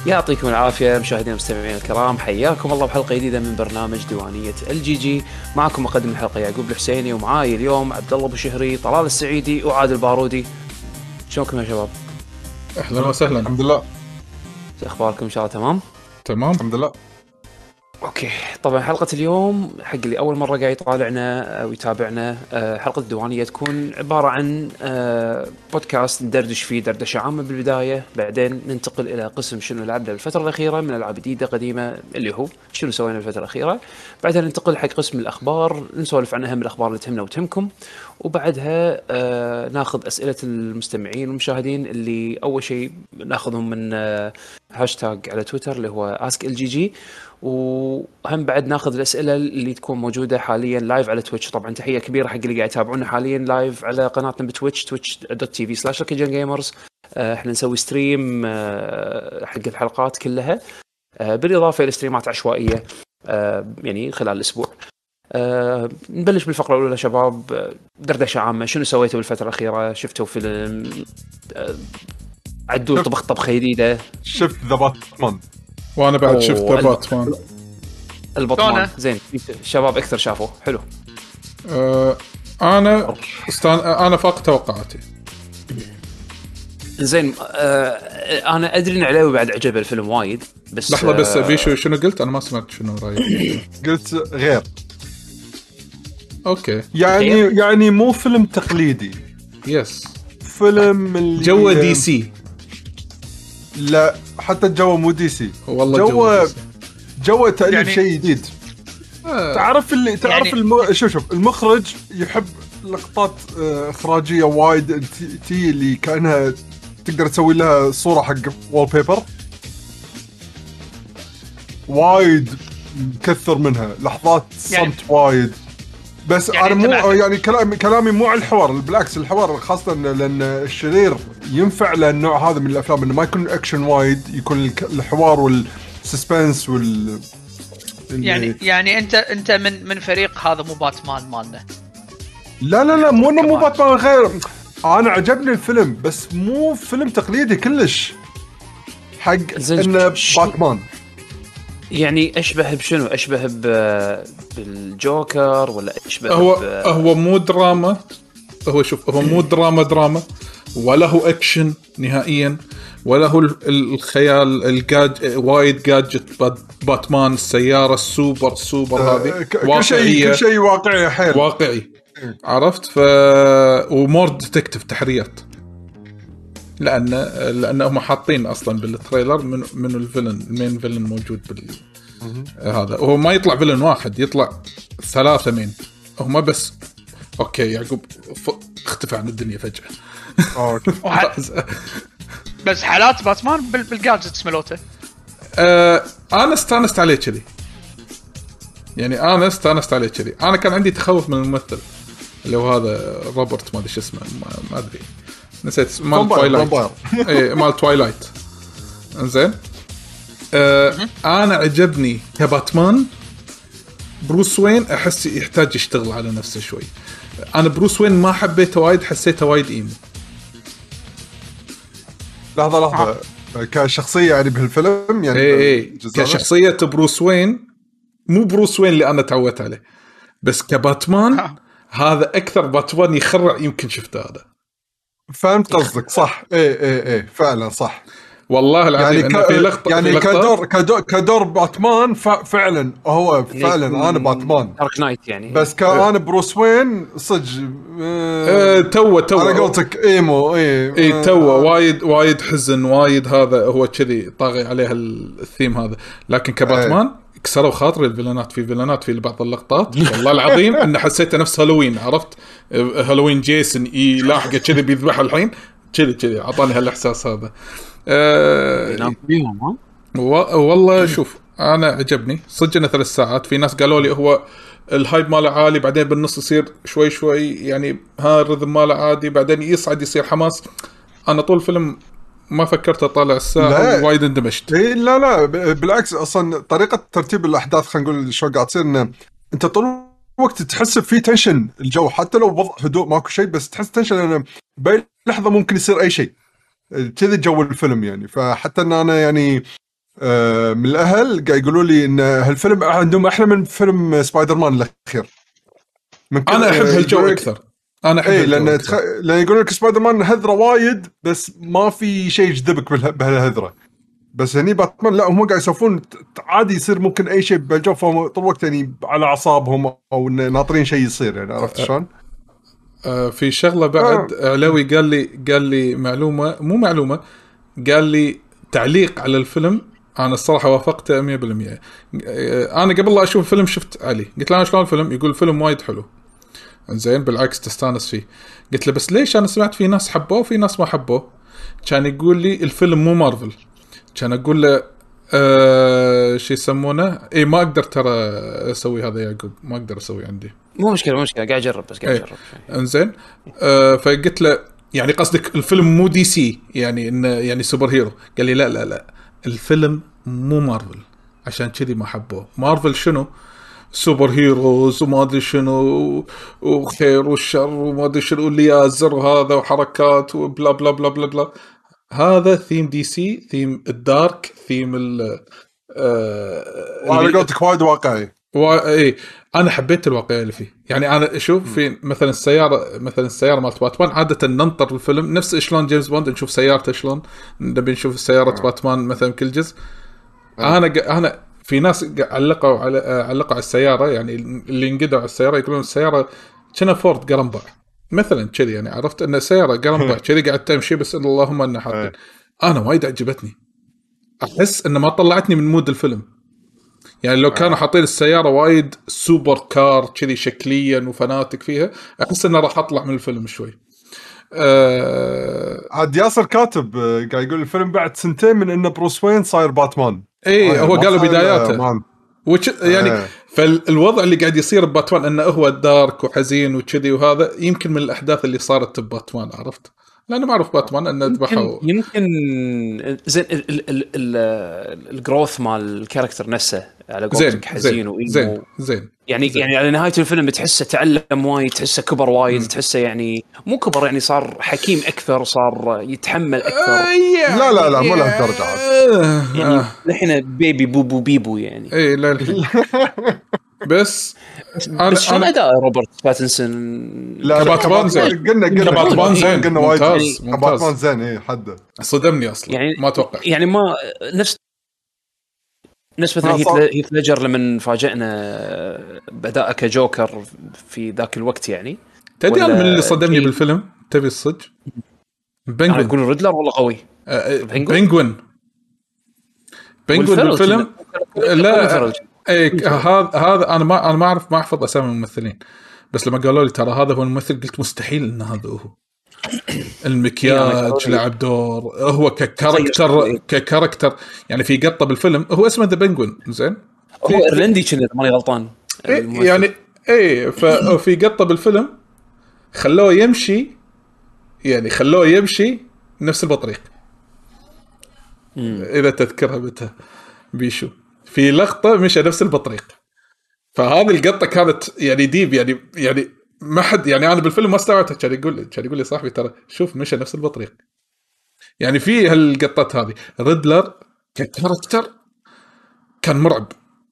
يعطيكم العافية مشاهدينا ومستمعينا الكرام، حياكم الله بحلقة جديدة من برنامج ديوانية الجي. معكم مقدم الحلقة يعقوب الحسيني، ومعاي اليوم عبد الله ابو شهري، طلال السعيدي، وعادل بارودي. شلونكم يا شباب؟ اهلا وسهلا. الحمد لله. اخباركم ان شاء الله تمام؟ تمام الحمد لله. اوكي، طبعا حلقة اليوم حق اللي اول مرة قاعد يطالعنا ويتابعنا، حلقة الديوانية تكون عبارة عن بودكاست ندردش فيه دردشة عامة بالبداية، بعدين ننتقل الى قسم شنو لعبنا بالفترة الأخيرة من العاب جديدة قديمة، اللي هو شنو سوينا بالفترة الأخيرة. بعدها ننتقل حق قسم الأخبار، نسولف عن أهم الأخبار اللي تهمنا وتهمكم، وبعدها ناخذ أسئلة المستمعين والمشاهدين، اللي أول شيء ناخذهم من هاشتاج على تويتر اللي هو AskLGG، وهم بعد ناخذ الأسئلة اللي تكون موجودة حاليا لايف على تويتش. طبعا تحية كبيرة حق اللي قاعد يتابعونا حاليا لايف على قناتنا بتويتش twitch.tv/LuckyGenGamers. احنا نسوي ستريم حق الحلقات كلها، بالإضافة إلى ستريمات عشوائية يعني خلال الأسبوع. نبلش بالفقرة الأولى شباب، دردشة عامة. شنو سويتوا بالفترة الأخيرة؟ شفتوا فيلم؟ عدول طبخ طبخة جديدة؟ شفت ذا باتمان. وانا بعد شفت ذا باتمان. البطمان زين، الشباب اكثر شافوه حلو. انا فاق توقعاتي. زين، انا ادري ان علاوي بعد عجبه الفيلم وايد، بس لحظه بس بيشو شنو قلت؟ انا ما سمعت شنو رايك. قلت غير. اوكي يعني مو فيلم تقليدي. يس، فيلم اللي جو دي سي. لا حتى الجو مو دي سي والله جو تأليف يعني شيء جديد. تعرف شوف المخرج يحب لقطات إخراجية وايد تي اللي كأنها تقدر تسوي لها صورة حق وول بيبر، وايد كثر منها لحظات صمت وايد. بس يعني أنا مو يعني كلامي مو على الحوار، بالعكس الحوار خاصة لأن الشرير ينفع للنوع هذا من الأفلام، إنه ما يكون أكشن وايد، يكون الحوار والسسبنس يعني انت من فريق هذا مو باتمان مالنا. لا مو باتمان غير. انا عجبني الفيلم بس مو فيلم تقليدي كلش حق انه باتمان. يعني اشبه بشنو؟ اشبه بالجوكر ولا اشبه هو مو دراما. هو مو دراما ولا هو اكشن نهائيا، ولا هو الخيال وايد جادجت باتمان، السيارة السوبر هذه كل شيء واقعي حيل واقعي. عرفت؟ ومور ديتكتيف تحريات، لأن هم حاطين أصلا بالتريلر من الفيلن، المين فيلن موجود هذا. وهو ما يطلع فيلن واحد، يطلع 3 مين. هما بس أوكي يعقوب اختفى عن الدنيا فجأة. بس حالات باتمان بالجادجتس ملوته. أنا استانست عليه كذي، يعني أنا كان عندي تخوف من الممثل اللي هو هذا روبرت، ما ادري شو اسمه، ما ادري نسيت اسمه، مال تويلايت. اي مال تويلايت. انزين، انا عجبني كباتمان. بروس وين احس يحتاج يشتغل على نفسه شوي. انا بروس وين ما حبيته وايد، حسيته وايد ايمو. لحظه كشخصيه يعني بهالفيلم، يعني اي كشخصيه بروس وين، مو بروس وين اللي انا تعودت عليه، بس كباتمان هذا اكثر باتمان يخرع يمكن شفته. هذا فهمت قصدك صح. اي فعلا صح والله العظيم. يعني في لقطه يعني كدور باتمان فعلا هو فعلا انا باتمان دارك نايت يعني. بس كان بروس وين صدق تو على قولتك ايمو. اي تو وايد حزن وايد، هذا هو كذي طاغي عليه الثيم هذا. لكن كباتمان كسروا خاطري الفيلانات. في بعض اللقطات والله العظيم ان حسيته نفس هالوين. عرفت هالوين جيسون يلاحقه كذي بيذبحه الحين كذي عطاني هالاحساس هذا. والله شوف انا عجبني صدق. 3 ساعات. في ناس قالوا لي هو الهايب ماله عالي، بعدين بالنص يصير شوي يعني ها الرذم ماله عادي، بعدين يصعد يصير حماس. انا طول الفيلم ما فكرت اطالع الساعه، وايد اندمجت. لا بالعكس، اصلا طريقه ترتيب الاحداث خلينا نقول شو قاعد تصير، انه انت طول الوقت تحس في تنشن الجو، حتى لو وضع هدوء ماكو شيء، بس تحس تنشن انه باي لحظه ممكن يصير اي شيء كذا جو الفيلم يعني. فحتى ان انا يعني من الاهل قاعد يقولوا لي ان هالفيلم عندهم احلى من فيلم سبايدر مان الاخير. انا احب هالجو اكثر. انا احب لان يقولون لك سبايدر مان هذره وايد بس ما في شيء يجذبك بهالهذره. بس هني باتمان لا، هم قاعد يسولفون عادي يصير ممكن اي شيء بالجو، طول الوقت يعني على اعصابهم او ناطرين شيء يصير يعني. عرفت شلون؟ في شغله بعد علاوي قال لي معلومه مو معلومه، قال لي تعليق على الفيلم. انا الصراحه وافقته 100%. انا قبل لا اشوف الفيلم شفت علي، قلت له شلون الفيلم؟ يقول الفيلم وايد حلو. زين بالعكس تستانس فيه. قلت له بس ليش؟ انا سمعت في ناس حبوه وفي ناس ما حبوه. كان يقول لي الفيلم مو مارفل. كان اقول له شو يسمونه اي ما اقدر ترى اسوي هذا يا يعقوب، ما اقدر اسوي عندي. مو مشكله قاعد اجرب بس قاعد اجرب. انزين فقلت له يعني قصدك الفيلم مو دي سي يعني انه يعني سوبر هيرو؟ قال لي لا لا لا الفيلم مو مارفل، عشان كذي ما حبوه. مارفل شنو؟ سوبر هيروز وما ادري شنو وخير والشر وما ادري شنو اللي يازر وهذا وحركات وبلا بلا بلا بلا بلا. هذا ثيم دي سي، ثيم الدارك، ثيم وعلى قولتك وايد واقعي. اي انا حبيت الواقعيه اللي فيه. يعني انا اشوف في مثلا السياره مالت باتمان عاده ننطر الفيلم نفس شلون جيمس بوند نشوف سيارته شلون نبي نشوف سياره باتمان مثلا كل جزء. انا في ناس علقوا على السياره، يعني اللي انقدوا على السياره يقولون السياره كنا فورد قرنبع مثلا كذي. يعني عرفت ان السياره قرنبع كذي قاعد تمشي بس اللهم انها حاطين. انا وايد عجبتني، احس ان ما طلعتني من مود الفيلم. يعني لو كانوا حاطين السياره وايد سوبر كار كذي شكليا وفناتك فيها، احس انه راح اطلع من الفيلم شوي. عاد ياسر كاتب قاعد يقول الفيلم بعد سنتين من ان بروس وين صاير باتمان. اي هو قالوا بداياته يعني فالوضع اللي قاعد يصير بباتمان انه هو دارك وحزين وكذي، وهذا يمكن من الاحداث اللي صارت بباتمان. عرفت؟ لأنه معروف باتمان أنه ذبحه. يمكن زين الجروث مال الكاركتر نفسه على قولتك حزين وإيمو. زين يعني على نهاية الفيلم بتحسه تعلم وايد، تحسه كبر وايد، تحسه يعني مو كبر يعني صار حكيم أكثر، صار يتحمل أكثر. لا مو له درجة يعني نحن بيبي بوبو بيبو يعني. إيه لا بس شلون أداء روبرت باتنسون؟ لا باتمان زين، باتمان زين، قلنا وايد ممتاز. باتمان زين. إيه حده صدمني أصلا يعني ما أتوقع يعني ما نفس مثلا هيث ليجر لمن فاجأنا بأداءه كجوكر في ذاك الوقت. يعني تدري من اللي صدمني بالفيلم تبي الصدق؟ بنجوين. يقول ريدلر ولا قوي؟ بنجوين بالفيلم. لا هذا انا ما اعرف، ما احفظ اسامي الممثلين، بس لما قالوا لي ترى هذا هو الممثل قلت مستحيل ان هذا هو. المكياج لعب دور، هو ككاركتر يعني في قطه بالفيلم هو اسمه ذا بنجوين. زين هو ايرلندي كذا ماني غلطان يعني ففي قطه بالفيلم خلوه يمشي، يعني خلوه يمشي نفس البطريق. اذا تذكرها بتها بيشو في لقطه مشى نفس البطريق. فهذه القطه كانت يعني ديب يعني ما حد يعني انا بالفيلم ما استوعبت. كان يقول لي صاحبي ترى شوف مشى نفس البطريق. يعني في هالقطات هذه ريدلر ككاركتر كان مرعب.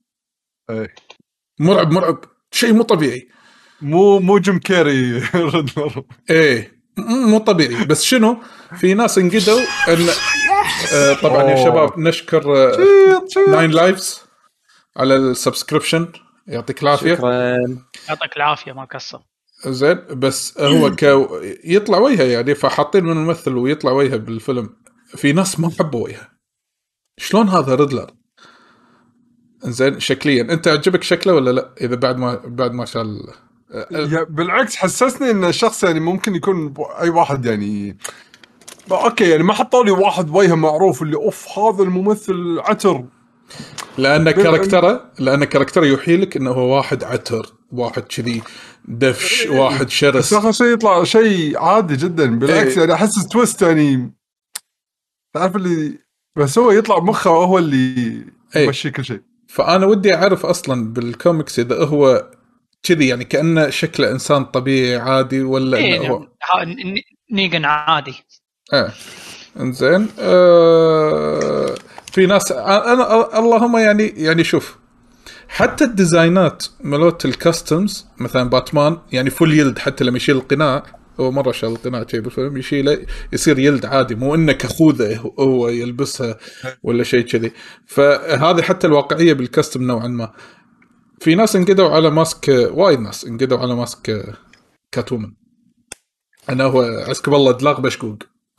مرعب شيء مو طبيعي. مو جيم كيري ريدلر. مو طبيعي. بس شنو في ناس انقدوا ان طبعا يا شباب نشكر 9 لايفز على السبسكريبشن، يعطيك العافيه. يعطيك العافيه ما قصر. زين بس هو يطلع وجهه يعني، فحاطين من الممثل ويطلع وجهه بالفيلم. في ناس ما حبوا وجهه. شلون هذا ريدلر؟ زين شكليا انت عجبك شكله ولا لا؟ اذا بعد ما شاء الله بالعكس حسسني ان الشخص يعني ممكن يكون اي واحد يعني اوكي يعني ما حطوا لي واحد وجهه معروف اللي اوف هذا الممثل عتر، لان كاركتره يوحي لك انه هو واحد عتر، واحد كذي دفش، واحد شرس. بس شيء يطلع شيء عادي جدا بالعكس. يعني احس تويست يعني تعرف اللي بس هو يطلع مخه وهو اللي يمشي كل شيء. فانا ودي اعرف اصلا بالكوميكس اذا هو كذي يعني كأنه شكله انسان طبيعي عادي ولا انه هو نيجن عادي. انزين في ناس انا اللهم يعني شوف حتى الديزاينات ملوت الكاستمز مثلا باتمان يعني فول يلد، حتى لما يشيل القناع هو مره شال القناع شيء بالفيلم يشيله يصير يلد عادي، مو انه كخوذه هو يلبسها ولا شيء كذي. فهذه حتى الواقعيه بالكاستم نوعا ما. في ناس انقدوا على ماسك، وايد ناس انقدوا على ماسك كاتومن، انا هو عسكب الله دلاغ بشكوك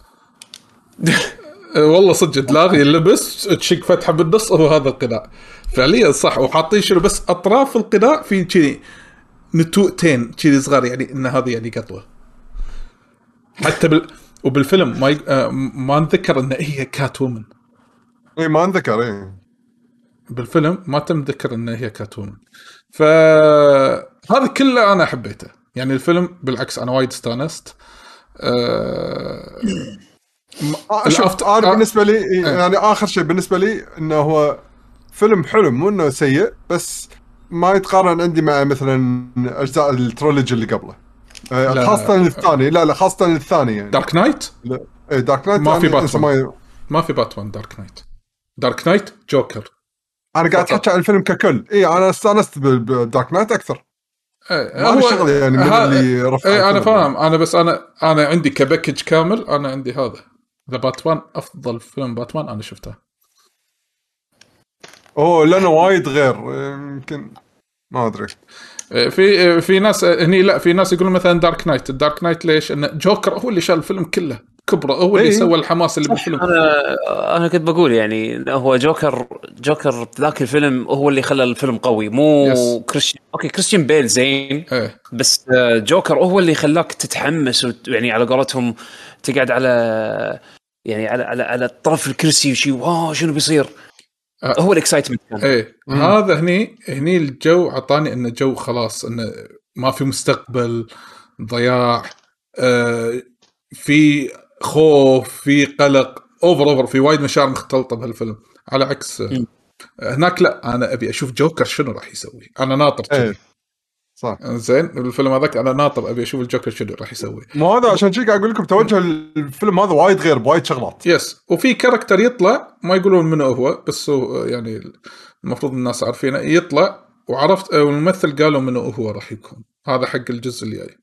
والله صدق دلاغ يلبس تشق فتحه بالنص هو هذا القناع فعليا صح، وحاطين شنو بس اطراف القناع في كذي نتوءتين كذي صغار، يعني ان هذه يعني قطوه حتى وبالفيلم ما نذكر ان هي كاتومن. اي ما نذكر بالفيلم ما تم ذكر ان هي كاتومن. فهذا كله انا حبيته يعني الفيلم بالعكس انا وايد استانست. شوف انا بالنسبه لي يعني اخر شيء بالنسبه لي انه هو فيلم حلو، مو انه سيء، بس ما يتقارن عندي مع مثلا اجزاء الترولوجي اللي قبله، خاصه الثاني. لا خاصه الثاني يعني دارك نايت. دارك نايت ما في باتمان ما في باتمان دارك نايت. دارك نايت جوكر. انا قاعد احكي عن الفيلم ككل. انا استانست بدارك نايت اكثر. هو شغله يعني من اللي رفع. انا فاهم انا بس انا عندي كباكج كامل. انا عندي هذا ذا باتمان افضل فيلم باتمان انا شفته. لانه وايد غير يمكن ما ادري. في ناس هني لا في ناس يقولون مثلا دارك نايت. الدارك نايت ليش؟ ان جوكر هو اللي شال الفيلم كله كبره، هو اللي سوى الحماس اللي بالفيلم. انا كنت بقول يعني هو جوكر ذاك الفيلم هو اللي خلى الفيلم قوي، مو كريستيان بيل زين بس جوكر هو اللي خلاك تتحمس يعني على قولتهم تقعد على يعني على طرف الكرسي وشي واو شنو بيصير. هو الاكسايتمنت كان هذا هني الجو عطاني انه جو خلاص انه ما في مستقبل، ضياع، في خوف، في قلق، اوفر في وايد مشاعر مختلطه بهالفيلم. على عكس هناك لا انا ابي اشوف جوكر شنو راح يسوي. انا ناطر صح زين الفيلم هذاك انا ناطر ابي اشوف الجوكر شنو راح يسوي. مو هذا عشان شيء قاعد اقول لكم توجه الفيلم هذا وايد غير بوايد شغلات. يس وفي كاركتر يطلع ما يقولون منه هو، بس هو يعني المفروض الناس عارفينه يطلع، وعرفت الممثل قالوا منه هو راح يكون. هذا حق الجزء الجاي.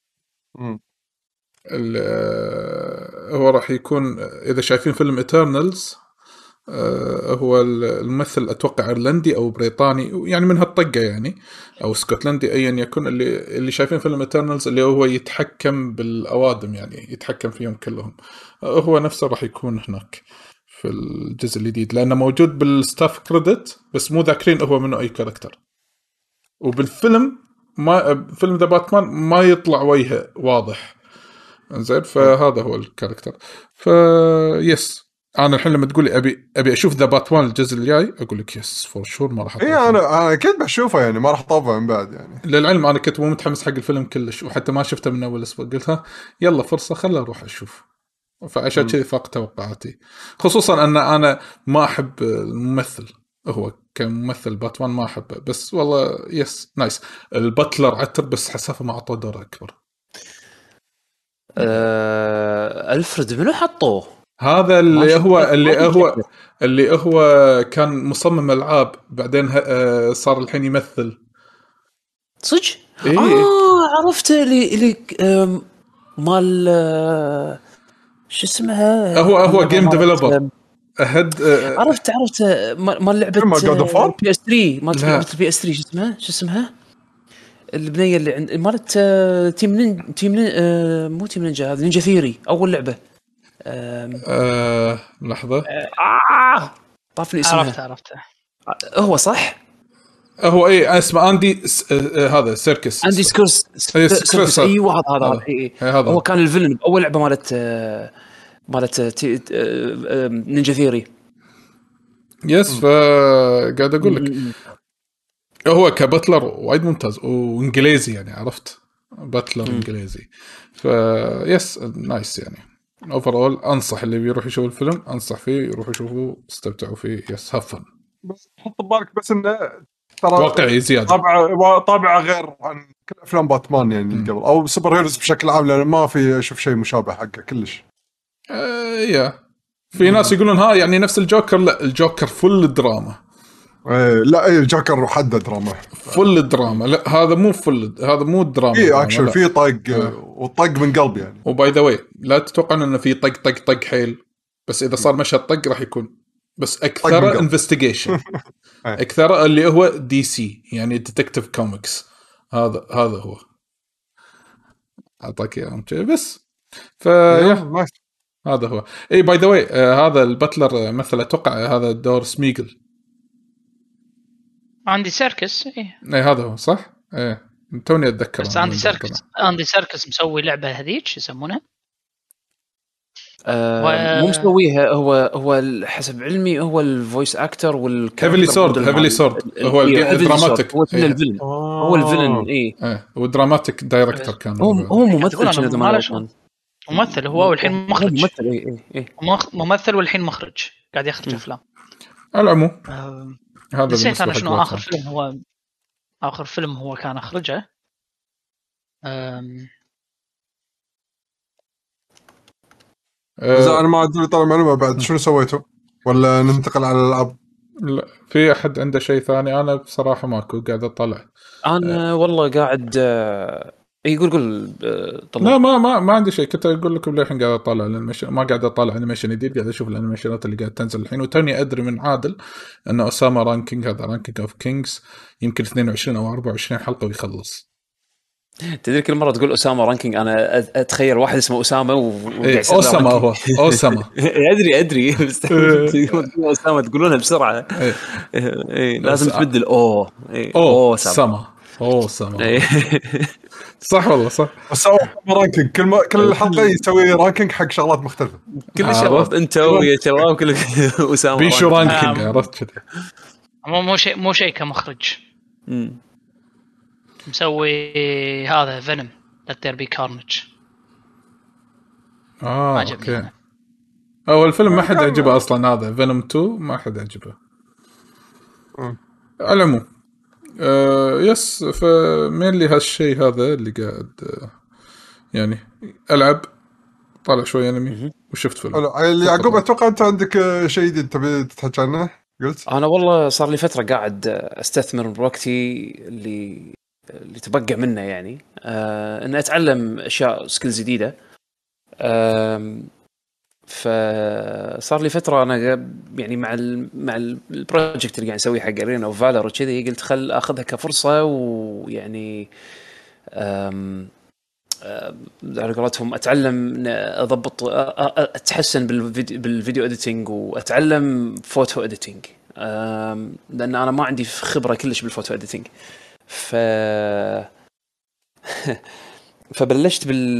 هو راح يكون اذا شايفين فيلم إترنالز هو الممثل اتوقع ايرلندي او بريطاني يعني من هالطقه يعني او اسكتلندي ايا يكن. اللي شايفين فيلم إترنالز اللي هو يتحكم بالاوادم يعني يتحكم فيهم كلهم، هو نفسه راح يكون هناك في الجزء الجديد لانه موجود بالستاف كريدت بس مو ذاكرين هو منه اي كاركتر. وبالفيلم ما فيلم ذا باتمان ما يطلع وجهه واضح زين. فهذا هو الكاركتر. يس انا الحين لما تقولي ابي اشوف ذا باتمان الجزء الجاي اقول لك يس فور شور ما راح انا اكيد بشوفه يعني ما راح طوفه من بعد يعني. للعلم انا كنت مو متحمس حق الفيلم كلش وحتى ما شفته من اول اسبوع قلتها يلا فرصه خلنا اروح اشوف. فعشان كذا فاق توقعاتي، خصوصا ان انا ما احب الممثل هو كممثل باتمان ما احبه بس والله يس نايس. الباتلر عتر بس حسافه ما اعطوه دور اكبر. ألفريد منو حطوه؟ هذا اللي هو كان مصمم العاب بعدين صار الحين يمثل صدق. عرفته اللي مال شو اسمها هو جيم ديفلوبر اهد عرفت مال لعبه بي اس 3 مال بي اس 3 شو اسمها البنيه اللي عند مالت تيم مو تيم نينجا، هذا نينجا ثيري اول لعبه. لحظه طافني اسمها. عرفته هو صح هو اسمه اندي هذا سيركس اندي سكورس ايوه هذا هو كان الفيلن اول لعبه مالت نينجا ثيري. يس فقاعد اقول لك هو كباتلر وايد ممتاز وانجليزي يعني عرفت باتلر انجليزي. يس نايس يعني اوفرول انصح اللي بيروح يشوف الفيلم انصح فيه يروح يشوفه استمتعوا فيه. يس هفن بس حط ببالك بس انه ترى واقعي زياده طابع غير عن كل افلام باتمان يعني قبل او سوبر هيروز بشكل عام لان ما في اشوف شيء مشابه حقه كلش. يا في ناس يقولون ها يعني نفس الجوكر. لا الجوكر فل دراما. لا اي جوكر حد دراما فل دراما. لا هذا مو فل، هذا مو دراما. في اكشن في طق وطق من قلب يعني. وباي ذا واي لا تتوقع انه في طق حيل، بس اذا صار مشهد طق راح يكون بس اكثر انفستيجيشن. اكثر اللي هو دي سي يعني ديتكتيف كوميكس. هذا هو اعطاك اياه بس هذا هو. اي باي ذا واي هذا الباتلر مثل اتوقع هذا دور سميغل. عندي سيركس. اي هذا هو صح. ايه توني اتذكر. بس عندي سيركس مسوي لعبه هذيك يسمونها مو مسويها. هو حسب علمي هو الفويس اكتر هيفلي سورد هو الدراماتيك. هو الفيلن. هو الفيلن. ايه والدراماتيك دايركتور كان. هو ممثل. ممثل هو والحين مخرج. ممثل والحين مخرج قاعد يخرج افلام. العموم هذا نسيت انا شنو اخر فيلم هو كان اخرجه. اذا انا ما ادري طلع معلومه بعد شنو سويته ولا ننتقل على الالعاب. لا في احد عنده شيء ثاني؟ انا بصراحه ماكو قاعد اطلع. انا والله قاعد يقول طلع. لا ما عندي شيء. كنت اقول لكم الحين قاعد اطلع ما قاعد اطلع انيميشن جديد. قاعد اشوف الانيميشنات اللي قاعد تنزل الحين. وتوني ادري من عادل ان اسامه رانكينج هذا رانكينج اوف كينجز يمكن 22 او 24 حلقه ويخلص. تدري كل مره تقول اسامه رانكينج انا اتخيل واحد اسمه اسامه اسامه هو اسامه. ادري بس اسامه تقولونها بسرعه. لازم تبدل اسامه صح والله صح. اسامه رانكينج كل حلقه يسوي رانكينج حق شغلات مختلفه. كل شغلات انت ويا شباب كل اسامه بيشو رانكينج. عرفت كذا. مو شيء كمخرج. مسوي هذا فينوم لتر بي كارنج. اوكي. اول فيلم ما حد عجبه اصلا. هذا فينوم 2 ما حد عجبه. على العموم يس فمين لي هالشيء هذا اللي قاعد يعني العب طالع شوي انمي وشفت فيلم. يعقوب اتوقع انت عندك شيء جديد تبي تحكي عنه. قلت انا والله صار لي فتره قاعد استثمر بوقتي اللي تبقى منه يعني ان اتعلم اشياء سكيلز جديده. فصار لي فتره انا يعني مع البروجكت اللي قاعد نسويه حق ارينا وفالر وكذي قلت خل اخذها كفرصه ويعني على قولتهم اتعلم اضبط اتحسن بالفيديو اديتنج واتعلم فوتو اديتنج لان انا ما عندي خبره كلش بالفوتو اديتنج. فبلشت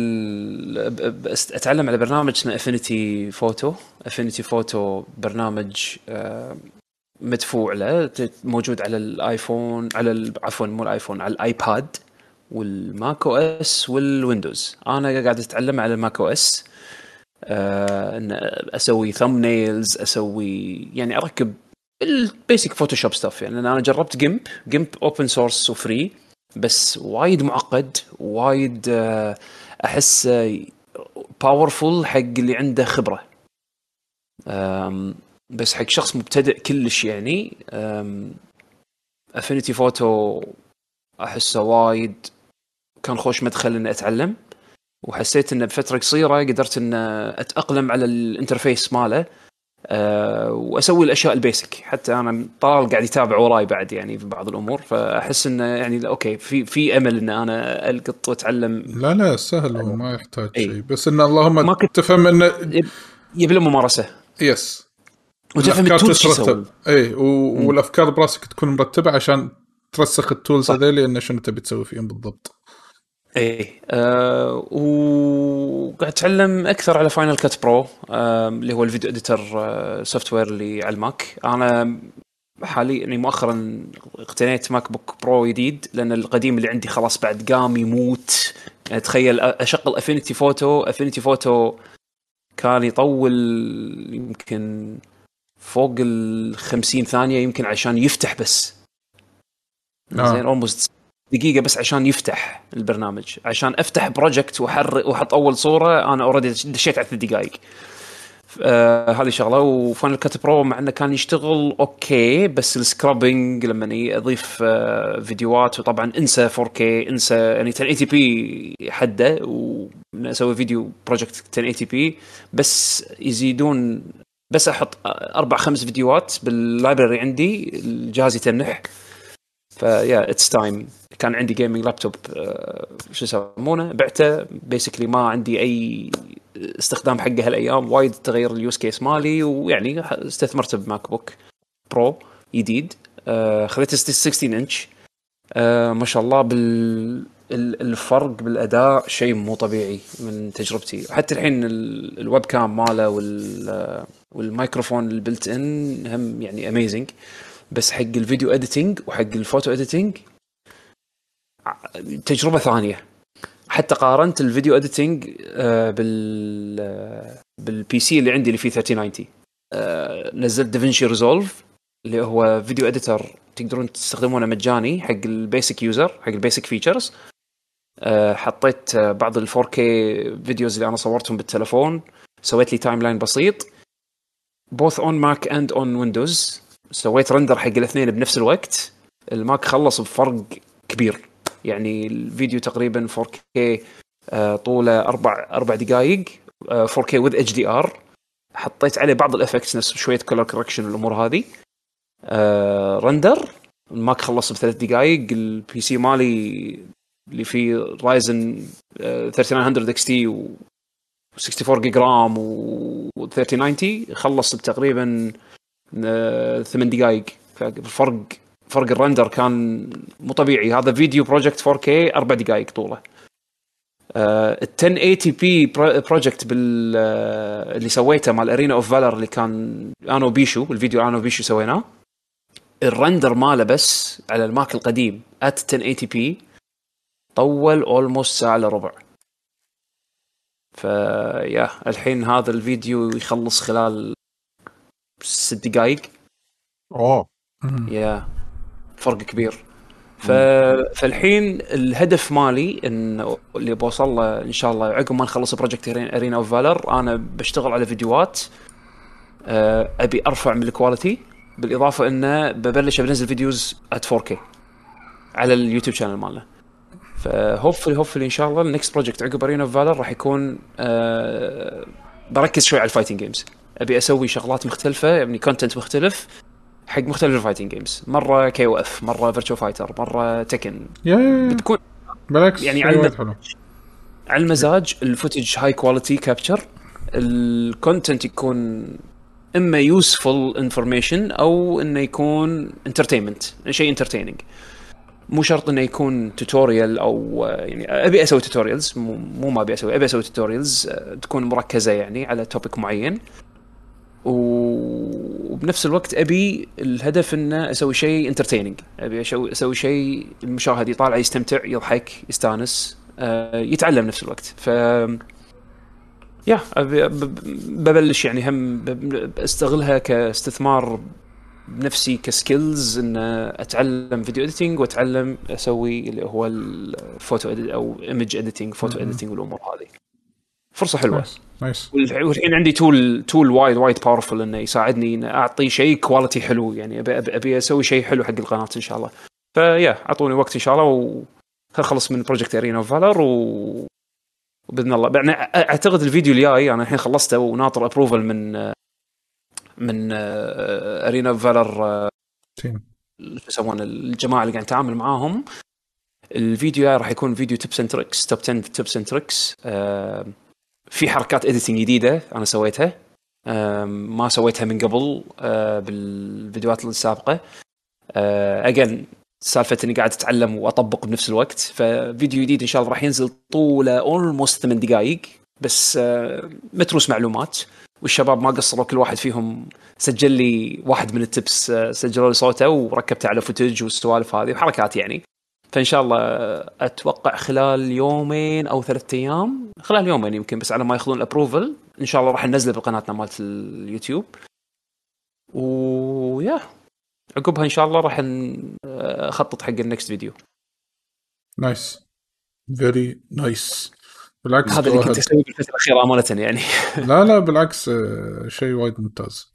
اتعلم على برنامج اسمه افينيتي فوتو. برنامج مدفوع له موجود على الايفون عفوا مو الايفون على الايباد والماك او اس والويندوز. انا قاعد اتعلم على الماك او اس ان اسوي ثامبنيلز اسوي يعني اركب البيسك فوتوشوب ستاف. يعني انا جربت جيمب اوبن سورس وفري بس وايد معقد وايد احس باورفول حق اللي عنده خبره. بس حق شخص مبتدئ كلش يعني افينيتي فوتو احسه وايد كان خوش مدخل اني اتعلم. وحسيت انه بفتره قصيره قدرت ان اتاقلم على الانترفيس ماله واسوي الاشياء البيسك. حتى انا طال قاعد يتابع وراي بعد يعني في بعض الامور. فاحس انه يعني اوكي في امل ان انا القط واتعلم. لا سهل وما يحتاج شيء بس ان اللهم ما كنت تفهم انه يبي ممارسه. يس وتفهم التولز والافكار براسك تكون مرتبه عشان ترسخ التولز هذول انه شنو تبي تسوي فيهم بالضبط. وقاعد اتعلم اكثر على فاينل كات برو اللي هو الفيديو اديتر سوفت وير اللي على الماك. انا حاليا يعني مؤخرا اقتنيت ماك بوك برو جديد لان القديم اللي عندي خلاص بعد قام يموت. يعني تخيل اشغل افينيتي فوتو كان يطول يمكن فوق 50 ثانيه يمكن عشان يفتح بس زين almost دقيقة بس عشان يفتح البرنامج. عشان أفتح بروجكت وأحط أول صورة أنا أوريدي دشيت على 3 دقائق. هذه شغله. وفاينل كات برو مع انه كان يشتغل اوكي، بس السكرابينج لما اضيف فيديوهات، وطبعا انسى 4K، انسى يعني 1080 بي حده، ونسوي فيديو بروجكت 1080 بي بس يزيدون، بس احط 4-5 فيديوهات باللايبرري عندي، الجهاز يتنح. فيا اتس تايم. كان عندي جيمنج لابتوب شو يسمونه، بعته بيسكلي، ما عندي اي استخدام حقه هالايام، وايد تغير اليوز كيس مالي، ويعني استثمرت بماك بوك برو جديد. خذيت 16 انش. ما شاء الله الفرق بالاداء شيء مو طبيعي من تجربتي. حتى الحين الويب كام ماله والميكروفون البلت ان هم يعني اميزنج. بس حق الفيديو اديتنج وحق الفوتو اديتنج تجربه ثانيه. حتى قارنت الفيديو اديتنج بالبي سي اللي عندي اللي فيه 3090. نزلت دافنشي ريزولف اللي هو فيديو اديتر تقدرون تستخدمونه مجاني حق البيسك يوزر، حق البيسك فيتشرز. حطيت بعض ال 4K فيديوز اللي انا صورتهم بالتلفون، سويت لي تايم لاين بسيط both on Mac and on Windows. سويت رندر حق الاثنين بنفس الوقت. الماك خلص بفرق كبير، يعني الفيديو تقريبا 4K طوله 4 دقائق، 4K with HDR. حطيت عليه بعض الافكتس نفس شويه كولر كوركشن والامور هذه. رندر الماك خلص ب3 دقائق. البي سي مالي اللي فيه رايزن 3900 اكس تي و 64 جيجا رام و 3090 خلص بتقريبا 8 دقائق. فرق الرندر كان مو طبيعي. هذا فيديو بروجكت 4K 4 دقائق طوله. ال 1080 بي بروجكت اللي سويته مال ارينا اوف فالر اللي كان انا وبيشو، الفيديو انا وبيشو سويناه، الرندر ماله بس على الماك القديم at 1080 بي طول almost ساعة إلا ربع. فيا الحين هذا الفيديو يخلص خلال 6 دقائق. يا فرق كبير. فالحين الهدف مالي ان اللي بوصل له ان شاء الله عقب ما نخلص بروجكت ارينا اوف فالر، انا بشتغل على فيديوهات ابي ارفع من الكواليتي، بالاضافه انه ببلش بنزل فيديوز at 4K على اليوتيوب شانل مالنا. فهوفلي ان شاء الله النكست بروجكت عقب ارينا اوف فالر راح يكون بركز شوي على الفايتنج جيمز. ابي اسوي شغلات مختلفه، يعني كونتنت مختلف حق مختلف الفايتنج جيمز، مره كي او اف، مره فيرتشو فايتر، مره تكن. بتكون بالعكس يعني على المزاج. الفوتج هاي كواليتي كابتشر، الكونتنت يكون اما يوسفول انفورميشن او انه يكون انترتينمنت، شيء انترتيننج. مو شرط انه يكون توتوريال او يعني ابي اسوي توتوريالز، مو ما ابي اسوي توتوريالز تكون مركزه يعني على توبيك معين. وبنفس الوقت ابي الهدف انه اسوي شيء انترتيننج، ابي اسوي شيء المشاهد يطالع يستمتع يضحك يستانس يتعلم نفس الوقت. ف يا ببلش يعني هم استغلها كاستثمار بنفسي كسكيلز، ان اتعلم فيديو اديتنج واتعلم اسوي اللي هو الفوتو او ايمج اديتنج، فوتو اديتنج والامور هذه. فرصه حلوه. نايس. والحين عندي تول وايد باورفل انه يساعدني ان اعطي شيء كواليتي حلو. يعني ابي اسوي شيء حلو حق القناه ان شاء الله. فيا اعطوني وقت ان شاء الله وخلص من بروجكت ارينا اوف فالر وباذن الله. يعني اعتقد الفيديو الجاي انا الحين خلصته وناطر ابروفل من ارينا اوف فالر يسمون الجماعه اللي قاعد نتعامل معاهم. الفيديو راح يكون فيديو تيبس اند تريكس، توب 10 تيبس اند تريكس. في حركات اديتنج جديده انا سويتها ما سويتها من قبل بالفيديوهات السابقه. اجين سالفه اني قاعد اتعلم واطبق بنفس الوقت. ففيديو جديد ان شاء الله راح ينزل طوله اولموست 8 دقائق بس، متروس معلومات. والشباب ما قصروا، كل واحد فيهم سجل لي واحد من التبس، سجلوا لي صوته وركبته على فوتج والسوالف هذه وحركات يعني. فإن شاء الله أتوقع خلال 2 أو 3 أيام، خلال 2 يمكن، بس على ما ياخذون الابروفل إن شاء الله راح ننزله بقناتنا مالت اليوتيوب. ويا عقبها إن شاء الله راح نخطط حق النكست فيديو. نايس، فيري نايس. بالعكس هذا اللي كنت اسويه بالفتره الاخيره امانه يعني. لا بالعكس شيء وايد ممتاز.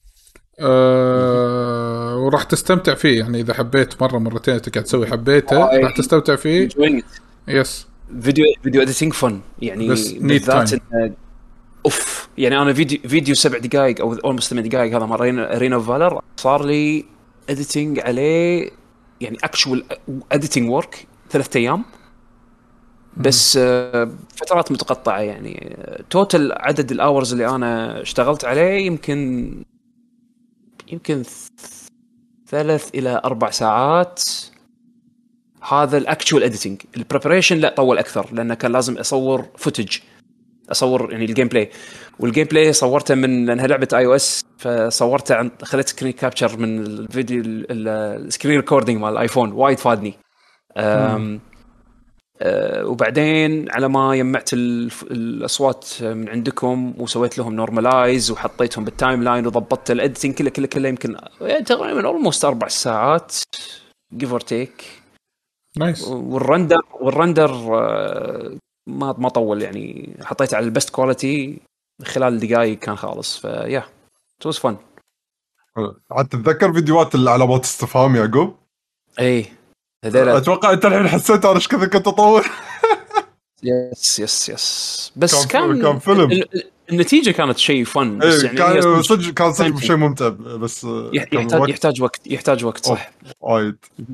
وراح تستمتع فيه يعني اذا حبيت مره مرتين تقعد تسوي حبيته راح تستمتع فيه. يس فيديو اديتنج فن يعني بالذات اوف يعني انا فيديو 7 دقائق او اولموست 8 دقائق هذا مره رينا فالر صار لي اديتنج عليه يعني اكشوال اديتنج ورك 3 ايام بس فترات متقطعه يعني توتال عدد الاورز اللي انا اشتغلت عليه يمكن 3 إلى 4 ساعات. هذا الاكشوال اديتنج. البريبريشن لا طول اكثر لانه كان لازم اصور فوتج اصور يعني الجيم بلاي والجيم بلاي صورته من لانها لعبه اي او اس فصورته عن خليت سكرين كابتشر من الفيديو السكرين ريكوردينج مال الايفون وايد فادني. وبعدين على ما جمعت الاصوات من عندكم وسويت لهم نورمالايز وحطيتهم بالتايم لاين وضبطت الاديتنج كله يمكن يعني تقريبا اولموست 4 ساعات give or take. نايس. والرندر ما طول يعني حطيته على البست كواليتي خلال دقائق كان خالص فيا توز فن. عاد تتذكر فيديوهات علامات استفهام يعقوب؟ اي هذول اتوقع انت الحين حسيت انا ايش كذا كنت اطول. يس بس كان فيلم. النتيجه كانت شيء فن بس يعني كان صدق شيء ممتع بس يحتاج وقت صح وايد.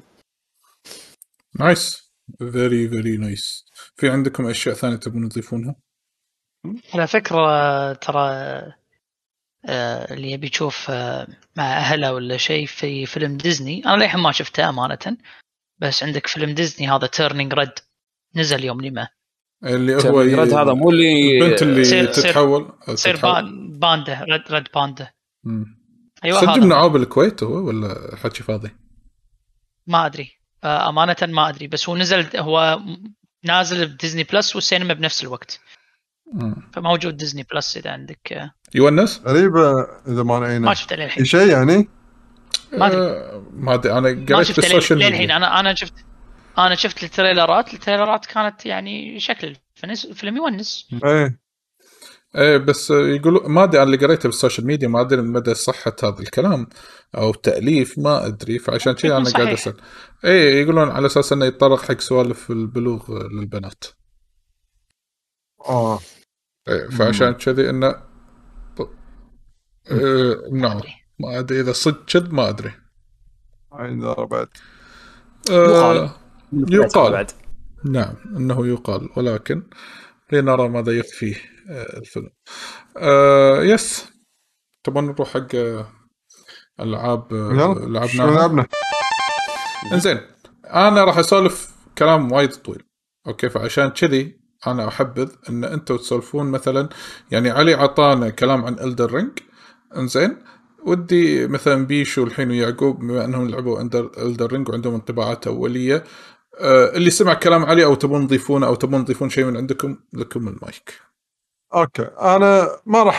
نايس فيري فيري نايس. في عندكم اشياء ثانيه تبون تضيفونها؟ على فكره ترى اللي يبي يشوف مع اهله ولا شيء في فيلم ديزني انا للحين ما شفته امانه بس عندك فيلم ديزني هذا تيرنينج ريد نزل يوم لما اللي هو رد هذا مو اللي البنت اللي تتحول تصير باندا رد باندا. ايوه هذا سجل نعاب بالكويت هو ولا حكي فاضي ما ادري امانه ما ادري بس هو نازل بديزني بلس والسينما بنفس الوقت. فموجود ديزني بلس اذا عندك يونس غريبه اذا ما شفت الحين شيء يعني ما ادري انا قريت بالسوشيال ميديا الحين انا شفت التريلرات كانت يعني شكل الفيلم يونس. ايه بس يقولوا ما ادري انا اللي قريته بالسوشيال ميديا ما ادري مدى صحه هذا الكلام او تاليف ما ادري فعشان كذا انا قاعد اسال. ايه يقولون على اساس انه يتطرق حق سوالف البلوغ للبنات. إيه فعشان كذا انه نعم ما ادري اذا صدق كذب ما ادري. عين بعد يقال نعم انه يقال ولكن لنرى ماذا يخفيه الفيلم. يس تبغى نروح حق العاب لعبناها. انزين انا راح اسولف كلام وايد طويل اوكي فعشان كذي انا احبذ ان انتم تسولفون مثلا يعني علي عطانا كلام عن إلدر رينج انزين ودي مثلا بيشو الحين ويعقوب بما انهم لعبوا إلدر رينج وعندهم انطباعات اوليه اللي سمع كلام علي او تبون تضيفونه او تبون تضيفون شيء من عندكم لكم المايك. اوكي انا ما راح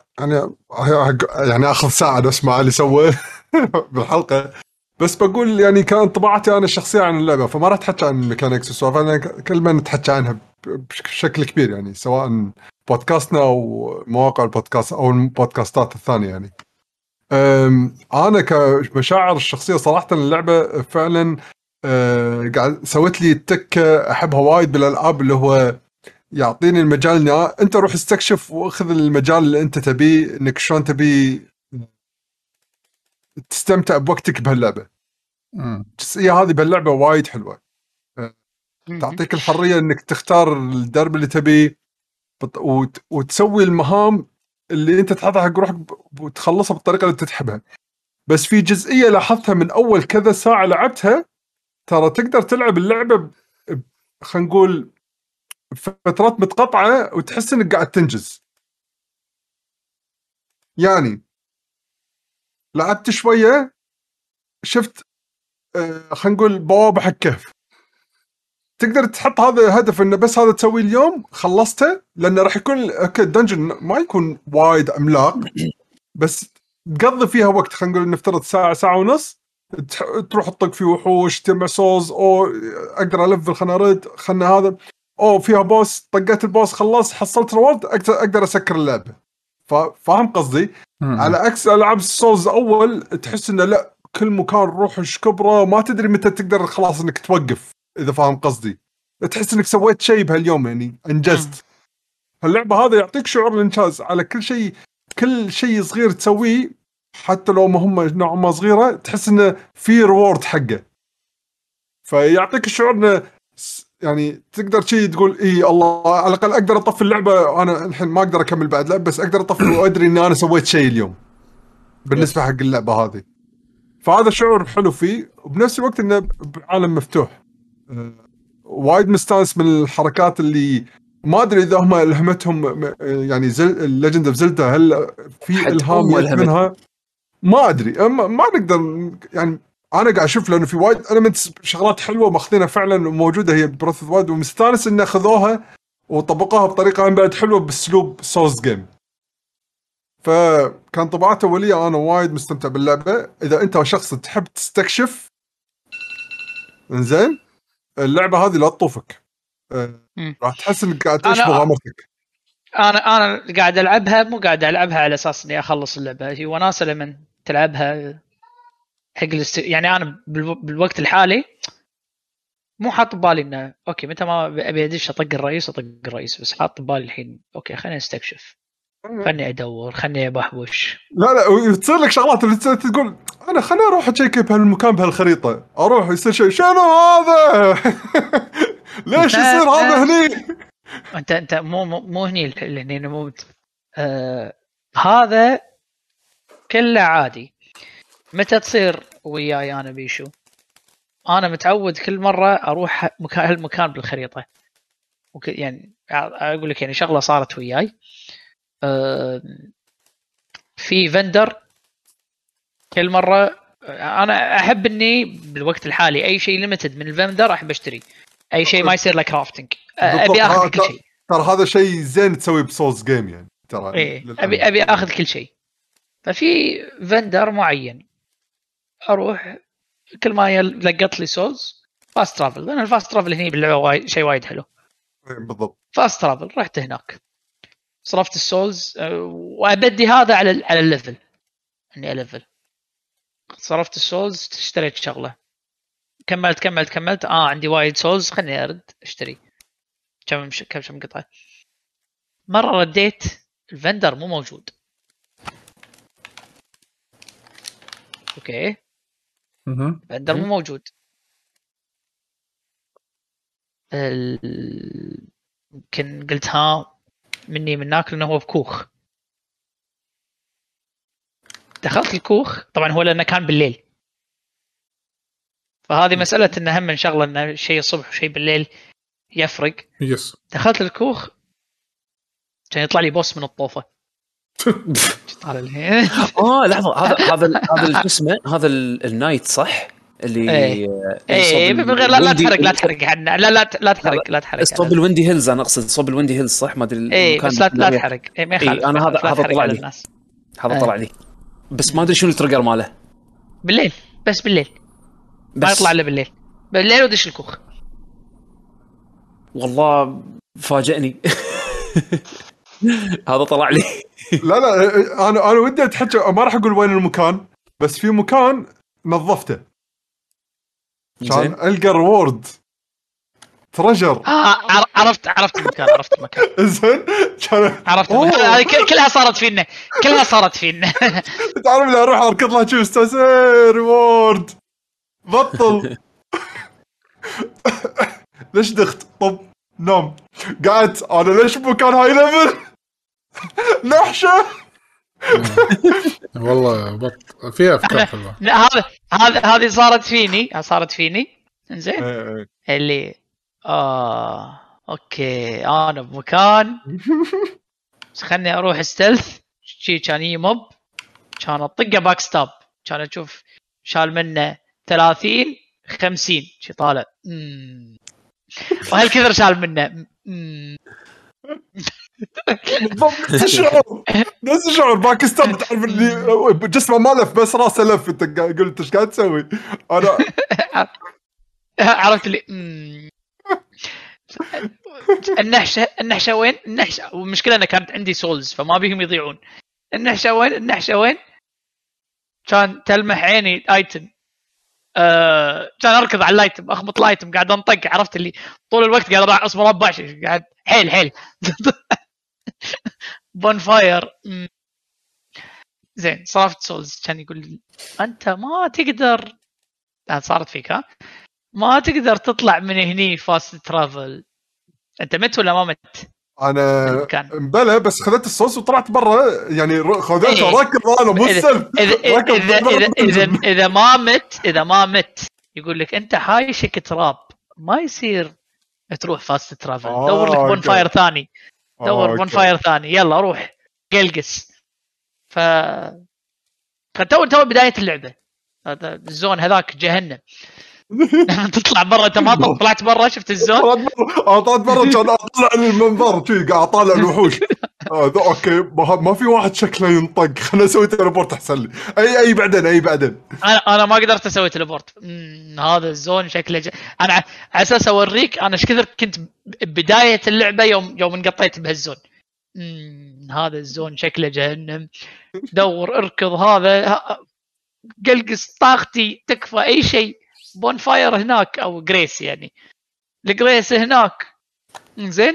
يعني اخذ ساعه اسمع اللي سوى بالحلقه بس بقول يعني كان انطباعاتي انا الشخصيه عن اللعبه فما راح اتحكي عن ميكانيكس والسوالف انا كل ما نتحكي عنها بشكل كبير يعني سواء بودكاستنا او مواقع البودكاست او البودكاستات الثانيه يعني. انا كمشاعر الشخصيه صراحه اللعبه فعلا قاعد سويت لي التكه احبها وايد بالالعاب اللي هو يعطيني المجال انت روح استكشف واخذ المجال اللي انت تبيه انك شلون تبي تستمتع بوقتك بهاللعبه. الجزئيه هذه باللعبه وايد حلوه تعطيك الحريه انك تختار الدرب اللي تبيه وتسوي المهام اللي انت تحطها حق روحك وتخلصها بالطريقه اللي تحبها. بس في جزئيه لاحظتها من اول كذا ساعه لعبتها ترى تقدر تلعب اللعبه خلينا نقول فترات متقطعه وتحس انك قاعد تنجز. يعني لعبت شويه شفت خلينا نقول بوابه حق كهف تقدر تحط هذا هدف انه بس هذا تسوي اليوم خلصته لانه راح يكون الدنجن ما يكون وايد عملاق بس تقضي فيها وقت خلينا نقول نفترض ساعه ونص تروح تطق في وحوش تجمع سوز او اقدر الف خلنا ارد خلنا هذا او فيها بوس، طقيت البوس خلص حصلت ريورد اقدر اسكر اللعبه. فاهم قصدي؟ على عكس العاب السولز اول تحس انه لا كل مكان روح شكبره ما تدري متى تقدر خلاص انك توقف، اذا فاهم قصدي. تحس انك سويت شيء بهاليوم يعني انجزت. هاللعبه هذا يعطيك شعور الانجاز على كل شيء صغير تسويه، حتى لو ما هم نوعا ما صغيره تحس انه في ريورد حقه. فيعطيك الشعور انه يعني تقدر شيء تقول اي الله على الاقل اقدر اطفي اللعبه. انا الحين ما اقدر اكمل بعد لعبه بس اقدر اطفي وادري ان انا سويت شيء اليوم بالنسبه حق اللعبه هذه. فهذا شعور حلو فيه، وبنفس الوقت انه بعالم مفتوح. وايد مستانس من الحركات اللي ما ادري اذا هم الهمتهم يعني ليجند اوف زلدا هل في الهام منها ما ادري. ما نقدر يعني انا قاعد اشوف لانه في وايد المنتس شغلات حلوه ماخذينها فعلا وموجوده هي بروث وايد، ومستانس ان اخذوها وطبقوها بطريقه بعد حلوه باسلوب سولز جيم. فكان طبعات اوليه انا وايد مستمتع باللعبه. اذا انت شخص تحب تستكشف انزين اللعبه هذه لا تطوفك، راح تحس انك قاعد تعيش مغامرتك. انا قاعد العبها، مو قاعد العبها على اساس اني اخلص اللعبه، هي وناسه لما تلعبها حق يعني انا بالوقت الحالي مو حاط ببالي انه اوكي متى ما ابي ادش اطق الرئيس، بس حاط ببالي الحين اوكي خليني استكشف، خلني ادور، خلني بحوش. لا وتصير لك شغلات اللي تقول انا خليني اروح اشيك بهالمكان بهالخريطه، اروح يصير شيء شنو هذا ليش يصير هذا هني؟ انت مو هني اللي هني نموت. هذا كله عادي. متى تصير وياي انا بيشو؟ انا متعود كل مره اروح هالمكان بالخريطه، يعني اقول لك يعني شغله صارت وياي. في فندر كل مره انا احب اني بالوقت الحالي اي شيء ليمتد من الفندر احب اشتري، اي شيء ما يصير له كرافتنج ابي اخذ كل شيء. ترى هذا شيء زين تسويه بسولز جيم يعني ترى. إيه ابي اخذ كل شيء. ففي فندر معين اروح كل ما لقط لي سولز فاست ترافل، لان الفاست ترافل هنا باللعبه شيء وايد حلو. بالضبط فاست ترافل رحت هناك صرفت السولز وابدي هذا على الليفل، اني الليفل صرفت السولز اشتريت شغله، كملت عندي وايد سولز خلني ارد اشتري كم قطعه. مره رديت الفندر مو موجود. اوكي الفندر مو موجود. يمكن قلت مني مناك لانه هو بكوخ. دخلت الكوخ طبعا هو لانه كان بالليل، فهذه مسألة إن هم من شغلة إن شيء الصبح وشيء بالليل يفرق. يس دخلت الكوخ كان يطلع لي بوس من الطوفة. لحظة هذا اسمه هذا النايت صح اللي ايه من غير لا تحرق عنا لا تحرق صوب الويندي هيلز. انا اقصد صوب الويندي هيلز صح ما ادري ايه بس لا تحرق. ما يخالف. انا هذا طلع لي هذا طلع لي بس ما ادري شنو التريجر ماله. بالليل بس ما يطلع الا بالليل ودش الكوخ. والله فاجئني هذا طلع لي. لا انا ودي اتحكى، ما راح اقول وين المكان، بس في مكان نظفته عشان القى ريورد تريجر. عرفت المكان زين عرفت هذه كلها صارت فينا تعرف لي اروح اركض لها شو استاذ ريورد بطل ليش دخت طب نوم قعدت انا ليش بمكان هاي ليفل نحشه والله فيها افكار حلوه. هذه صارت فيني انزين اللي اوكي انا بمكان خلني اروح استلث شي كان يمب كان اطقه باك ستاب كان اشوف شال منه 30 50 شي طالع وهالكثر شال منه نفس الشعور باكستان تعرف اللي جسمه ما لف بس راسه لف. انت قلت ايش قاعد تسوي؟ انا عرفت اللي النحشه وين؟ النحشه، والمشكله انا كانت عندي سولز فما بيهم يضيعون. النحشه وين؟ كان تلمح عيني ايتم. كان اركض على اللايتم، اخبط لايتم، قاعد انطق، عرفت اللي طول الوقت قاعد راح اصبر مربع، قاعد حيل بون فاير. زين صرفت سولز، كان يقول لي انت ما تقدر، صارت فيك ها، ما تقدر تطلع من هني فاست ترافل. انت مت ولا ما مت؟ انا مبلى بس خذت الصوص وطلعت برا، يعني خذيته ركض انا مو السلف. اذا ما مت يقول لك انت حايشك تراب، ما يصير تروح فاست ترافل. دور لك بون فاير ثاني، دور بون فاير ثاني، يلا روح قلقس. ف تو بدايه اللعبه، هذا الزون هذاك جهنم. تطلع برا، انت ما طلعت برا، شفت الزون؟ طلعت برا كان اطلع المنظر شي قاعد اطالع الوحوش. اوكي ما في واحد شكله ينطق، خلنا نسوي تليبورت احسن لي. اي بعدين انا ما قدرت اسوي تليبورت. هذا الزون شكله انا على اساس اوريك انا ايش كثر كنت بدايه اللعبه يوم انقطيت بهالزون. هذا الزون شكله جهنم. دور اركض، هذا قلقس طاقتي تكفى اي شيء. بون فاير هناك او جريس، يعني الجريس هناك. زين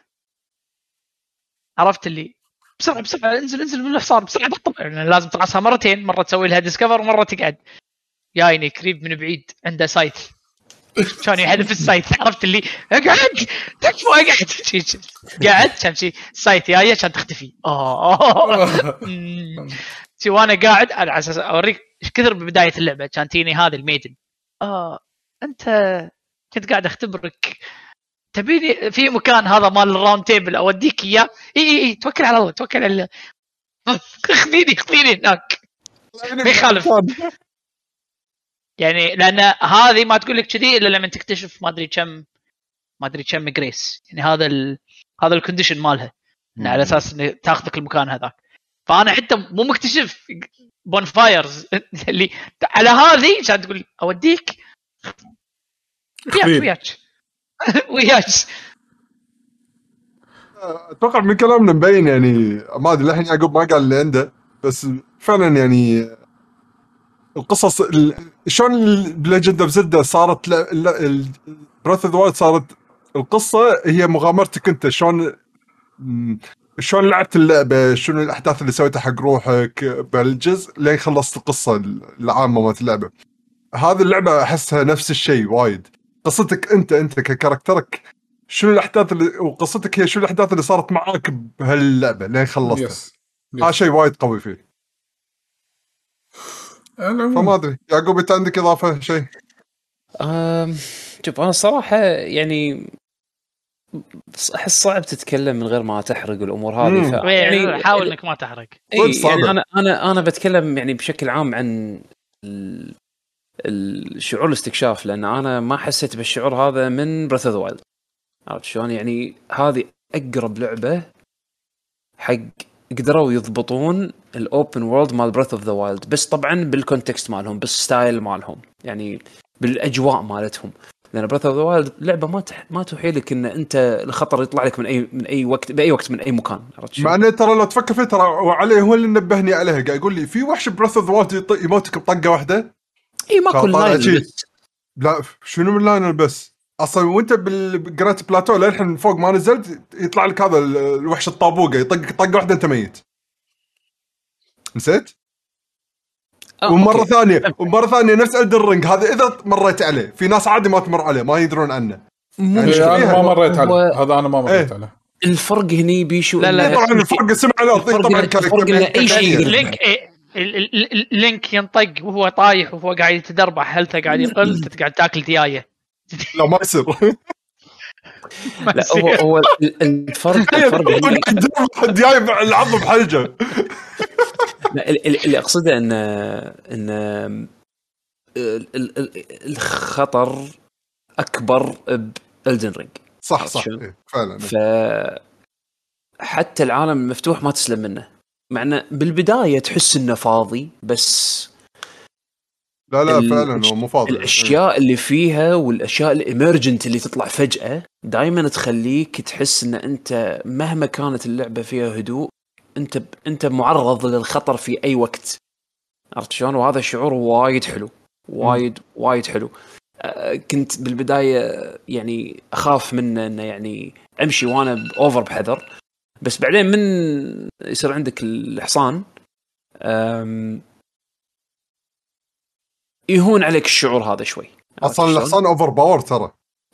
عرفت اللي بسرعه انزل من الحصان بسرعه، يعني لازم تراسها مرتين، مره تسوي لها ديسكفر ومره تقعد. جايني كريب من بعيد عنده سايث، كان يحذف السايث، عرفت اللي اقعد تكفى قاعد كان شي سايث جايه كان تختفي. وانا قاعد على اساس اوريك ايش كثر ببدايه اللعبه كان تيني هذا الميدن. انت كنت قاعد اختبرك، تبيني في مكان هذا مال الراوند تيبل اوديك اياه؟ اي توكل على الله، توكل على الله. خذيني هناك ما يخالف. يعني لان هذه ما تقول لك كذي الا لما تكتشف ما ادري كم جريس، يعني هذا الكونديشن مالها على اساس انه تاخذك المكان هذاك. فانا حتى مو مكتشف بون فايرز اللي على هذه عشان تقول اوديك وياك. اتوقع من كلامنا مبين، يعني ما ادري للحين يعقوب ما قال اللي عنده، بس فعلا يعني القصص شلون بليجند اوف زلدا صارت براث اوف ذا وايلد، صارت القصه هي مغامرتك انت، شلون لعبت اللعبه، شنو الاحداث اللي سويتها حق روحك بالجزء لين خلصت القصه العامه مالت اللعبه. هذه اللعبه احسها نفس الشيء وايد. قصتك انت ككاركترك، شنو الاحداث وقصتك هي شنو الاحداث اللي صارت معاك بهاللعبه لين خلصتها. هذا شيء وايد قوي فيه. فما ادري يعقوب انت عندك اضافه شيء؟ شوف انا الصراحه يعني احس صعب تتكلم من غير ما تحرق الامور هذه. يعني حاول انك ما تحرق. يعني انا بتكلم يعني بشكل عام عن الشعور الاستكشاف، لان انا ما حسيت بالشعور هذا من براث اوف ذا وايلد. عرفت شلون؟ يعني هذه اقرب لعبه حق قدروا يضبطون الاوبن وورلد مال براث اوف ذا وايلد، بس طبعا بالكونتكست مالهم، بالستايل مالهم، يعني بالاجواء مالتهم. لان براث اوف ذا وايلد لعبه ما توحي لك ان انت الخطر يطلع لك من اي وقت باي وقت من اي مكان. عرفت؟ مع انه ترى لو تفكر فيه ترى وعليه هو اللي نبهني عليها، قاعد يقول لي في وحش براث اوف ذا وايلد يموتك بطقه واحده. اي ما كل لاين، لا شنو من لاين بس اصلا وانت بالجرات بلاتو للحين فوق ما نزلت يطلع لك هذا الوحش الطابوقه يطق طقه واحده انت ميت. نسيت؟ ومره ثانيه نفس الدر رينج هذا اذا مريت عليه، في ناس عادي ما تمر عليه ما يدرون عنه. يعني انا ما مريت عليه هذا، انا ما مريت عليه. الفرق هني بيشو لا طبعا الفرق سمع له طبعا اي شيء. لينك ينطق وهو طايح وهو قاعد يتدربح، هلته قاعد يقل، انت قاعد تاكل ديايه. لا ما يصير. لا هو الفرق ديايه العظم بحلجه. اللي اقصده ان الخطر اكبر بإلدن رينج. صح فعلا. حتى العالم المفتوح ما تسلم منه، مع انه بالبدايه تحس انه فاضي، بس لا فعلا هو مو فاضي. الاشياء اللي فيها والاشياء الاميرجنت اللي تطلع فجأة دائما تخليك تحس ان انت مهما كانت اللعبة فيها هدوء انت معرض للخطر في اي وقت. عرفت شلون؟ وهذا شعور وايد حلو، وايد حلو. كنت بالبداية يعني اخاف منه انه يعني امشي وانا اوفر بحذر، بس بعدين من يصير عندك الحصان يهون عليك الشعور هذا شوي. اصلا الحصان اوفر باور ترى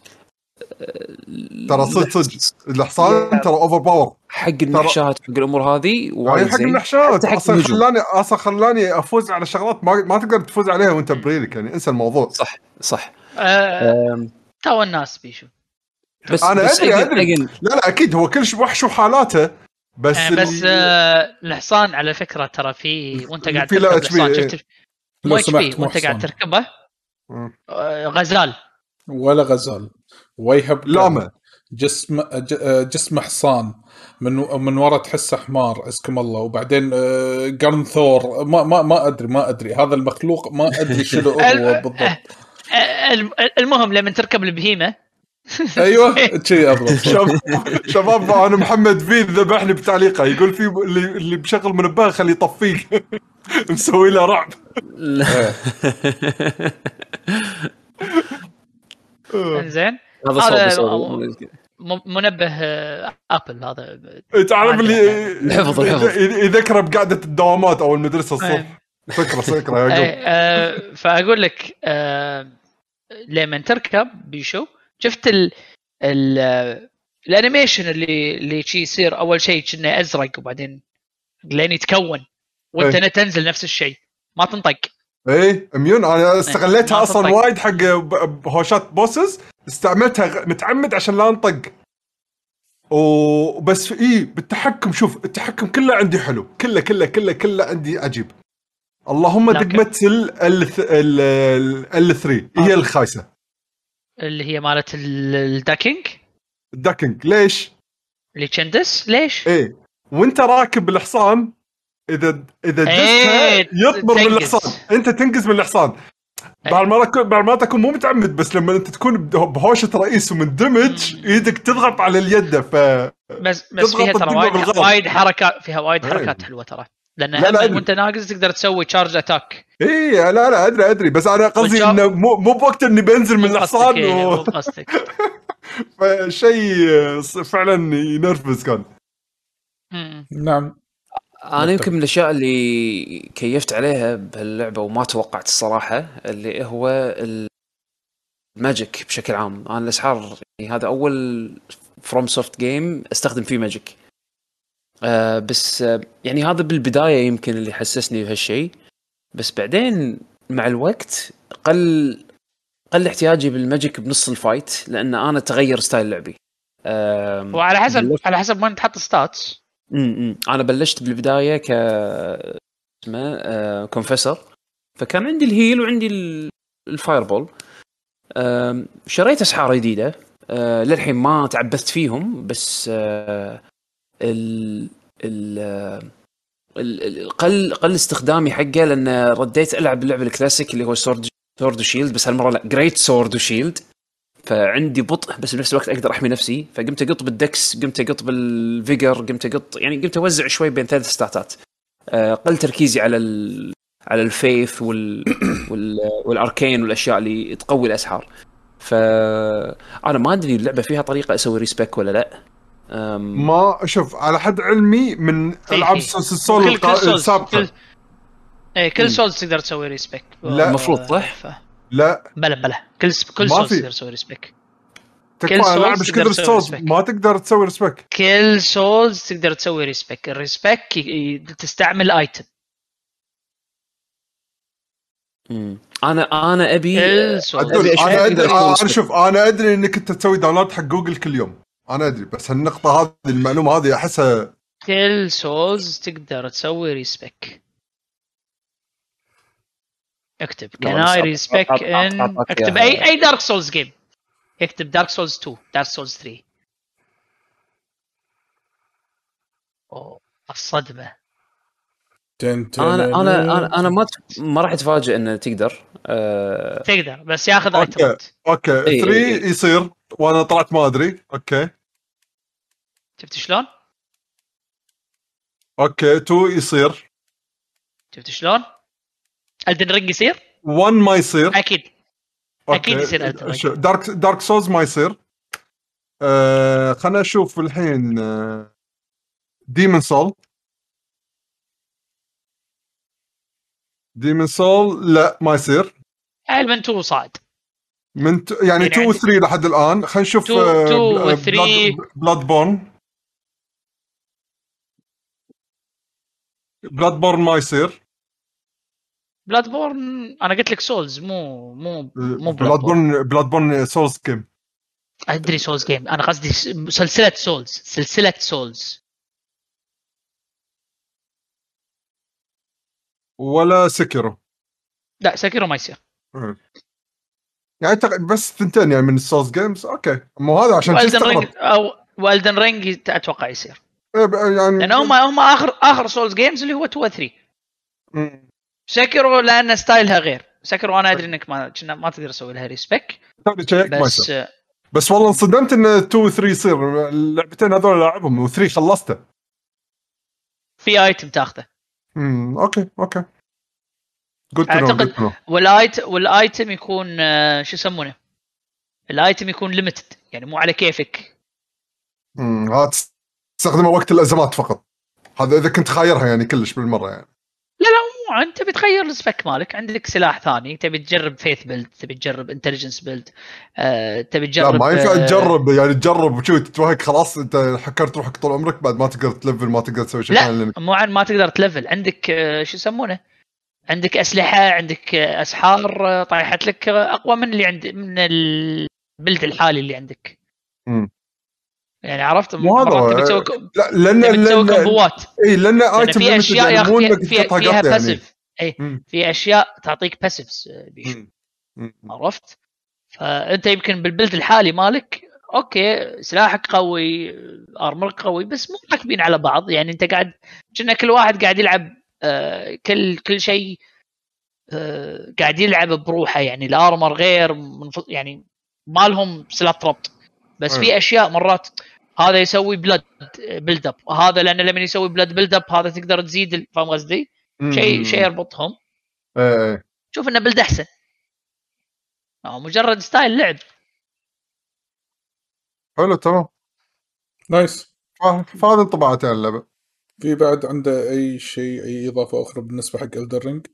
صدق الحصان ترى اوفر باور حق النحشات حق الامور هذه وايد حق النحشات. اصلا خلاني افوز على شغلات ما تقدر تفوز عليها وانت بريلك، يعني انسى الموضوع. صح تو الناس بيشو بس انا بس أدري. لا اكيد هو كل وحش وحالاته، بس الحصان على فكره ترى في وانت قاعد في تركب الحصان شفت لو سمحت وانت قاعد تركبه غزال ولا غزال ويهب لاما جسم حصان من ورا تحسه حمار اسكم الله، وبعدين قرنثور ما ادري هذا المخلوق ما ادري شنو هو بالضبط. المهم لما تركب البهيمه ايوه شيء افضل. شباب انا محمد فيد ذبحني بتعليقه يقول في اللي بشغل منبه خليه يطفيك مسوي له رعب. انزين هذا منبه ابل هذا تعرف اللي الحفظ يذكره بقعده الدوامات او المدرسه الصبح. فكره يا جماعه. فاقول لك لما تركب بيشو شفت الانيميشن اللي شيء يصير اول شيء كأنه ازرق وبعدين لين يتكون وانت تنزل نفس الشيء ما تنطق. ايه اميون انا استغليتها اصلا وايد حق هوشات بوسز، استعملتها متعمد عشان لا انطق وبس. بالتحكم شوف التحكم كله عندي حلو، كله عندي عجيب. اللهم دقمة ال 3 هي الخايسة اللي هي مالت الداكينج ليش اللي تشندس ليش ايه وانت راكب الحصان اذا دستها يطمر من الحصان، انت تنقز من الحصان. بعد ما تكون مو متعمد، بس لما انت تكون بهوشه رئيس ومندمج ايدك تضغط على اليد بس فيها ترى وايد حركات حلوه ترى، لان وانت ناقص تقدر تسوي تشارج اتاك. ايه لا ادري بس انا قصدي انه مو بوقت اني بنزل من الحصان فشيء فعلا ينرفز كان. نعم انا يمكن من الاشياء اللي كيفت عليها بهاللعبه وما توقعت الصراحه اللي هو الماجيك بشكل عام. انا الاسحار يعني هذا اول فروم سوفت جيم استخدم فيه ماجيك، بس يعني هذا بالبدايه يمكن اللي حسسني بهالشيء، بس بعدين مع الوقت قل احتياجي بالماجيك بنص الفايت، لان انا تغير ستايل لعبي. وعلى حسب وين تحط ستاتس. انا بلشت بالبدايه اسمه كونفسر، فكان عندي الهيل وعندي الفايربول. شريت اسحار جديده للحين ما تعبثت فيهم، بس قل استخدامي حقه، لان رديت العب اللعبه الكلاسيك اللي هو سورد وشيلد، بس هالمره لا جريت سورد وشيلد، فعندي بطء بس بنفس الوقت اقدر احمي نفسي. فقمت اقط بالدكس، قمت اقط بالفيجر، قمت اوزع شوي بين ثلاث ستاتات. قل تركيزي على الفيث والاركين والاشياء اللي تقوي الاسحار. فانا ما ادري اللعبه فيها طريقه اسوي ريسبيك ولا لا. ما اشوف على حد علمي من العاب السول السابقه كل سولز تقدر تسوي ريسبيك. المفروض صح؟ لا بلا كل سولز تقدر تسوي ريسبيك. كل سولز كذا السولز ما تقدر تسوي ريسبيك. كل سولز تقدر تسوي ريسبيك. الريسبيك تستعمل ايتم. انا ابي انا شوف انا ادري انك انت تسوي داونلود حق جوجل كل يوم، انا ادري، بس هالنقطه هذه المعلومه هذه احسها كل سولز تقدر تسوي ريسبيك. اكتب can I respec in اكتب اي دارك سولز جيم، اكتب دارك سولز 2 دارك سولز 3. الصدمه انا ما راح اتفاجئ انه تقدر تقدر بس ياخذ اوكي ايتمات. اوكي 3 يصير وانا طلعت ما ادري. اوكي شفت شلون؟ اوكي 2 يصير. شفت شلون؟ الدن رينج يصير 1 ما يصير. اكيد اكيد يصير الدن رينج. دارك سولز ما يصير. خلنا اشوف الحين. ديمن سول لا ما يصير. علما 2 صعد من يعني 2 و 3 لحد الان. خلينا نشوف 2 و 3 بلاد بورن ما يصير. بلاد بورن انا قلت لك سولز مو بلاد بورن سولز جيم. ادري سولز جيم انا قصدي سلسله سولز ولا سكيرو. لا سكيرو ما يصير يعني بس ثنتين يعني من السولز جيمز. اوكي مو هذا عشان تستغرب. او والدن رينج اتوقع يصير يعني لان هم اخر سولز جيمز اللي هو 2 و 3. سكيرو لان ستايلها غير. سكيرو انا ادري انك ما تقدر تسوي لها ريسبك بس والله انصدمت ان 2 و 3 يصير. اللعبتين هذول لعبهم و3 خلصته في ايتم تاخذه. اوكي اعتقد والايتم يكون شو يسمونه الايتم يكون ليميتد يعني مو على كيفك. هذا تستخدمه وقت الازمات فقط. هذا اذا كنت خايرها يعني كلش بالمره يعني. لا مو انت بتغير السبك مالك. عندك سلاح ثاني تبي تجرب فيث بيلد تبي تجرب انتليجنس بيلد تبي تجرب. لا ما ينفع تجرب يعني تجرب وشو تتوهق خلاص انت حكرت روحك طول عمرك بعد ما تقدر تلفل ما تقدر تسوي شيء ثاني. لا مو عن ما تقدر تلفل. عندك شو يسمونه عندك اسلحه عندك اسحار طايحت لك اقوى من اللي عند من البلد الحالي اللي عندك. يعني عرفت مرات تسوي تسوي كومبوات. اي لان ايتم في اشياء يعني فيها باسيف. اي في اشياء تعطيك باسيفز عرفت. فانت يمكن بالبلد الحالي مالك اوكي سلاحك قوي ارمرك قوي بس مو راكبين على بعض. يعني انت قاعد كنا كل واحد قاعد يلعب كل شيء قاعد يلعب بروحه. يعني الارمر غير يعني ما لهم سلات ربط بس في اشياء مرات هذا يسوي بلد اب هذا لانه لما يسوي بلد اب هذا تقدر تزيد. فاهم قصدي؟ شيء يربطهم. شوف انه بلد احسن مجرد ستايل لعب. حلو تمام نايس. فهذا انطباعاتي عن اللعبه. في بعد عنده اي شيء اي اضافه اخرى بالنسبه حق إلدر رينج؟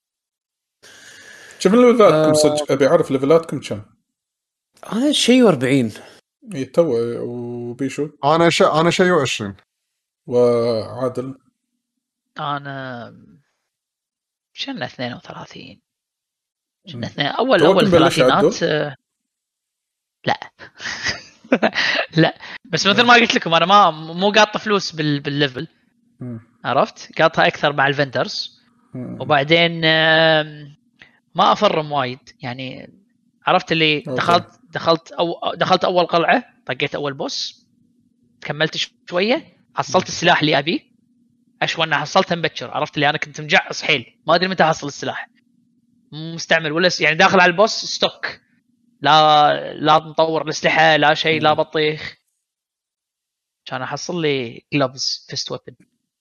شوف ليفلاتكم صدق ابي اعرف ليفلاتكم كم. انا شيء 40 تو وبيشو. انا شيء 20 وعادل. انا شلنا 32 شلنا اول ثلاثينات. لا لا بس مثل ما قلت لكم انا مو قاطه فلوس بالليفل. عرفت قاطها اكثر مع الفندرز وبعدين ما افرم وايد يعني. عرفت اللي دخلت اول قلعه طقيت اول بوس كملت شويه حصلت السلاح اللي ابيه اشوى انه حصلته مبكر. عرفت اللي انا كنت مجعص حيل ما ادري متى احصل السلاح مستعمل ولا يعني داخل على البوس ستوك لا مطور الاسلحه لا شيء لا بطيخ كان احصل لي جلوفز فيست ويبن.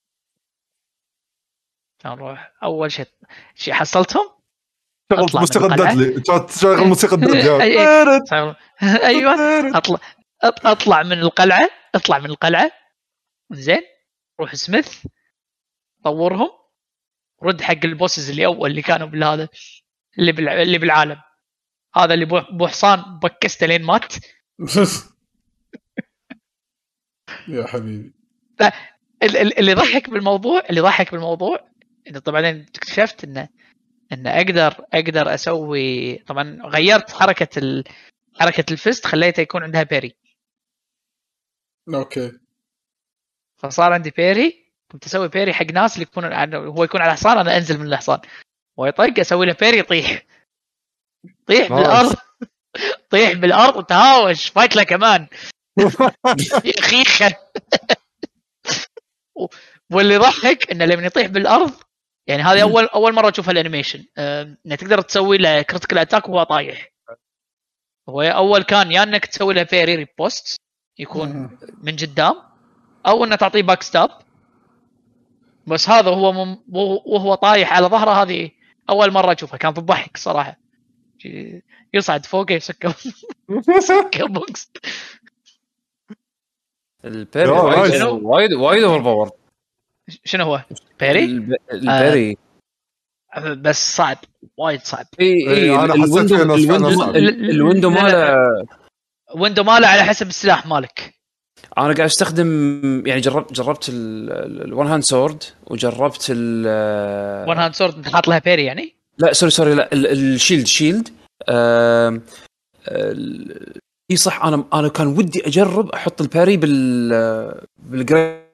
كان اروح اول شيء حصلتهم شغل موسيقى دادلي تشغل موسيقى دادلي. ايوه اطلع من القلعه زين روح سميث طورهم رد حق البوسز اللي كانوا بالهذا اللي بالعالم هذا اللي بو حصان بكسته لين مات. يا حبيبي اللي ضحك بالموضوع انه طبعا اكتشفت انه اقدر اسوي. طبعا غيرت حركه الفيست خليته يكون عندها بيري. اوكي فصار عندي بيري. كنت اسوي بيري حق ناس اللي هو يكون على حصان انا انزل من الحصان ويطق اسوي له بيري يطيح بالارض طيح بالارض وتهاوش فايت له كمان خيخه. واللي ضحك انه لما يطيح بالارض يعني هذه اول مره اشوف الانيميشن انك تقدر تسوي له كريتيكال اتاك وهو طايح. هو اول كان يا انك تسوي له بيري ريبوست يكون من قدام، او انه تعطيه باك ستاب. بس هذا هو وهو طايح على ظهره، هذه اول مره اشوفها، كانت تضحك صراحه. يصعد فوق يسكر بوكس. البيري وايد اوفر باور. شنو هو بيري؟ البيري بس صعب، وايد صعب. اي انا حسيت فيه ناس فعلا صعب. الويندو ماله على حسب السلاح مالك. انا قاعد استخدم يعني جربت الون هاند سورد، وجربت ون هاند سورد انت حاط لها بيري يعني؟ لا سوري لا الشيلد اي صح. انا كان ودي اجرب احط الباري بالجريت.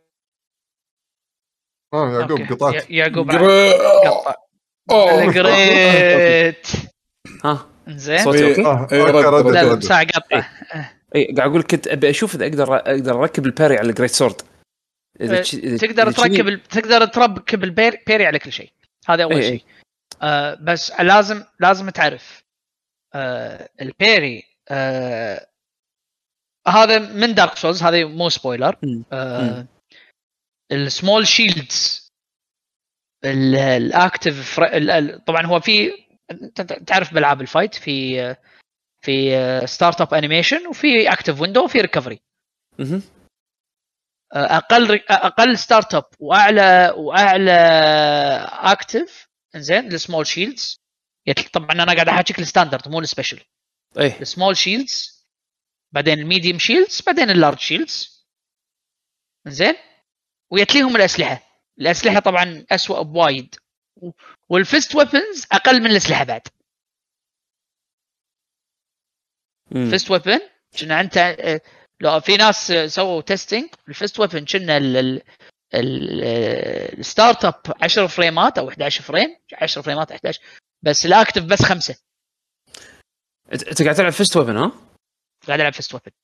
يعقوب قطعت. يعقوب قطع الجريت. ها زين صوتي اوكي. لا ساعه قطع. اي قاعد اقول كنت ابي اشوف اذا اقدر اركب الباري على الجريت سورد. تقدر تركب البيري على كل شيء. هذا اول شيء. بس لازم تعرف البيري هذا من دارك سولز، هذا مو سبويلر. السمول شيلدز الاكتيف طبعا هو في تعرف بالعاب الفايت في ستارت اب انيميشن، وفي اكتيف ويندو، وفي ريكفري. اقل ستارت اب واعلى اكتيف. انزين السمول شيلدز طبعا انا قاعد احاكيك الستاندرد مو السبيشل. السمول شيلدز، بعدين الميديوم شيلدز، بعدين اللارج شيلدز. انزين ويتليهم الاسلحه طبعا اسوأ بوايد، والفيست ويبنز اقل من الاسلحه بعد. فيست ويبن كنا انت لو في ناس سووا تيستينج الفيست ويبن كنا الستارت اب 10 فريمات او 11 فريم، 10 فريمات 11 بس، الاكتف بس 5. انت قاعد تلعب فيست ويبن؟ قاعد العب فيست ويبن.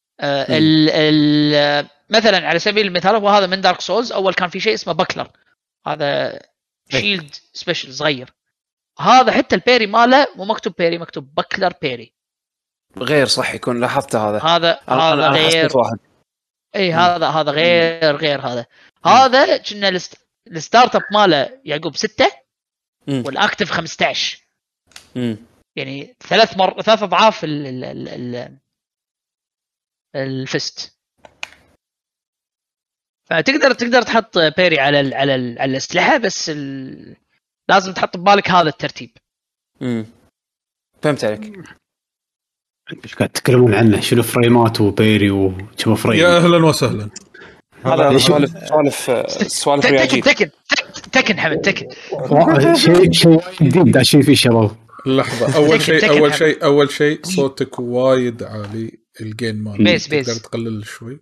مثلا على سبيل المثال، وهذا من دارك سولز، اول كان في شيء اسمه باكلر، هذا شيلد سبيشل صغير. هذا حتى البيري ماله مو مكتوب بيري، مكتوب باكلر بيري غير. صح يكون لاحظت هذا هذا غير واحد. اي هذا غير هذا كنا الستارت اب ماله يعقوب 6 والاكتف 15. يعني 3 اضعاف الفست. فتقدر تحط بيري على الاسلحه، بس لازم تحط ببالك هذا الترتيب. فهمت عليك. ايش قاعد تتكلمون عنه؟ شنو فريمات وبيري وشنو فريم؟ يا اهلا وسهلا. هذا سوالف رياجيل. تكن حمد تكن شيء جديد داشين فيه شباب. لحظه، اول شيء صوتك وايد عالي. الجين مال تقدر تقلل شوي.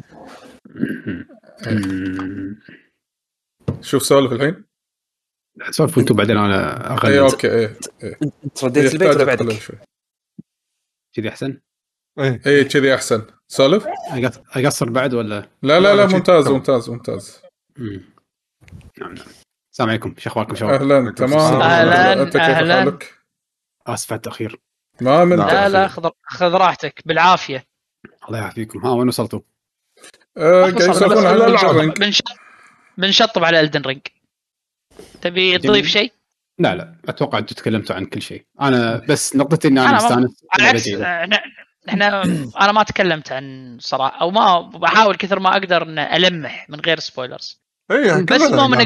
شوف سولف الحين. سولف انتم بعدين انا اغلي. اوكي انت رديت البيت ولا بعدك؟ كذي احسن. ايه كذي احسن. سولف. اقصر بعد ولا؟ لا ممتاز. نعم. السلام عليكم، شو اخباركم شباب؟ اهلا. تمام. انت كيف حالك؟ اسف على التاخير. ما من لا خذ راحتك بالعافيه. الله يعافيكم. وين وصلتوا؟ قاعد يسولفون على الالعاب. بنشطب على الدن رينج. تبي تضيف شيء؟ لا اتوقع انتم تكلمتوا عن كل شيء. انا بس نقطتي اني انا مستانس. انا ما تكلمت عن صراحه، او ما بحاول كثر ما اقدر ان المح من غير سبويلرز. بس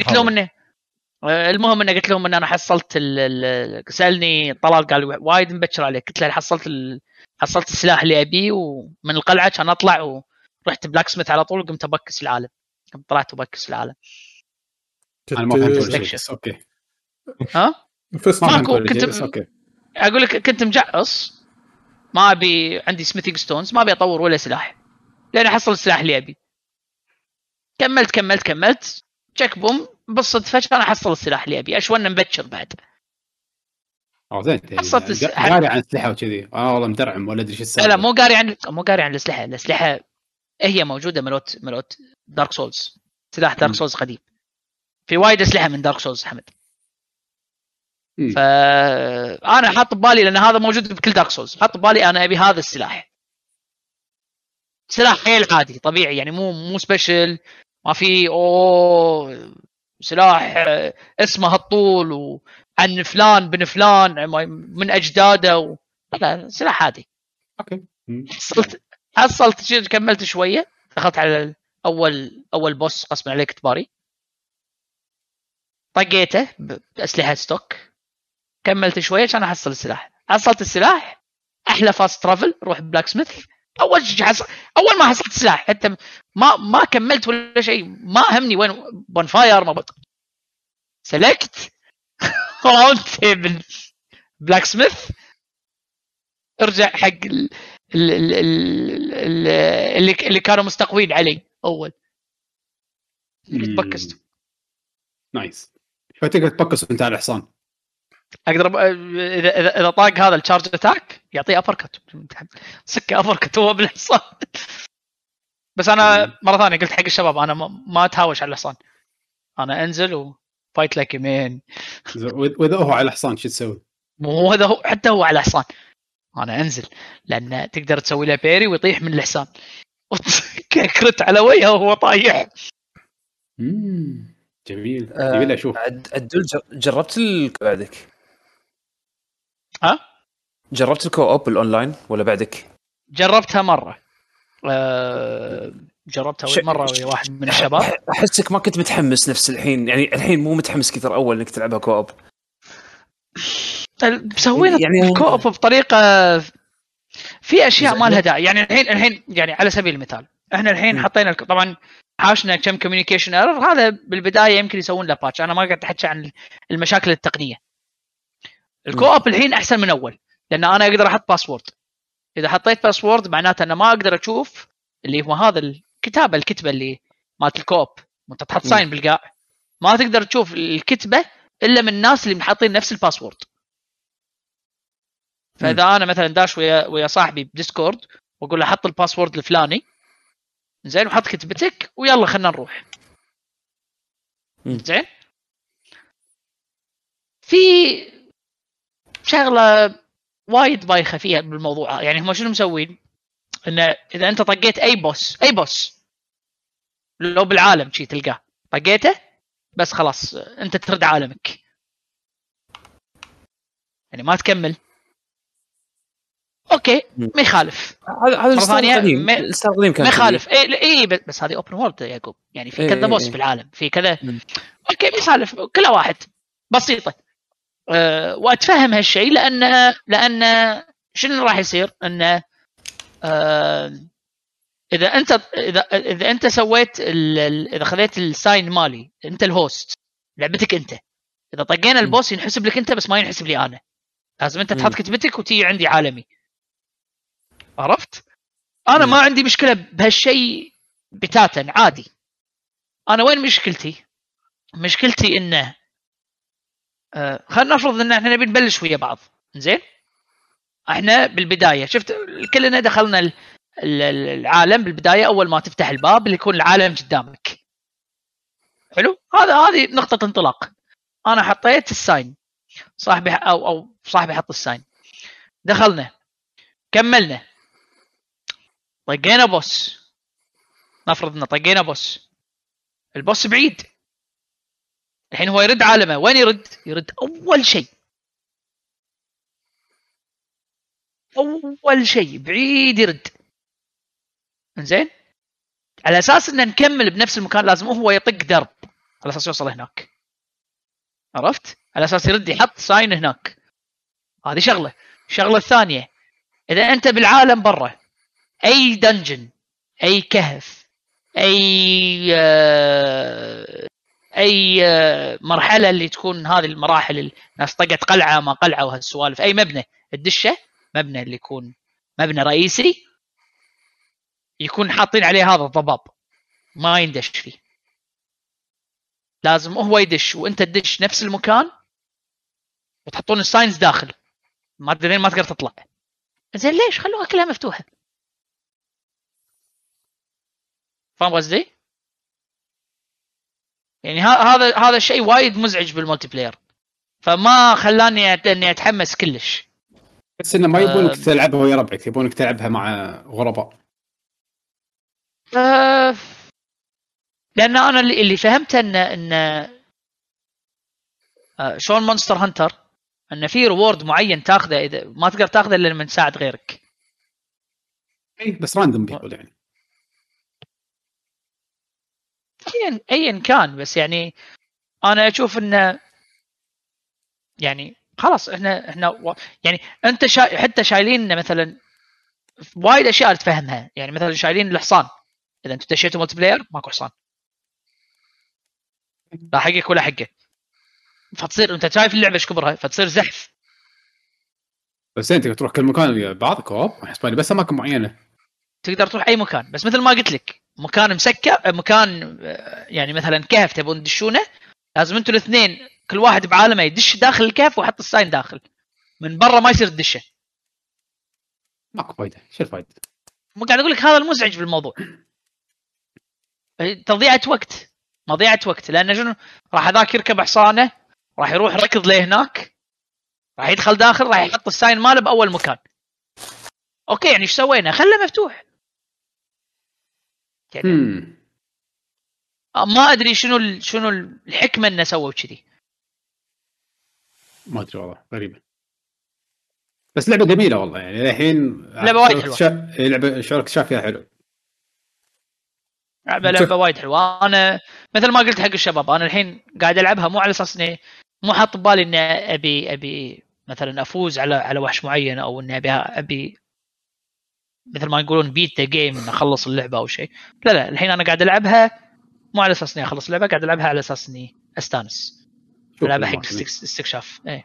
المهم اني قلت لهم ان انا حصلت سالني طلال قال وايد مبكر عليك. قلت له حصلت السلاح اللي ابيه، ومن القلعه كان اطلع ورحت بلاك سميث على طول، وقمت ابكس العالم. طلعت وبكس العالم. انا ما فهمت. اوكي كنت اوكي اقول لك كنت مجعص، ما ابي عندي سميثينج ستونز، ما ابي اطور ولا سلاح لان احصل السلاح اللي ابي. كملت تشيك بوم بالصدفه انا حصل السلاح اللي ابي. اشوان مبكر بعد. زين قاري عن الاسلحه وكذي. والله مدرعم ولا ادري ايش السالفه. لا مو قاري عن الاسلحه هي موجوده ملوت دارك سولز. سلاح دارك سولز قديم. في وايد اسلحه من دارك سولز حمد. فانا حاط ببالي لان هذا موجود بكل دارك سولز، حاط ببالي انا ابي هذا السلاح، سلاح حيل عادي طبيعي يعني مو سبيشل، ما في سلاح اسمه هالطول وعن فلان بن فلان من اجداده لا سلاح عادي. اوكي حصلت كملت شويه، دخلت على اول بوس قسما عليك تباري، طقيته باسلحه ستوك، كملت شويه عشان احصل السلاح، حصلت السلاح احلى فاست ترافل، روح بلاك سميث. اول ما حصلت السلاح حتى ما كملت ولا شيء، ما همني وين بون فاير ما سلكت راوند تيبل بلاك سميث، ارجع حق اللي كانوا مستقوين علي اول تبكست. نايس. فتقدر تبكس وانت على الحصان. اقدر اذا طاق هذا التشارج اتاك يعطيه ابركت، سكه ابركت هو بالحصان. بس انا مره ثانيه قلت حق الشباب انا ما اتهاوش على الحصان، انا انزل وفايت لايك مين. واذا هو على الحصان شو تسوي؟ مو هذا هو، حتى هو على الحصان انا انزل، لان تقدر تسوي له بيري ويطيح من الحصان كرت على وجهه وهو طايح. جميل. يبي اشوف. عدل جربت بعدك؟ ها جربت الكو اوب الاونلاين ولا بعدك؟ جربتها مره، جربتها مره ويا واحد من الشباب. احسك ما كنت متحمس نفس الحين، يعني الحين مو متحمس كثر اول انك تلعبها كو اوب. مسوين يعني الكو اوب بطريقه في اشياء ما لها داعي. يعني الحين يعني على سبيل المثال احنا الحين حطينا طبعا حاشنا كم كوميونيكيشن ايرور، هذا بالبدايه يمكن يسوون له باتش، انا ما قاعد احكي عن المشاكل التقنيه. الكو اوب الحين احسن من اول، لان انا اقدر احط باسورد، اذا حطيت باسورد معناته انا ما اقدر اشوف اللي هو هذا الكتبه اللي مالت الكو اوب، وانت تحط ساين بالقاع ما تقدر تشوف الكتبه الا من الناس اللي محاطين نفس الباسورد. فاذا انا مثلا داش ويا صاحبي بديسكورد واقول له حط الباسورد الفلاني زين وحط كتبتك ويلا خلينا نروح زين، في شغله وايد بايخه فيها بالموضوع. يعني هم شنو مسوين؟ انه اذا انت طقيت اي بوس لو بالعالم شي تلقاه طقيته بس خلاص انت ترد عالمك، يعني ما تكمل. اوكي ما يخالف، هذا القديم ما يخالف. اي بس هذه اوبن وورلد يا يعقوب، يعني في كذا بوس بالعالم، في كذا اوكي ما يخالف، كلها واحد بسيطه. واتفهم هالشيء لان شنو راح يصير انه اذا انت سويت اذا خذيت الساين مالي انت الهوست لعبتك انت، اذا طقينا البوس ينحسب لك انت بس ما ينحسب لي انا، لازم انت تحط كتبتك وتيجي عندي عالمي. عرفت؟ انا ما عندي مشكله بهالشيء بتاتا عادي. انا وين مشكلتي انه خلينا نفرض ان احنا نبي نبلش ويا بعض زين، احنا بالبدايه شفت كلنا دخلنا العالم بالبدايه، اول ما تفتح الباب اللي يكون العالم قدامك حلو، هذه نقطه انطلاق. انا حطيت الساين، صاحبي او صاحبي حط الساين، دخلنا كملنا طقينا بوس، نفرض ان طقينا بوس، البوس بعيد، الحين هو يرد عالمه، وين يرد اول شيء بعيد يرد زين، على اساس ان نكمل بنفس المكان لازم هو يطق درب على اساس يوصل هناك. عرفت؟ على اساس يرد يحط ساين هناك. هذه الشغله الثانيه، اذا انت بالعالم برا اي دنجن اي كهف اي مرحله اللي تكون هذه المراحل الناس طقت قلعه ما قلعه وهالسوالف، اي مبنى الدشه، مبنى اللي يكون مبنى رئيسي يكون حاطين عليه هذا الضباب ما يندش فيه، لازم هو يدش وانت تدش نفس المكان وتحطون الساينز داخل، ما تقدر تطلع. زين ليش خلوها كلها مفتوحه؟ فاهم قصدي؟ يعني هذا الشيء وايد مزعج بالمالتي بلاير. فما خلاني اني اتحمس كلش. بس انه ما يبونك تلعبها ويا ربعك، يبونك تلعبها مع غرباء. لان انا اللي فهمته ان شلون مونستر هانتر ان في ريورد معين تاخذه، اذا ما تقدر تاخذه الا لما تساعد غيرك. اي بس راندوم بيقول يعني ايا كان. بس يعني انا اشوف انه يعني خلاص احنا يعني انت حتى شايلين مثلا وايد اشياء تفهمها. يعني مثلا شايلين الحصان، اذا انت دشيتوا ملتي بلاير ماكو حصان، لا حقك ولا حقه، فتصير انت شايف اللعبه ايش كبرها، فتصير زحف. بس انت تروح كل مكان ويا بعض كوب حسباني بس اماكن معينه. تقدر تروح اي مكان، بس مثل ما قلت لك مكان مسكر، مكان يعني مثلا كهف تبون تدشونه، لازم انتوا الاثنين كل واحد بعالمه يدش داخل الكهف ويحط الساين داخل، من برا ما يصير تدشه. ماكو فايده، شو الفايده؟ مو قاعد اقول لك هذا المزعج بالموضوع، تضيعه وقت، مضيعه وقت. لان شنو راح هذاك يركب حصانه، راح يروح ركض لهناك، راح يدخل داخل، راح يحط الساين ماله باول مكان. اوكي يعني ايش سوينا؟ خله مفتوح يعني. ما ادري شنو الحكمه انه سووا كذي، ما ادري والله، غريبه. بس لعبه جميله والله يعني الحين لعبه وايد حلوه. لعبه شعورك شاف فيها حلو. لعبه وايد حلوه. انا مثل ما قلت حق الشباب، انا الحين قاعد العبها مو على اساس اني مو حاط ببالي اني ابي مثلا افوز على وحش معين، او اني ابي مثل ما يقولون بيت ذا جيم ان اخلص اللعبه او شيء. لا الحين انا قاعد العبها مو على اساس اني اخلص اللعبه، قاعد العبها على اساس اني استانس، العبها حق استكشاف. ايه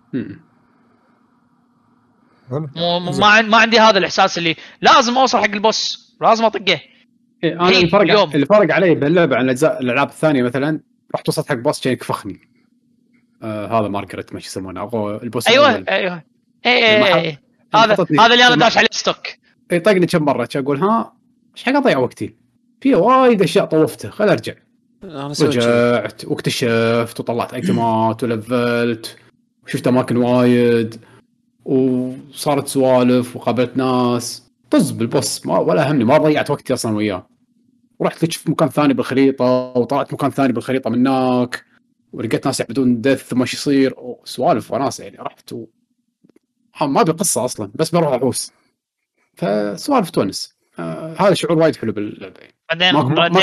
ما عندي هذا الاحساس اللي لازم اوصل حق البوس، لازم اطقه. انا الفرق علي باللعبه عن الالعاب الثانيه، مثلا رحت وصلت حق بوس كان كفخني. هذا مارغريت ما يسمونه او البوس ايوه ايه هذا اللي انا داش عليه ستوك. يطقني كم مره اقول ها ايش حق اضيع وقتي في وايد اشياء طوفته، خل ارجع. رجعت واكتشفت وطلعت ايتمات ولفلت وشفت اماكن وايد وصارت سوالف وقابلت ناس. طز بالبوس ولا همني، ما ضيعت وقتي اصلا وياه. ورحت لشفت مكان ثاني بالخريطه وطلعت مكان ثاني بالخريطه من هناك ولقيت ناس يعبدون دث وما يصير سوالف وناس يعني. رحت ما بقصه اصلا، بس بروح احوس فسوالف تونس. هذا شعور وايد حلو باللعبه. بعدين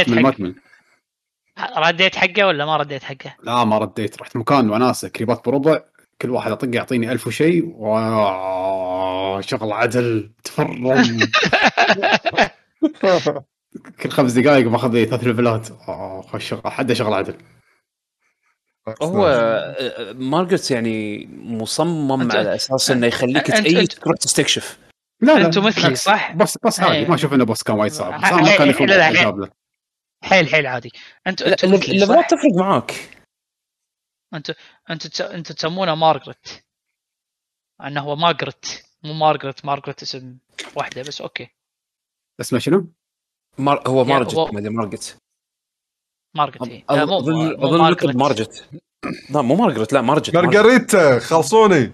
رديت حقه ولا ما رديت حقه؟ لا ما رديت، رحت مكان وناسه كريبات بربع، كل واحد اطق يعطيني 1000 وشيء شغل عدل تفرم. كل 5 دقائق باخذ لي 3 ليفلات. حد شغل عدل. هو مارغريت يعني مصمم على اساس انه يخليك تأيد تروح تستكشف. لا انتم مثلي صح؟ بس عادي ما اشوف انه بوس كان وايد صعب، بس ما كان يفوت حيل عادي. انتم الليفلات تفرق معاك. انتم تسمونه مارغريت، انه هو مارغريت مو مارغريت اسم واحده بس. اوكي اسمه شنو؟ هو مارجت، ما مارغريت. مو مارجت. لا مو مارغريت، لا مارغريتا خلصوني.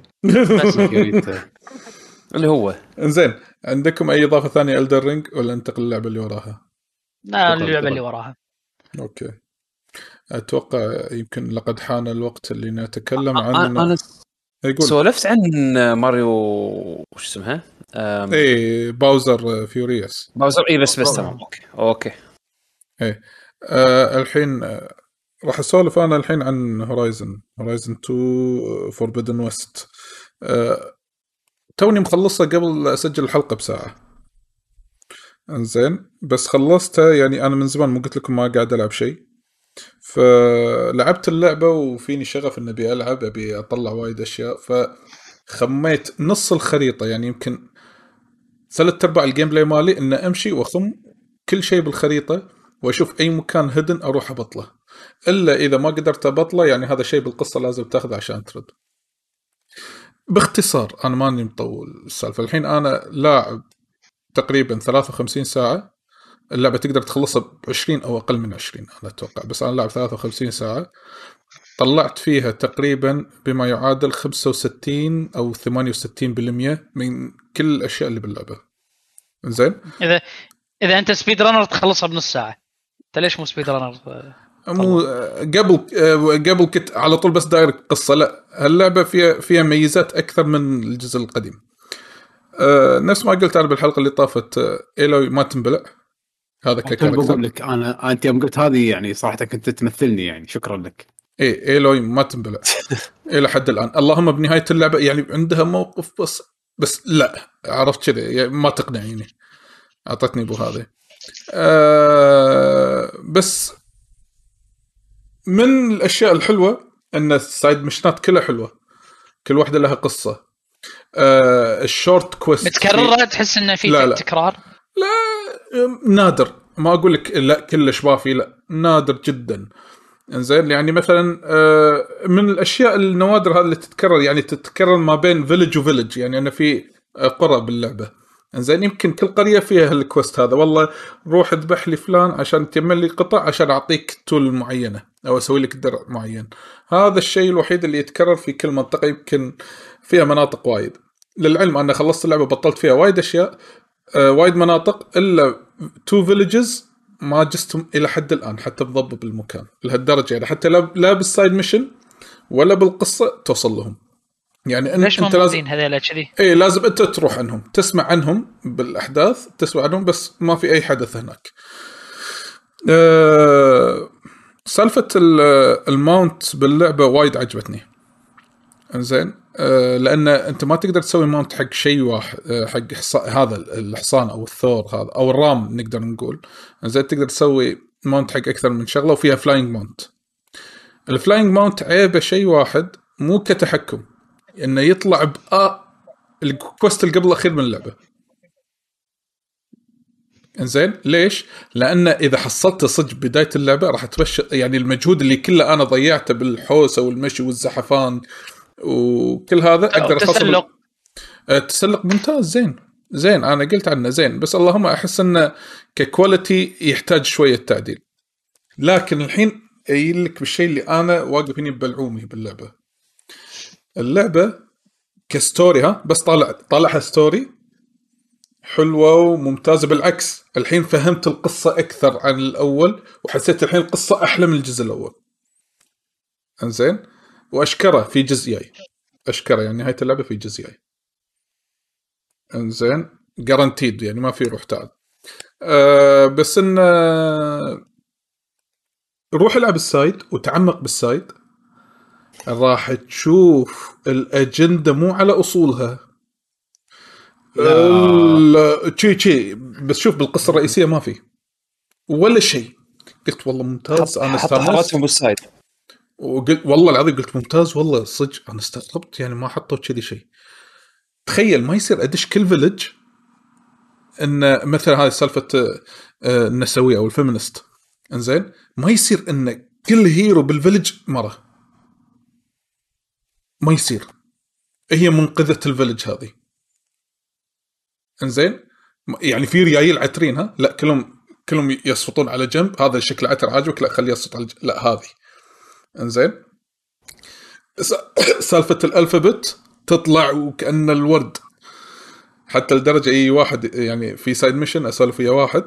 اللي هو انزين. عندكم اي اضافه ثانيه إلدر رينج ولا ننتقل للعبه اللي وراها؟ لا اللعبه اللي وراها. اوكي اتوقع يمكن لقد حان الوقت اللي نتكلم عن انا سولفت عن ماريو وش اسمها اي باوزر فيوريوس. باوزر اي بس تمام. اوكي ايه الحين راح اسولف انا الحين عن هورايزن 2 فوربيدن ويست. توني مخلصها قبل اسجل الحلقه بساعه. انزين بس خلصتها يعني انا من زمان، مو قلت لكم ما قاعد العب شيء، فلعبت اللعبه وفيني شغف اني ابي العب، ابي اطلع وايد اشياء. فخميت نص الخريطه، يعني يمكن 3/4 الجيم بلاي مالي ان امشي واخم كل شيء بالخريطه واشوف اي مكان هدن اروح ابطله، الا اذا ما قدرت ابطله يعني هذا شيء بالقصه لازم تاخذه عشان ترد. باختصار انا ماني مطول السالفه. الحين انا لاعب تقريبا 53 ساعه. اللعبه تقدر تخلصها ب20 او اقل من 20 انا اتوقع، بس انا لاعب 53 ساعه. طلعت فيها تقريبا بما يعادل 65 أو 68% من كل الأشياء اللي باللعبة. زين إذا أنت سبيد رانر تخلصها بنص ساعة، أنت ليش مو سبيد رانر؟ مو قبل كنت على طول بس داير قصة. لا، هاللعبة فيها ميزات أكثر من الجزء القديم. نفس ما قلت أنا بالحلقة اللي طافت، إيلوي ما تنبلع. هذا ككاركتر. بقول لك أنت يوم قلت هذه يعني صراحة كنت تمثلني، يعني شكرا لك. إيلوي ما تنبلع إلى حد الآن. اللهم بنهاية اللعبة يعني عندها موقف بس لا، عرفت كذا يعني ما تقنعيني، أعطتني بو هذا. بس من الأشياء الحلوة أن السايد مشنات كلها حلوة، كل واحدة لها قصة. الشورت كويست متكررة، تحس إنه في تكرار؟ لا، نادر. ما أقول لك لا كلش بافي، لا نادر جدا. إنزين يعني مثلا من الأشياء النوادر هذه اللي تتكرر، يعني تتكرر ما بين فيلج وفيلج. يعني أنا في قرى باللعبة، إنزين يمكن كل قرية فيها الكوست هذا، والله روح اذبح لي فلان عشان تيمن لي قطع عشان أعطيك تول معينة أو أسوي لك درع معين. هذا الشيء الوحيد اللي يتكرر في كل منطقة، يمكن فيها مناطق وايد. للعلم أنا خلصت اللعبة بطلت فيها وايد أشياء، وايد مناطق، إلا 2 villages ما جستهم إلى حد الآن، حتى بضبط المكان لهالدرجة. يعني حتى لا بالسايد ميشن ولا بالقصة توصل لهم. يعني أنت لازم هذيلا كذي، إيه لازم أنت تروح عنهم، تسمع عنهم بالأحداث، تسمع عنهم بس ما في أي حدث هناك. سالفة الماونت باللعبة وايد عجبتني. إنزين لأن أنت ما تقدر تسوي ماونت حق شيء واحد، حق هذا الحصان أو الثور هذا أو الرام نقدر نقول. إنزين تقدر تسوي ماونت حق أكثر من شغلة، وفيها فلاينج ماونت. الفلاينج ماونت عيبه شيء واحد، مو كتحكم، إنه يطلع الكوست اللي قبل الأخير من اللعبة. إنزين ليش؟ لأن إذا حصلت صج بداية اللعبة راح تبشر، يعني المجهود اللي كله أنا ضيعته بالحوسة والمشي والزحفان وكل هذا أقدر أخصص. التسلق ممتاز، زين أنا قلت عنه زين، بس اللهم أحس أنه ككواليتي يحتاج شوية تعديل. لكن الحين أقولك بالشيء اللي أنا واقف هنا ببلعومي باللعبة. اللعبة كستوري بس طالعها ستوري حلوة وممتازة. بالعكس الحين فهمت القصة أكثر عن الأول، وحسيت الحين القصة أحلى من الجزء الأول. إنزين وأشكره في جزء جاي، أشكره يعني نهاية اللعبة في جزء جاي. إنزين جارانتيد، يعني ما في روح تعال. بس إن روح العب السايد وتعمق بالسايد، راح تشوف الأجندة مو على أصولها. لا شي بس شوف بالقصة الرئيسية ما في ولا شيء. قلت والله ممتاز، أنا حطهم بالسايد، وقلت والله العظيم قلت ممتاز والله صدق. أنا استغربت يعني ما حطوا كذي شيء. تخيل ما يصير أدش كل فيلج إن مثلا هذه سالفة النسوية أو الفيمينست. إنزين ما يصير إن كل هيرو بالفيلج مرة، ما يصير هي منقذة الفيلج هذه. إنزين يعني في ريايل عترين لا كلهم يسقطون على جنب. هذا الشكل عتر عاجبك، لا خليه يسقط على لا هذه. إنزين سالفة الألفابت تطلع وكأن الورد، حتى لدرجة أي واحد يعني في سايد ميشن أسولف ويا واحد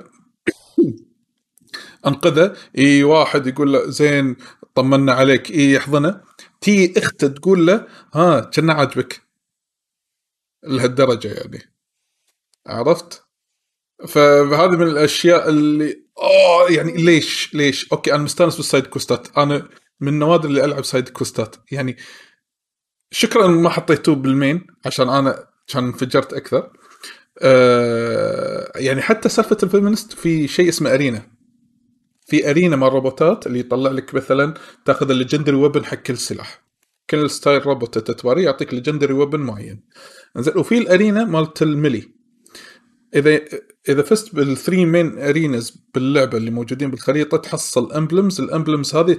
أنقذه، أي واحد يقول له زين طمنا عليك، أي يحضنه، تي أخته تقول له كنا عاجبك لهالدرجة يعني، عرفت؟ فهذه من الأشياء اللي يعني ليش أوكي أنا مستانس بالسايد كوستات، أنا من النوادر اللي ألعب سايد كوستات يعني. شكرا ما حطيته بالمين عشان أنا كان انفجرت أكثر. يعني حتى سالفة الفيمينست في شيء اسمه أرينا، في أرينا مع الروبوتات اللي يطلع لك مثلا تأخذ الليجندري ويبن حق كل سلاح، كل ستايل روبوت تتواري يعطيك ليجندري ويبن معين. وفي الأرينا مالت الملي، إذا فزت بالثري مين أرينز باللعبة اللي موجودين بالخريطة تحصل الأمبلمز هذه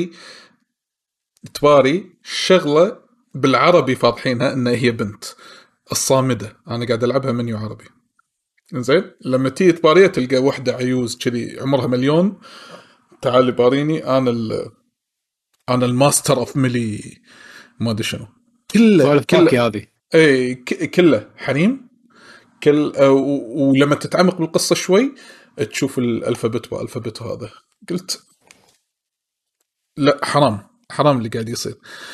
تباري شغلة بالعربي فاضحينها إنها هي بنت الصامدة. أنا قاعد ألعبها منيو عربي. إنزين لما تيجي تباريها تلقى واحدة عيوز كذي عمرها 1,000,000 تعال باريني أنا انا الماستر اوف ميلي ما ادري شنو كله هذه اي كله حريم ولما تتعمق بالقصه شوي تشوف الالفابت هذا قلت لا حرام اللي قاعد يصير.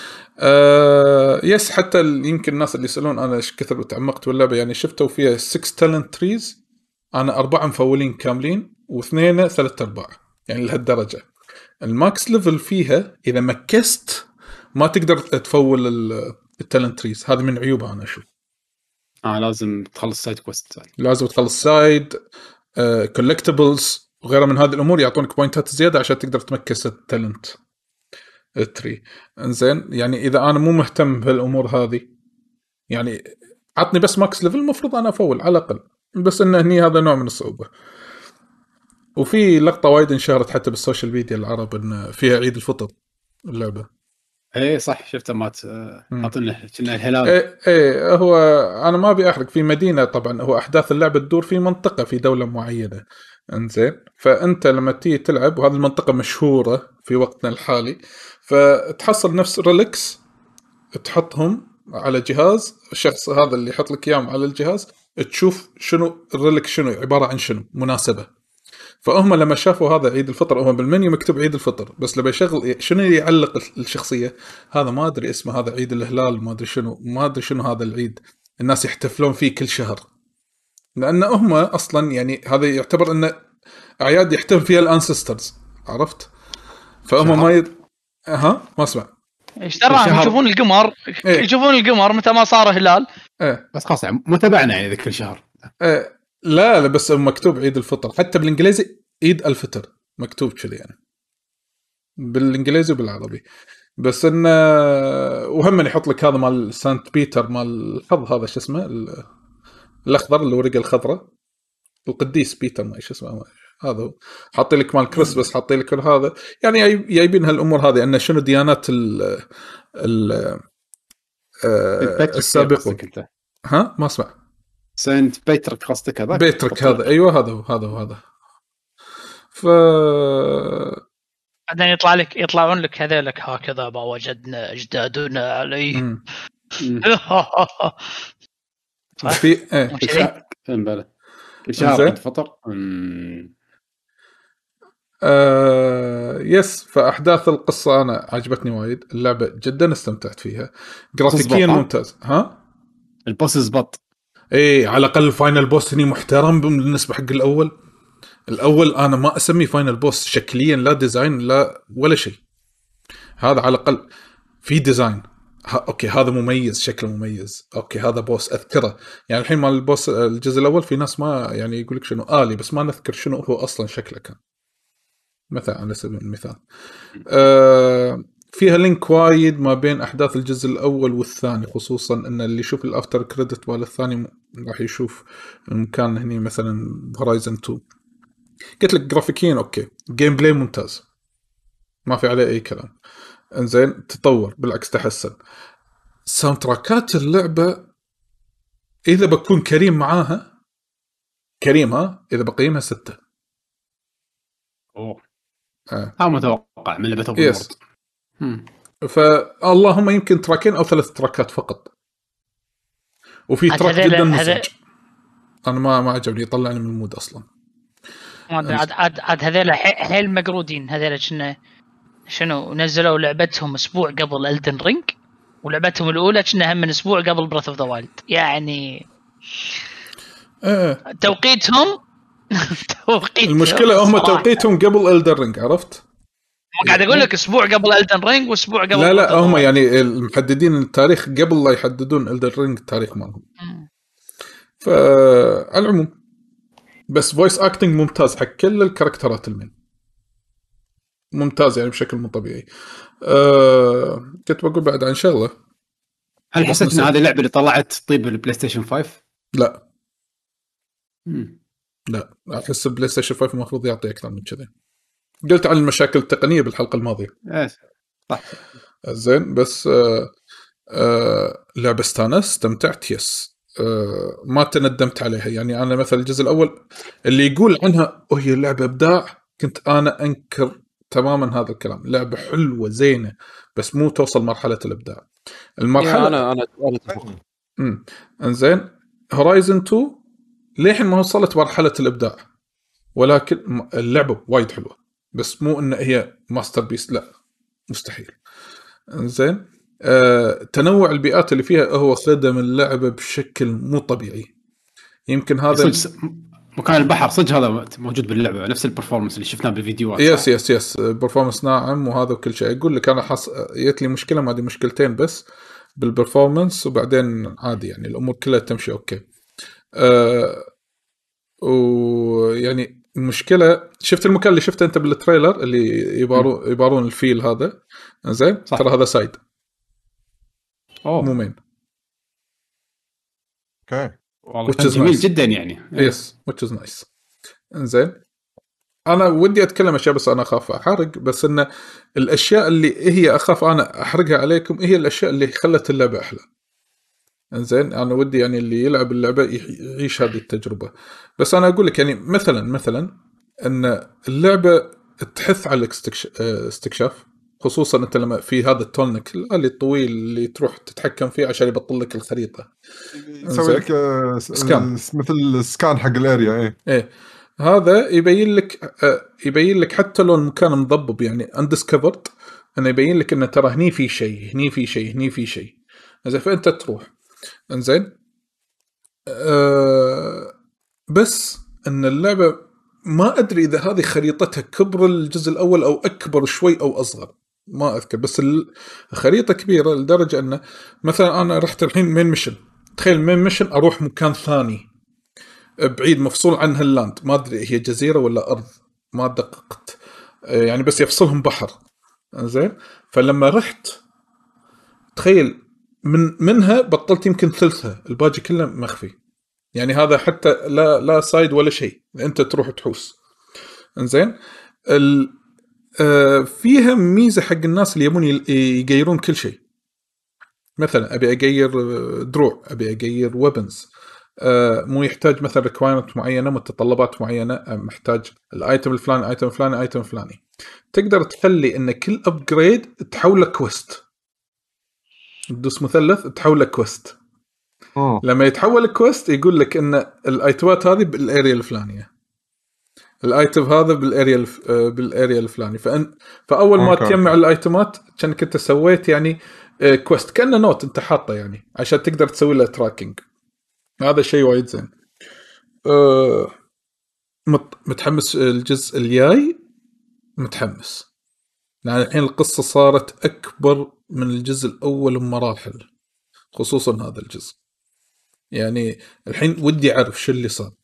يس حتى يمكن الناس اللي يسألون أنا إيش كثر تعمقت واللعبة يعني شفتوا فيها 6 talent trees أنا 4 مفولين كاملين و2 3/4 يعني لهالدرجة. الماكس ليفل فيها إذا مكست ما تقدر تفول التالنت تريز، هذا من عيوبها أنا أشوف. لازم تخلص سايد كويست، لازم تخلص سايد كولكتبلز وغيرها من هذه الأمور يعطونك بوينتات زيادة عشان تقدر تمكس التالنت التري. انزين يعني اذا انا مو مهتم بهالامور هذه يعني عطني بس ماكس ليفل المفروض انا افول على الاقل، بس انه هني هذا نوع من الصعوبه. وفي لقطه وايد انشهرت حتى بالسوشيال ميديا العرب ان فيها عيد الفطر اللعبه. ايه صح شفتها مات حاطين كنا الهلال. ايه هو انا ما ابي احرق. في مدينه طبعا هو احداث اللعبه تدور في منطقه في دوله معينه انزين، فانت لما تيجي تلعب وهذه المنطقه مشهوره في وقتنا الحالي فتحصل نفس ريلكس تحطهم على جهاز، الشخص هذا اللي يحط لك اياهم على الجهاز تشوف شنو الريلكس شنو عباره عن شنو مناسبه. فهم لما شافوا هذا عيد الفطر هم بالمنيو مكتوب عيد الفطر بس لما يشغل شنو يعلق الشخصيه هذا ما ادري اسمه هذا عيد الهلال ما ادري شنو هذا العيد الناس يحتفلون فيه كل شهر، لان هم اصلا يعني هذا يعتبر انه اعياد يحتفل فيها الانسسترز عرفت. فهم ما ما اسمع ايش ترى يشوفون القمر يشوفون القمر متى ما صار هلال بس خلاص يعني متابعنا يعني ذكر الشهر لا بس مكتوب عيد الفطر حتى بالانجليزي عيد الفطر مكتوب كذا يعني بالانجليزي وبالعربي. بس انه وهم يحط لك هذا مال سانت بيتر مال الحظ هذا شو اسمه الاخضر الورقه الخضراء القديس بيتر ما ايش اسمه هذا حاطين لك مال كريسمس حاطين لك هذا يعني جايبين هالامور هذه ان شنو ديانات السابقه. ما اسمع سانت بيترك قصدك هذا بيترك هذا ايوه هذا بعدين يطلعون لك هذولك هكذا ما وجدنا اجدادنا عليه في شهر الفطر يس. فأحداث القصة أنا عجبتني وايد اللعبة جدا استمتعت فيها جرافيكيا ممتاز. البوس زبط ايه على الأقل فاينل بوس هني محترم بالنسبة حق الأول أنا ما أسمي فاينل بوس شكليا لا ديزاين لا ولا شيء هذا على الأقل في ديزاين اوكي هذا مميز شكله مميز اوكي هذا بوس اذكره يعني الحين مال البوس الجزء الاول في ناس ما يعني يقول لك شنو آلي بس ما نذكر شنو هو اصلا شكله كان مثلا على سبيل المثال. فيها لينك وايد ما بين احداث الجزء الاول والثاني خصوصا ان اللي يشوف الافتر كريدت مال الثاني راح يشوف المكان هني مثلا هورايزن 2 قلت لك جرافيكيا اوكي جيم بلاي ممتاز ما في عليه اي كلام انزين تطور بالعكس تحسن. ساوند تراكات اللعبة إذا بكون كريم معاها إذا بقيمها 6. ها متوقع من لعبة أوبن وورد. فاللهم يمكن تراكين أو 3 تراكات فقط وفي تراك جدا مزعج أنا ما عجبني يطلعني من المود أصلا. عاد هذول حيل مقرودين هذول شنو نزلوا لعبتهم اسبوع قبل ألدن رينج ولعبتهم الاولى كنا هم من اسبوع قبل براث اوف ذا وايلد يعني توقيتهم المشكله هم توقيتهم قبل ألدن رينج عرفت ما قاعد اقول لك اسبوع قبل ألدن رينج واسبوع قبل لا هم يعني المحددين التاريخ قبل لا يحددون ألدن رينج التاريخ مالهم. فالعموم بس فويس اكتنج ممتاز حق كل الكاركترات المين ممتاز يعني بشكل مو طبيعي. كنت بقول بعد عن شغله هل حسيت ان هذه اللعبه اللي طلعت طيب البلاي ستيشن 5؟ لا احس البلاي ستيشن 5 المفروض يعطي اكثر من كذا. قلت عن المشاكل التقنيه بالحلقه الماضيه صح زين بس لعبه استمتعت يس ما تندمت عليها يعني. انا مثلا الجزء الاول اللي يقول عنها وهي لعبه ابداع كنت انا انكر تماما هذا الكلام. لعبه حلوه زينه بس مو توصل مرحله الابداع. المرحله انا اتفق. انزين هورايزن 2 للحين ما وصلت مرحله الابداع، ولكن اللعبه وايد حلوه بس مو ان هي ماستر بيس، لا مستحيل. انزين تنوع البيئات اللي فيها هو خدم اللعبه بشكل مو طبيعي. يمكن هذا مكان البحر صدق هذا موجود باللعبه، نفس البرفورمانس اللي شفناه بالفيديوهات. يس برفورمانس ناعم وهذا وكل شيء. يقول لك انا جت لي مشكله، ما دي مشكلتين بس بالبرفورمانس، وبعدين عادي يعني الامور كلها تمشي اوكي. ويعني المشكله شفت المكان اللي شفته انت بالتريلر اللي يبارون الفيل هذا، زين ترى هذا سايد مو مين. اوكي والله جميل جدا يعني. يس which is nice. انزين انا ودي اتكلم اشياء بس انا اخاف احرق، بس ان الاشياء اللي هي اخاف انا احرقها عليكم هي الاشياء اللي خلت اللعبه احلى. انزين انا ودي يعني اللي يلعب اللعبه يعيش هذه التجربه. بس انا اقول لك يعني مثلا ان اللعبه تحث على الاستكشاف، خصوصا انت لما في هذا التونك اللي الطويل اللي تروح تتحكم فيه عشان يبطل لك الخريطه، يسوي لك سكان مثل سكان حق الاريا. ايه هذا يبين لك حتى لو المكان مضبب يعني اندسكفرد، انه يبين لك انه ترى هني في شيء هني في شيء هني في شيء. اذا فانت تروح انزين بس ان اللعبه ما ادري اذا هذه خريطتها كبر الجزء الاول او اكبر شوي او اصغر، ما اذكر، بس الخريطه كبيره لدرجه انه مثلا انا رحت الحين مين ميشن، تخيل مين ميشن اروح مكان ثاني بعيد مفصول عن هاللاند، ما ادري هي جزيره ولا ارض ما دققت يعني، بس يفصلهم بحر. زين فلما رحت تخيل منها بطلت يمكن ثلثها، الباقي كله مخفي يعني. هذا حتى لا سايد ولا شيء، انت تروح تحوس. انزين فيها ميزه حق الناس اللي يبون يغيرون كل شيء. مثلا ابي اغير دروع، ابي اغير ويبنز، مو يحتاج مثلا ريكوايرمنت معينه، متطلبات معينه، محتاج الايتم الفلاني ايتم فلاني ايتم فلاني، تقدر تخلي ان كل ابجريد تحوله كويست، تدوس مثلث تحوله كويست. لما يتحول كويست يقول لك ان الايتمات هذه بالاريا الفلانيه، الايتم هذا بالاريا الفلاني، فاول ما تجمع الايتمات كأنك انت سويت يعني كويست، كأنه نوت انت حاطه يعني عشان تقدر تسوي له تراكنج. هذا شيء وايد زين. متحمس الجزء الجاي، متحمس لأن الحين القصة صارت أكبر من الجزء الأول بمراحل، خصوصا هذا الجزء يعني. الحين ودي أعرف شو اللي صار،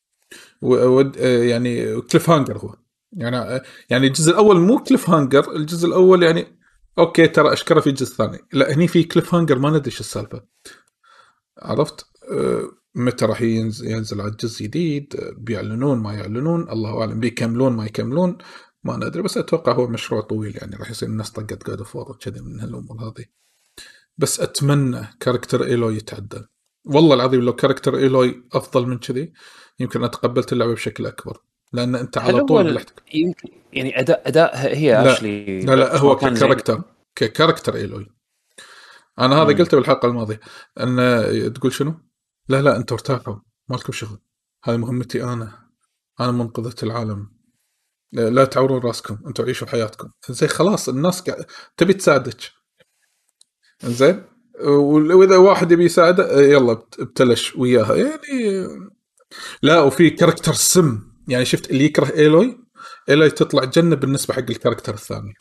يعني كليف هانجر هو يعني الجزء الأول مو كليف هانجر، الجزء الأول يعني أوكي ترى أشكره في الجزء الثاني، لا هني في كليف هانجر ما ندري شو السالفة. عرفت متى راح ينزل على الجزء جديد، بيعلنون ما يعلنون الله أعلم، بيكملون ما يكملون ما ندري، بس أتوقع هو مشروع طويل يعني راح يصير الناس طقت God of War وكذا من هالأمور هذه. بس أتمنى كاركتر إيلوي يتعدل، والله العظيم لو كاركتر إيلوي أفضل من كذي يمكن أتقبلت اللعبة بشكل أكبر، لأن أنت على طول يمكن يعني أداء هي أشلي لا هو ككاركتر إيلوي. أنا هذا قلته بالحلقة الماضية أن تقول شنو؟ لا أنتوا ارتاحوا ما لكم شغل، هذه مهمتي أنا منقذة العالم، لا تعورون راسكم، أنتوا عيشوا حياتكم. زي خلاص الناس تبي تساعدك، زين وإذا واحد يبي يساعده يلا بتلش وياها يعني. لا وفي كاركتر سم يعني، شفت اللي يكره إيلوي تطلع جنة بالنسبة حق الكاركتر الثاني.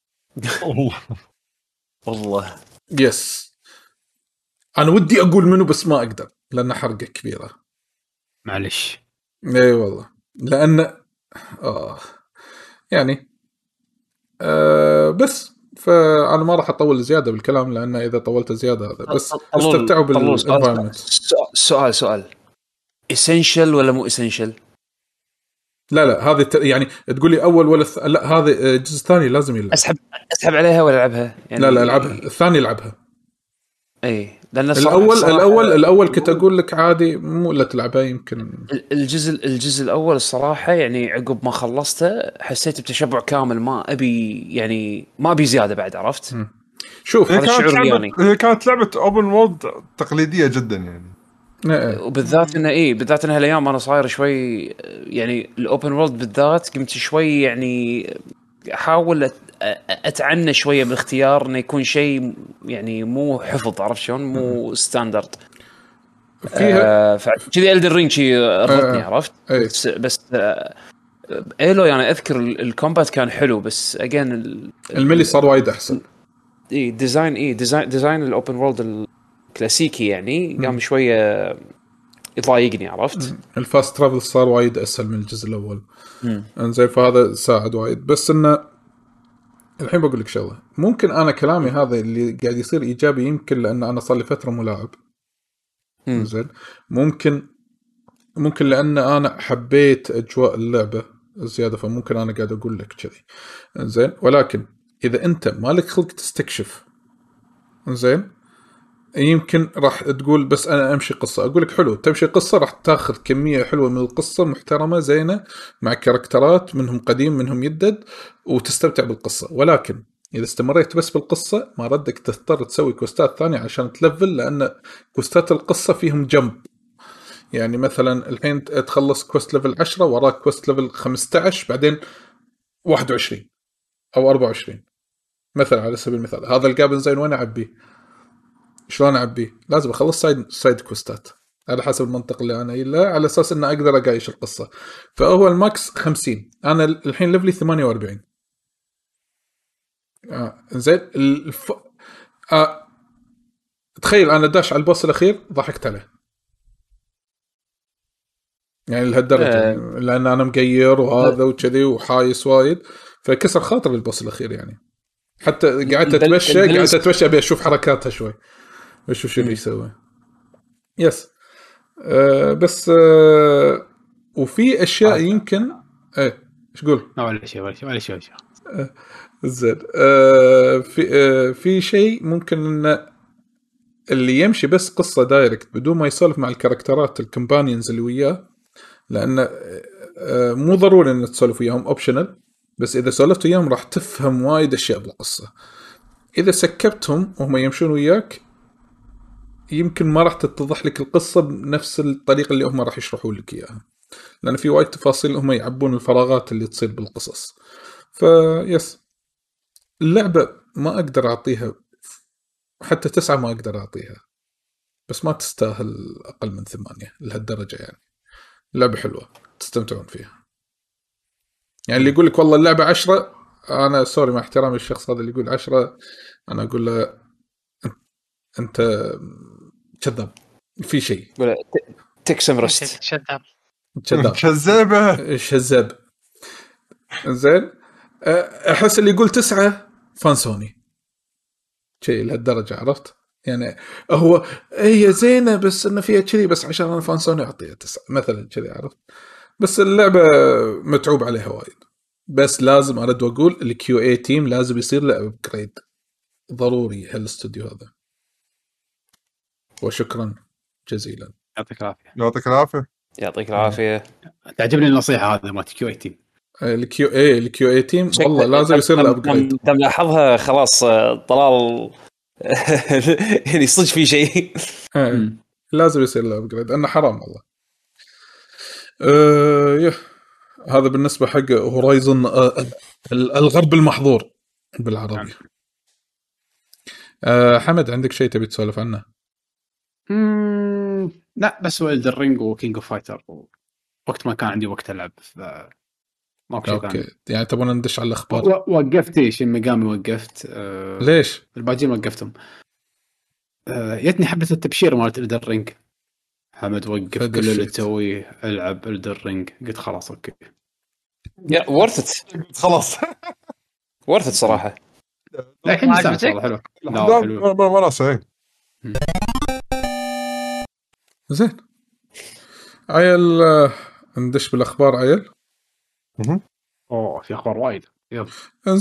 والله يس أنا ودي أقول منه بس ما أقدر لأن حرقة كبيرة، معلش. اي والله لأن يعني بس فأنا ما راح أطول زيادة بالكلام، لأن إذا طولت زيادة هذا بس استمتعوا بالانفايرمنت. سؤال essential ولا مو essential؟ لا هذه يعني تقول لي أول ولا لا هذا الجزء الثاني لازم يلعب. أسحب عليها ولا ألعبها يعني؟ لا ألعبها، الثاني ألعبها. اي لان الاول كنت اقول لك عادي مو لا تلعبها يمكن. الجزء الاول الصراحه يعني عقب ما خلصته حسيت بتشبع كامل، ما ابي زياده بعد، عرفت. شوف هذا الشعور يعني هي كانت لعبه اوبن وورلد تقليديه جدا يعني. وبالذات بالذات انها الايام انا صاير شوي يعني الاوبن وورلد بالذات قمت شوي يعني احاول اتعنى شويه بالاختيار انه يكون شيء يعني مو حفظ، عرفت شلون، مو ستاندرد فيها فكذي إلدن رينج شي ربطني، عرفت. بس ايلو يعني اذكر الكومبات كان حلو، بس اجين الملي صار وايد احسن. ديزاين الاوبن وورلد الكلاسيكي يعني قام شويه يضايقني، عرفت. الفاست ترافل صار وايد اسهل من الجزء الاول، انزين فهذا ساعد وايد. بس انه الحين بقول لك شغله، ممكن انا كلامي هذا اللي قاعد يصير ايجابي يمكن لان انا صار لي فتره ملاعب، زين ممكن لان انا حبيت اجواء اللعبه زياده، فممكن انا قاعد اقول لك كذي، زين. ولكن اذا انت مالك خلق تستكشف، زين، يمكن راح تقول بس انا امشي قصه. اقول لك حلو تمشي قصه، راح تاخذ كميه حلوه من القصه محترمه زينه مع كاركترات منهم قديم منهم يدد وتستمتع بالقصه. ولكن اذا استمريت بس بالقصه ما ردك تضطر تسوي كوستات ثانيه عشان تلفل، لان كوستات القصه فيهم جنب. يعني مثلا الحين تخلص كوست ليفل 10 وراك كوست ليفل 15 بعدين 21 او 24 مثلا على سبيل المثال. هذا الجابن زين وين اعبيه؟ شلون اعبيه؟ لازم اخلص سايد كوستات على حسب المنطق اللي انا قايله، على اساس ان اقدر اقايش القصه. فهو الماكس 50، انا الحين ليفلي 48. زين تخيل انا داش على البوس الاخير ضحكت عليه يعني لهالدرجه، لان انا مقير وهذا وكذي وحايس وايد، فكسر خاطر البوس الاخير يعني. حتى قعدت اتمشى ابي اشوف حركاتها شوي اشوف شو يسوي. يس بس وفي اشياء يمكن ايش تقول؟ ولا شيء زين في شيء ممكن ان اللي يمشي بس قصه دايركت بدون ما يسولف مع الكاركترات الكومبانيونز اللي وياه، لان مو ضروري ان تسولف وياهم، اوبشنال، بس اذا سولفت وياهم راح تفهم وايد اشياء بالقصه. اذا سكبتهم وهم يمشون وياك يمكن ما راح تتضح لك القصه بنفس الطريقه اللي هم راح يشرحوا لك اياها، لان في وايد تفاصيل هم يعبون الفراغات اللي تصير بالقصص. فيس اللعبه ما اقدر اعطيها حتى 9، ما اقدر اعطيها، بس ما تستاهل اقل من 8 لهالدرجه يعني. اللعبه حلوه تستمتعون فيها. يعني اللي يقول لك والله اللعبه 10، انا سوري مع احترامي الشخص هذا اللي يقول 10، انا اقول له انت كذاب، في شيء تكسم رست شذاب. زين احس اللي يقول 9 فان سوني شيء لهالدرجه، عرفت يعني. هو هي زينه بس انه فيها كذي، بس عشان انا فان سوني اعطيها 9 مثلا كذي، عرفت. بس اللعبه متعوب عليها وايد، بس لازم ارد واقول الكيو اي تيم لازم يصير له ابجريد ضروري هالاستوديو هذا. وشكرا جزيلا. يعطيك العافيه. يعطيك العافيه. يعطيك العافيه. تعجبني النصيحه هذه مالت كيو اي تيم. الكيو اي تيم والله لازم يصير له ابجريد. انت ملاحظها خلاص طلال يعني صدق في شيء لازم يصير له ابجريد، انه حرام والله. هذا بالنسبه حق هورايزن الغرب المحظور بالعربي. حمد عندك شيء تبي تسولف عنه؟ لا بس ويلد الرينج وكينج اوف فايتر وقت ما كان عندي وقت العب ماكو شيء ثاني. يعني تبغى ندش على الاخبار؟ وقفت شيء ميجامي وقفت. ليش؟ الباجين وقفتهم. يتني حبة التبشير مالت إلدر رينج. حمد وقف كل اللي تسويه العب إلدر رينج. قلت خلاص اوكي يا ورثت خلاص ورثت صراحة. لا الحين مستانس حلو. لا حلو ما ناسي. زين عيل ندش بالاخبار عيل. في اخبار وايد. يلا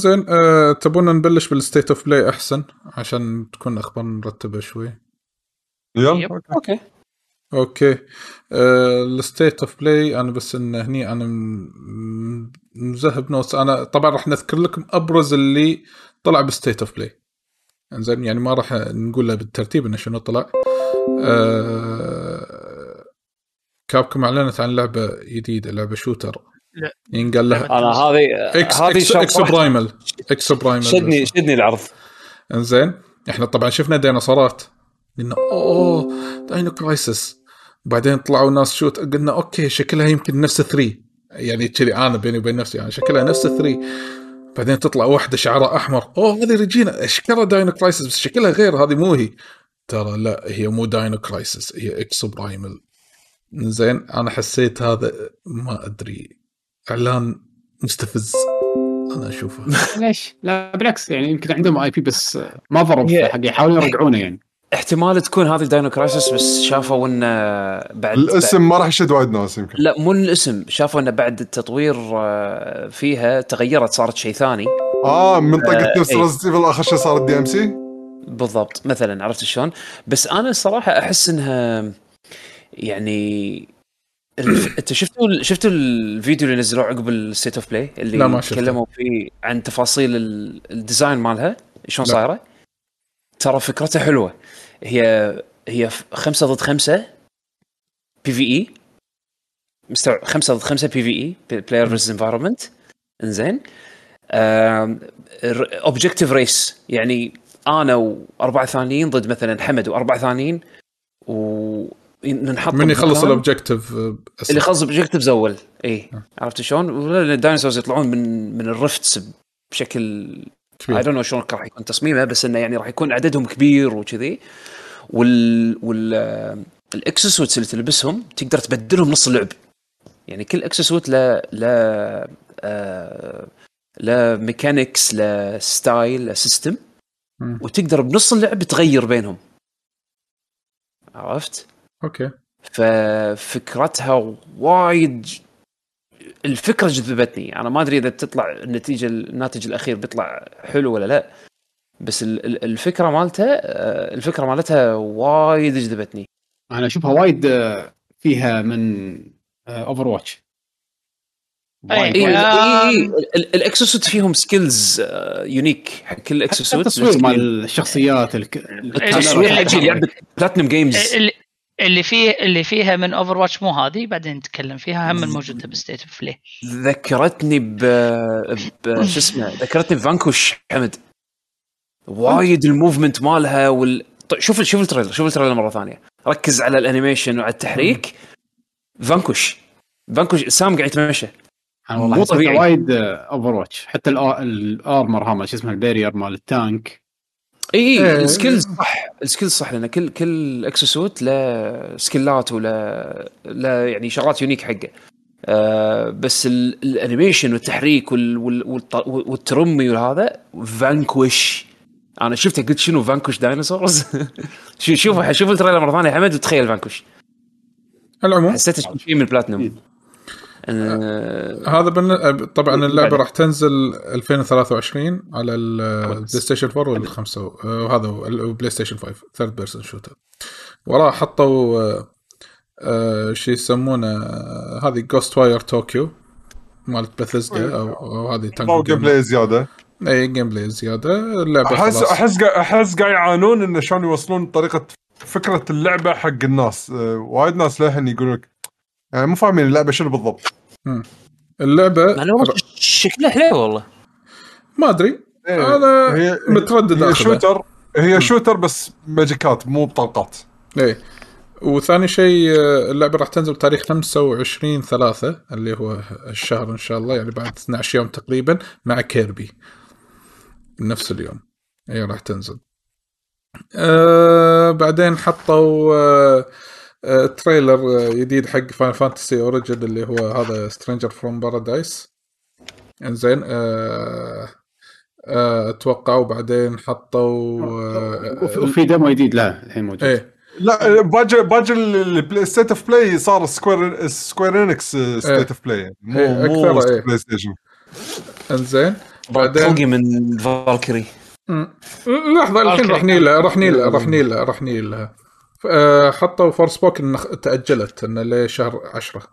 انزين تبون نبلش بالستيت اوف بلاي احسن عشان تكون اخبار مرتبه شوي. يلا اوكي. الستيت اوف بلاي انا بس ان هني انا مذهب نوتس. انا طبعا راح نذكر لكم ابرز اللي طلع بالستيت اوف بلاي. انزين يعني ما راح نقول له بالترتيب انه شنو طلع. كابكم اعلنت عن لعبه جديده، لعبه شوتر. لا ينقال لها انا هذه اكس برايمل شدني العرض. انزين احنا طبعا شفنا ديناصورات، قلنا داينو كرايسس. بعدين طلعوا ناس شوت، قلنا اوكي شكلها يمكن نفس 3 يعني كذي. انا بيني وبين نفسي يعني شكلها نفس 3. بعدين تطلع واحده شعرها احمر، هذه ريجينا اشكالها داينو كرايسس بس شكلها غير، هذه مو هي. ترى لا هي مو داينو كرايسس، هي اكس برايمل. زين انا حسيت هذا ما ادري اعلان مستفز انا اشوفه. ليش؟ لا بالعكس يعني يمكن عندهم اي بي بس ما ضرب حق يحاولون يرجعونه يعني. احتمال تكون هذه داينو كرايسس بس شافوا ان بعد الاسم ما راح يشد وايد ناس يمكن. لا مو الاسم، شافوا ان بعد التطوير فيها تغيرت صارت شيء ثاني. منطقه نفس ريزنت ايفل اخر شيء صارت دي ام سي بالضبط مثلا، عرفت شلون؟ بس انا الصراحه احس انها يعني انت شفتوا الفيديو اللي نزلوه عقب الستيت اوف بلاي اللي تكلموا فيه عن تفاصيل الديزاين مالها شلون صايره؟ ترى فكرتها حلوه. هي 5 ضد 5 بي في اي، مستوعب 5 ضد 5 بي في اي بلاير فيرسز انفايرمنت. انزين اوبجكتيف ريس، يعني انا واربعه ثانيين ضد مثلا حمد واربعه ثانيين، وننحط من يخلص الاوبجكتيف اللي يخلص الاوبجكتيف اول. اي عرفت شلون؟ الداينوسورز يطلعون من الرفتس بشكل اي دون نو شلون راح يكون تصميمه، بس انه يعني راح يكون عددهم كبير وكذي. الاكسسوتس اللي تلبسهم تقدر تبدلهم نص اللعب، يعني كل اكسسوت لا ميكانيكس لا ستايل لا سيستم، وتقدر بنص اللعب تغير بينهم. عرفت؟ اوكي. ففكرتها وايد، الفكره جذبتني. انا ما ادري اذا تطلع الناتج الاخير بيطلع حلو ولا لا، بس الفكره مالتها وايد جذبتني. انا اشوفها وايد فيها من اوفر واتش. الاكسسوت فيهم سكيلز يونيك حق كل اكسسوت. التصوير مال الشخصيات التصوير حق لعبه بلاتنم جيمز اللي فيها من اوفر واتش، مو هذه بعدين نتكلم فيها، هم الموجوده بستيت اوف بلاي. ذكرتني شو اسمه، ذكرتني بفانكوش حمد وايد الموفمنت مالها شوف التريلر مره ثانيه، ركز على الانيميشن وعلى التحريك. فانكوش سام قاعد يتمشى والله طبيعي. وايد اوفر واتش، حتى الارمر هامل شو اسمه البارير مال التانك. السكيلز صح لان كل اكسسوت له سكيلات ولا يعني شغلات يونيك حقه. بس الانيميشن والتحريك والترمي وهذا فانكوش. انا شفته قلت شنو فانكوش دايناصورز. شوف التريلر مره ثانيه حمد وتخيل فانكوش. العموم حسيت شيء من بلاتنم. هذا طبعا اللعبه راح تنزل 2023 على البلاي ستيشن 4 وال5 وهذا البلاي ستيشن 5 ثيرد بيرسون شوتر. وراه حطوا شيء يسمونه هذه جوست واير طوكيو مالت بثيسدا او هذه تانك جيم بلاي زياده. اي جيم بلاي زياده. اللعبه احس قاعد يعانون ان شلون يوصلون طريقه فكره اللعبه حق الناس. وايد ناس لهن يقولون يعني مو فاهمين اللعبه شنو بالضبط. اللعبه شكلها حلو والله، ما ادري انا متردد. هي شوتر بس ماجيكات مو بطلقات. ايه. وثاني شيء اللعبه راح تنزل بتاريخ 25/3 اللي هو الشهر ان شاء الله، يعني بعد 12 يوم تقريبا، مع كيربي نفس اليوم هي راح تنزل. بعدين حطوا تريلر جديد حق فاينل فانتسي اوريجن اللي هو هذا سترينجر فروم بارادايس. انزين اتوقع. وبعدين حطوا وفي ديمو جديد لها الحين موجود. ايه. لا باجي البلاي ستيت اوف بلاي صار سكوير انكس ستيت اوف بلاي مو بلاي ستيشن. انزين بعدين من فالكري. لحظه الحين راح نيلها حطوا فورسبوكن تاجلت انه لشهر 10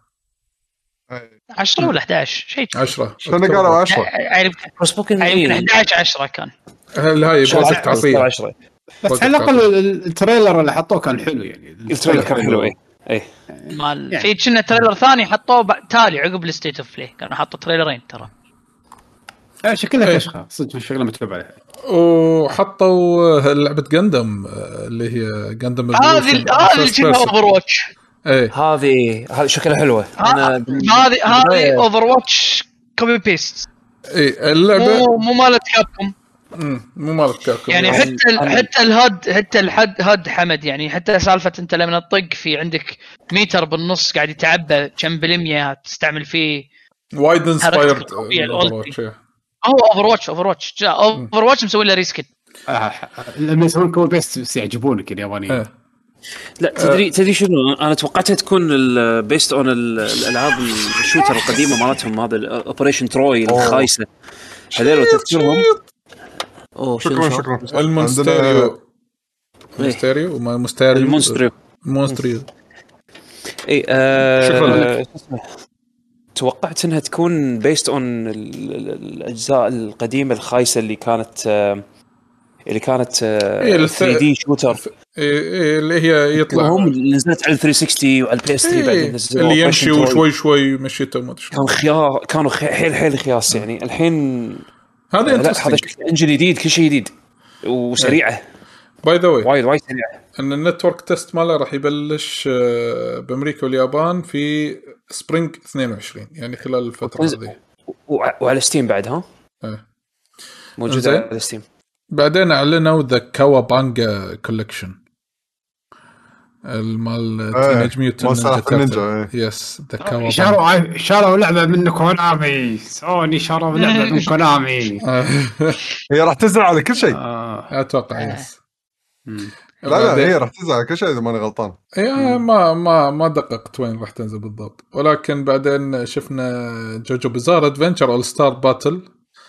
ولا 11 شيء 10 شنو قالوا 10 فورسبوكن يمكن 11 10 كان. هل هاي بروجكت عصير 10 بس على الاقل التريلر اللي حطوه كان حلو يعني. التريلر كان حلو اي مال يعني. في كنا تريلر ثاني حطوه تالي عقب الستيت اوف بلاي، كانوا حطوا تريلرين ترى. شكلها كشخه صدق، شغله متعوب عليها. وحطوا لعبه جندم اللي هي جندم هذه كنا اوفر واتش. هذه شكلها حلوه. انا هذه اوفر واتش كوبي بيست. اي اللعبه مو مالت كابكم. مو مالت كابكم يعني حتى الهد هاد حمد، يعني حتى سالفه انت لما تطق في عندك ميتر بالنص قاعد يتعبى كم بالمية تستعمل فيه وايد انسبايرد. هو اوفر واتش مسوي له ريسكت. لما يسوون كوبي بيست يعجبونك اليابانيين. لا تدري شنو انا توقعتها تكون بيست اون الالعاب الشوتر القديمه مالتهم، هذا اوبريشن تروي الخايسه هذول تذكرهم. شكرا المونستريو اي توقعت انها تكون بيست اون الاجزاء القديمه الخايسه اللي كانت 3D شوتر اللي هي يطلع هم نزلت على 360 وعلى البي اس 3 بعدين نزلوا اللي يمشي وشوي مشيته ما ادري كانوا حيل خياس يعني. الحين هذا انجن جديد، كل شيء جديد وسريعه باي ذا واي وايد سريعه. ان النتورك تيست ماله راح يبلش بامريكا واليابان في سبرينج 22 يعني خلال الفتره هذه، وعلى ستيم بعد ها موجوده على ستيم. بعدين اعلنوا ذا كاوابانجا كولكشن المال تينيج ميوتنت نينجا. يس ذا كاوابانجا شاروا لعبه من كونامي. سوني شاروا لعبه من كونامي. هي راح تنزل على كل شيء اتوقع. يس لا هي راح تنزل على كل شيء اذا ماني غلطان. ما دققت وين راح تنزل بالضبط، ولكن بعدين شفنا جوجو بيزار ادفنتشر اول ستار باتل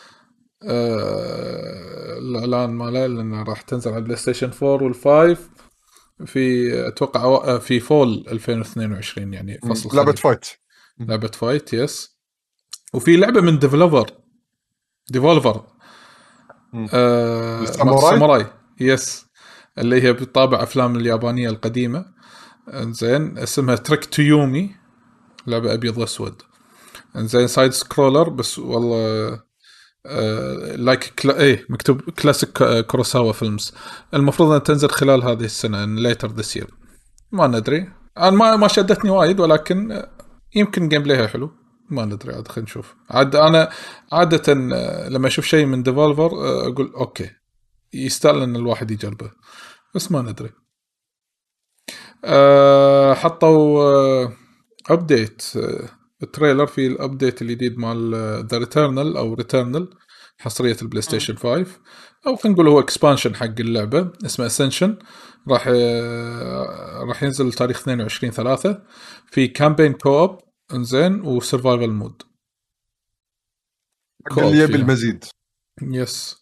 الاعلان ماله لانه راح تنزل على بلاي ستيشن 4 وال5 في اتوقع في فول 2022 يعني فصل لعبه فايت يس. وفي لعبه من ديفولفر ساموراي يس اللي هي بطابع افلام اليابانيه القديمه. انزين اسمها تريك تو يومي، لعبه ابيض واسود. انزين سايد سكرولر بس والله مكتوب كلاسيك كوروساوا فيلمز. المفروض أن تنزل خلال هذه السنة later this year. ما ندري، أنا ما شدتني وايد، ولكن يمكن جيم بلايها حلو، ما ندري عاد خلينا نشوف. أنا عادة لما أشوف شيء من ديفولفر أقول أوكي يستاهل أن الواحد يجربه، بس ما ندري. حطوا أبديت التريلر في الابديت الجديد مال ذا ريتيرنال او ريتيرنال حصريه البلاي ستيشن 5، او خلينا نقول هو اكسبانشن حق اللعبه اسمه اسنشن. راح ينزل تاريخ 22/3 في كامبين كوب انزين وسرفايفل مود اللي يبي المزيد. يس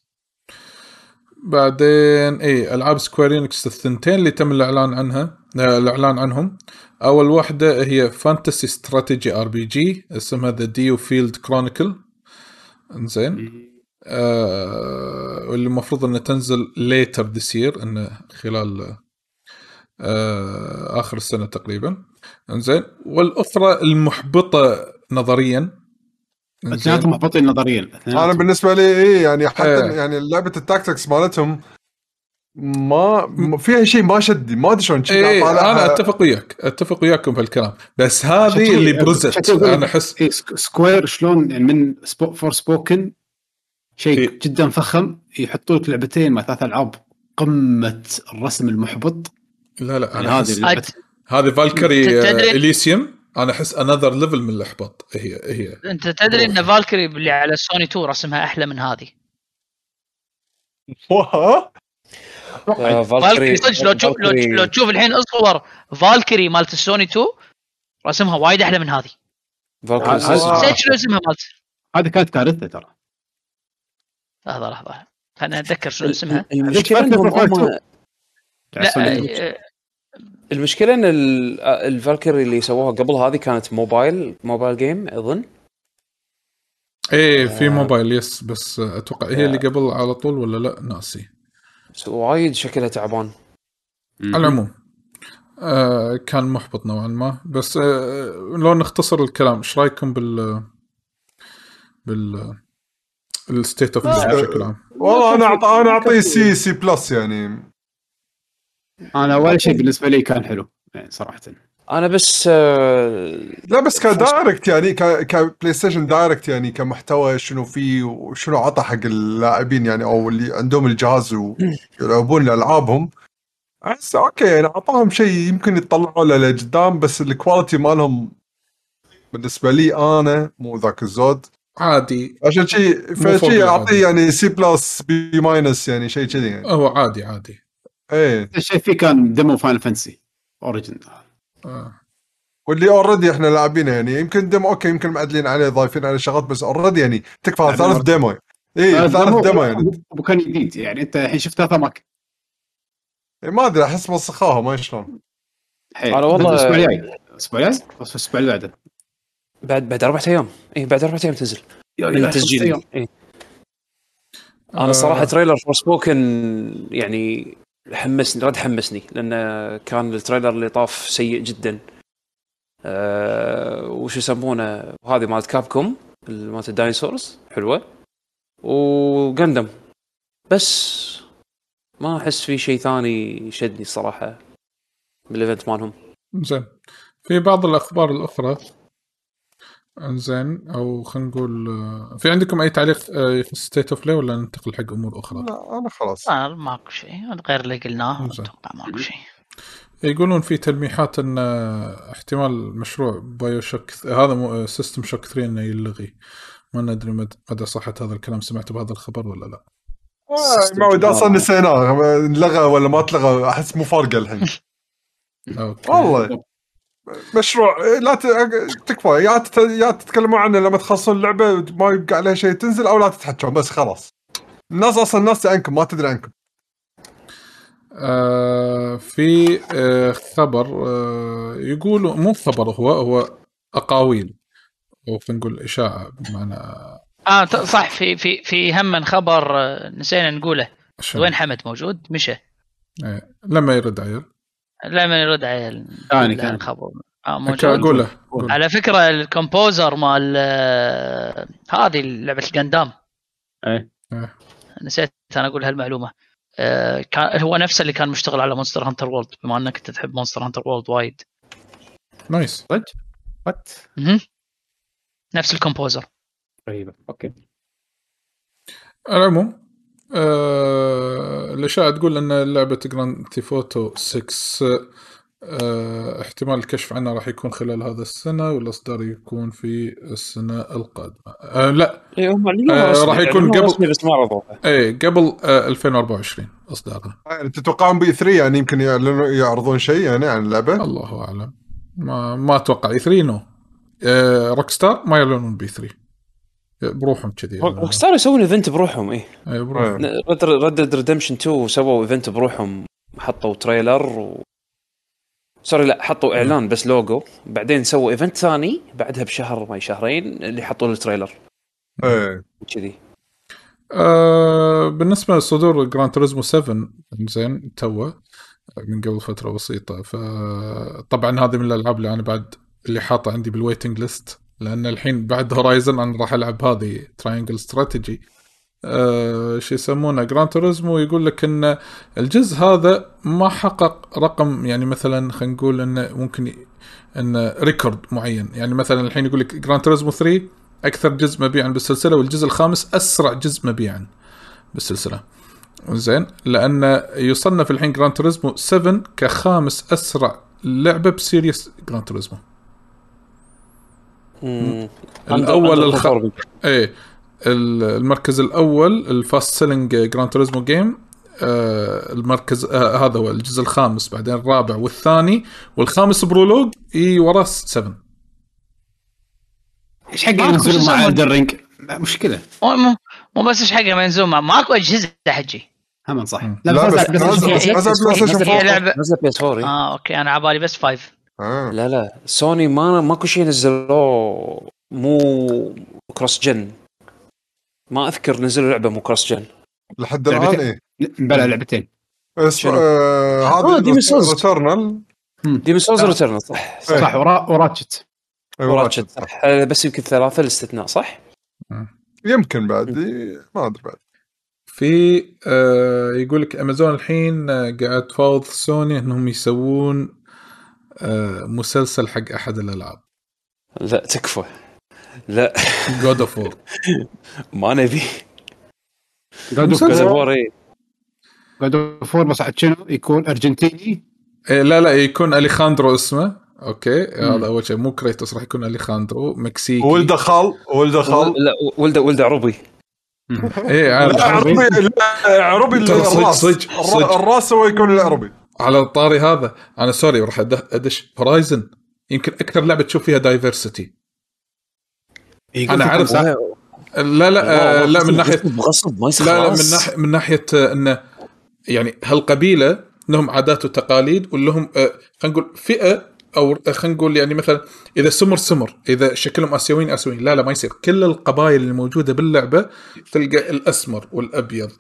بعدين العاب سكويرينكس الثنتين اللي تم الاعلان عنهم. اول واحده هي فانتسي استراتيجي ار بي جي اسمها ذا ديو فيلد كرونيكل انزين واللي المفروض انها تنزل ليتر ذس يير، انه خلال اخر السنه تقريبا انزين. والاخرى المحبطه نظريا، اثنيناتهم محبطين نظريا. انا بالنسبه لي يعني حتى يعني لعبه التاكتكس مالتهم ما فيها شيء ما شدني، ما ادري شلون انا اتفق وياكم في الكلام، بس هذه اللي برزت انا احس سكوير شلون يعني من فور سبوكن شيء جدا فخم يحطوا لك لعبتين مع 3 العاب قمه الرسم المحبط. لا انا هذه فالكري إليسيوم انا احس انذر ليفل من الاحباط. هي انت تدري ان فالكري اللي على سوني 2 رسمها احلى من هذه. فالكري لو تشوف الحين اصور فالكري مالت السوني 2 رسمها وايد احلى من هذه. نسيت شنو اسمها مالت هذه كانت كارثه ترى. لحظه انا اتذكر شنو اسمها. المشكله المشكله ان الفالكري اللي سووها قبل هذه كانت موبايل جيم اظن. ايه في موبايل يس، بس اتوقع هي اللي قبل على طول ولا لا ناسي. وايد شكلها تعبان. على العموم كان محبط نوعا ما، بس لو نختصر الكلام، ايش رايكم بال الستيت اوف بشكل عام؟ والله انا اعطيه سي بلس يعني. انا اول شيء بالنسبه لي كان حلو يعني صراحه. انا بس لا بس كدايركت يعني كبلاي ستيشن دايركت يعني كمحتوى شنو فيه وشنو عطى حق اللاعبين يعني او اللي عندهم الجهاز ويلعبون العابهم. احس اوكي يعني اعطاهم شيء يمكن يتطلعوا له لقدام، بس الكواليتي مالهم بالنسبه لي انا مو ذاك الزود عادي. عشان شيء اعطيه يعني سي بلس بي ماينس يعني شيء كذي يعني. هو عادي. ايه الشيء فيه كان ديمو فاينل فانسي اوريجن واللي اوريدي احنا لاعبينه يعني. يمكن ديمو اوكي يمكن معدلين عليه ضايفين عليه شغلات، بس اوريدي يعني تكفى يعني ثالث ديمو. ايه ثالث ديمو يعني وكان جديد يعني. انت الحين شفت ثلاث اماكن ما ادري احس مسخوها ما شلون. انا والله الاسبوع الجاي بس الاسبوع اللي بعده بعد 4 ايام. ايه بعد 4 ايام تنزل من التسجيل. إيه. انا الصراحه تريلر فورسبوكن يعني حمسني لان كان التريلر اللي طاف سيء جدا. وش يسمونه هذه مالت كابكوم مالت الدايناصورز حلوه وغندم، بس ما احس في شيء ثاني شدني الصراحه بالايفنت مالهم. زين في بعض الاخبار الاخرى زين، او خلينا نقول في عندكم اي تعليق في ستيت اوف بلاي ولا ننتقل حق امور اخرى؟ لا انا خلاص ماكو شيء غير اللي قلناه. اتوقع ماكو شيء. يقولون في تلميحات ان احتمال مشروع بايو شوك هذا سيستم شوك 3 انه يلغي. ما ندري مدى صحة هذا الكلام، سمعت بهذا الخبر ولا لا؟ ما ودي اصلا نسيناه لغى ولا ما تلغى احس مو فارقه الحين. والله مشروع لا تكفى يا تتكلموا عنه لما تخلصون اللعبه ما يبقى عليها شيء تنزل، او لا تتحكون بس خلاص. الناس عنكم ما تدري عنكم. في خبر يقولوا مو خبر، هو اقاويل او نقول اشاعه بمعنى صح. في هم من خبر نسينا نقوله. وين حمد موجود؟ مشى لما يرد عيل كان خبر موجود. أقوله. على فكره الكومبوزر مال هذه لعبه الجندام نسيت انا اقول هالمعلومه. كان هو نفسه اللي كان مشتغل على مونستر هانتر وورلد، بما انك انت تحب مونستر هانتر وورلد وايد. نايس. وات نفس الكومبوزر. رهيبه. اوكي. العموم الاشاعه تقول ان لعبه جراند ثيفت اوتو 6 احتمال الكشف عنها راح يكون خلال هذا السنه والاصدار يكون في السنه القادمه. لا راح يكون قبل بس ما رضوا. قبل 2024 اصدارها. يعني تتوقعون بي 3 يعني يمكن يعرضون شيء يعني عن اللعبه؟ الله اعلم. ما اتوقع اي 3 نو. روكستار ما يعلنون بي 3 بروحهم كذي. روكستار يسوون ايفنت بروحهم. اي بروحهم. ريد ديد ريدمشن 2 سووا ايفنت بروحهم، حطوا تريلر سوري لا حطوا اعلان بس لوجو، بعدين سووا ايفنت ثاني بعدها بشهر ما شهرين اللي حطوا التريلر كذي. بالنسبه لصدور جراند توريزمو 7 زين توه من قبل فتره بسيطه، فطبعا هذه من الالعاب اللي انا بعد اللي حاطه عندي بالويتنج ليست، لان الحين بعد هورايزن انا راح العب هذه تراينجل استراتيجي. شو يسمونه جراند توريزمو. يقول لك ان الجزء هذا ما حقق رقم، يعني مثلا خلينا نقول انه ممكن ان ريكورد معين. يعني مثلا الحين يقول لك جراند توريزمو 3 اكثر جزء مبيعا بالسلسله، والجزء الخامس اسرع جزء مبيعا بالسلسله. زين لان يصنف الحين جراند توريزمو 7 كخامس اسرع لعبه بسيريس جراند توريزمو. الاول المركز الاول الفاست سيلينج جراند توريزمو جيم. المركز هذا هو الجزء الخامس، بعدين الرابع والثاني والخامس برولوج ورا 7. ايش حق ينزلون مع الدرينج؟ لا مشكله مو بس ايش حق ما ينزلون ماكو اجهزه حجي. هم صح. مم. لا لا، بس بس نزل هي لعبه نزل PS4 اوكي، انا عبالي بس 5. لا سوني ماكو شيء نزلوه مو كروس جن. ما اذكر نزلوا لعبه مو كروس جن لحد الان. ايه بلا لعبتين. هذه Demon's Souls. ريتيرنال. ديمون سولز ريتيرنال صح وراتشت. وراتشت صح. بس يمكن 3 الاستثناء صح. يمكن بعد ما ادري بعد. في يقول لك امازون الحين قاعد تفاوض سوني انهم يسوون مسلسل حق احد الالعاب. لا تكفى لا جود اوف وور. ما نبي مسلسل. جود اوف وور بس شنو يكون ارجنتيني. لا يكون اليخاندرو اسمه. اوكي هذا اول شيء. مو كريتوس راح يكون اليخاندرو مكسيكي. ولده خال. لا ولده عربي. ايه عربي الراس هو يكون العربي. على الطاري هذا انا سوري راح ادش هورايزن. يمكن اكثر لعبه تشوف فيها دايفرسيتي. انا عارف لا من ناحيه غصب ما يصير. لا من ناحيه انه يعني هالقبيله لهم عادات وتقاليد ولهم خلينا نقول فئه او خلينا نقول يعني مثلا اذا سمر اذا شكلهم اسيويين لا ما يصير. كل القبائل الموجوده باللعبه تلقى الاسمر والابيض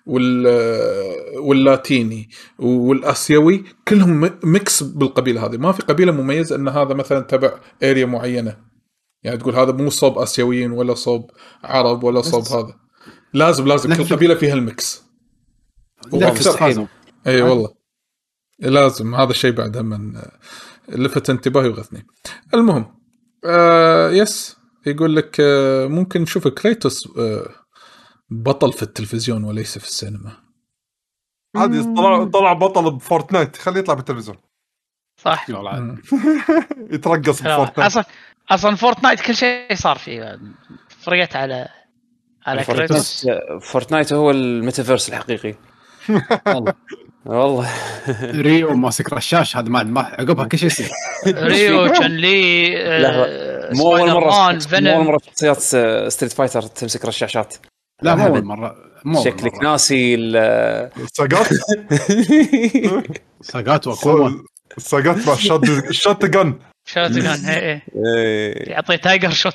واللاتيني والاسيوي كلهم ميكس بالقبيله هذه. ما في قبيله مميزه ان هذا مثلا تبع اريا معينه. يعني تقول هذا مو صوب اسيويين ولا صوب عرب ولا صوب هذا. لازم كل قبيله فيها الميكس. مستحيل. اي والله لازم. هذا الشيء بعد من لفت انتباهي وغثني. المهم يس يقول لك ممكن نشوف كريتوس بطل في التلفزيون وليس في السينما. عادي طلع بطل بفورتنايت خليه يطلع بالتلفزيون. صح يترقص بفورتنايت. اصلا فورتنايت كل شيء صار فيه. فرقت على كريتوس. فورتنايت هو الميتافيرس الحقيقي. والله ريو ماسك رشاش هذا ما عقبها كل شيء يصير. ريو كان لي مو أول مرة شخصيات ستريت فايتر تمسك رشاشات. لا مو أول مرة. شكلك ناسي ساقات وقوة ساقات مع الشوت جن يعطي تايجر شوت.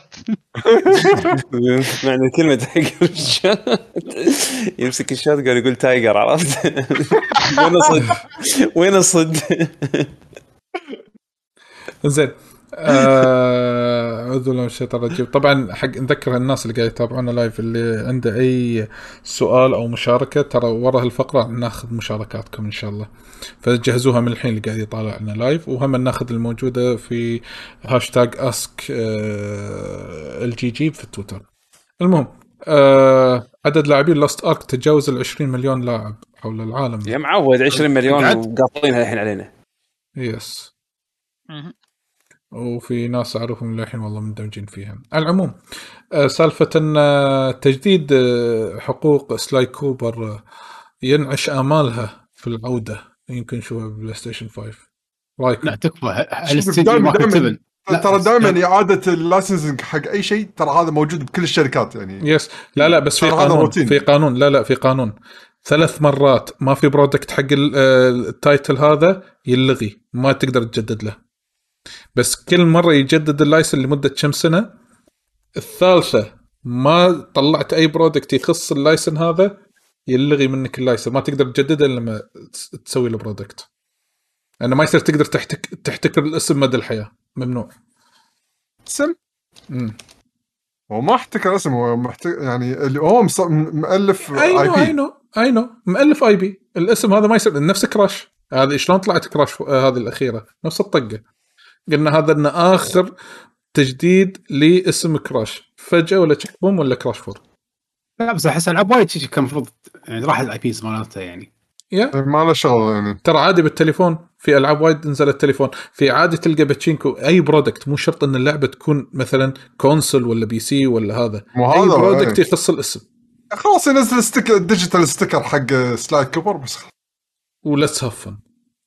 معنى كلمة تايجر شوت يمسك الشوت قال يقول تايجر. عرفت وين الصد زين. أعوذ بالله من الشيطان الرجيم. طبعا حق نذكر الناس اللي قاعد يتابعونا لايف اللي عنده أي سؤال أو مشاركة ترى ورا هالفقرة ناخذ مشاركاتكم إن شاء الله. فجهزوها من الحين اللي قاعد يطالعنا لايف. وهم ناخذ الموجودة في هاشتاج أسك الجي في تويتر. المهم عدد لاعبين لاست أرك تجاوز 20 مليون لاعب حول العالم. يا معود 20 مليون وقاطينها الحين علينا. يس. وفي ناس أعرفهم للحين والله مندمجين فيها. العموم سالفة أن تجديد حقوق سلاي كوبر ينعش آمالها في العودة. يمكن نشوفها بلاي ستيشن 5. رايكم؟ لا تكفى. الاستديو ما كتبن. ترى دائما إعادة اللايسنسنج حق أي شيء ترى هذا موجود بكل الشركات يعني. يس لا بس في قانون. في قانون. لا في قانون 3 مرات ما في برودكت حق التايتل هذا يلغي. ما تقدر تجدد له. بس كل مرة يجدد اللايسن لمدة كم سنة. الثالثة ما طلعت أي برودكت يخص اللايسن هذا يلغي منك اللايسن. ما تقدر تجدده لما تسوي له برودكت. أنا ما يصير تقدر تحتكر الاسم مدى الحياة. ممنوع. اسم؟ هو ما احتكر اسم. هو يعني اللي هو مؤلف اي نو مؤلف اي بي. الاسم هذا ما يصير. نفس كراش هذه شلون طلعت كراش هذه الأخيرة نفس الطقة. قلنا هذا إن آخر تجديد لاسم كراش فجأة ولا تشيك بوم ولا كراش فور. لا بس أحس العاب وايد شيء كان مفروض يعني راح الآي بيز مالته يعني ما له شغل يعني. ترى عادي بالتليفون في ألعاب وايد نزل التليفون. في عادي تلقى باتشينكو أي برودكت. مو شرط إن اللعبة تكون مثلا كونسول ولا بي سي ولا هذا. أي برودكت يخص الاسم خلاص ينزل ستيكر ديجيتال ستيكر حق سلايد كوبر بس ولا تسهفن.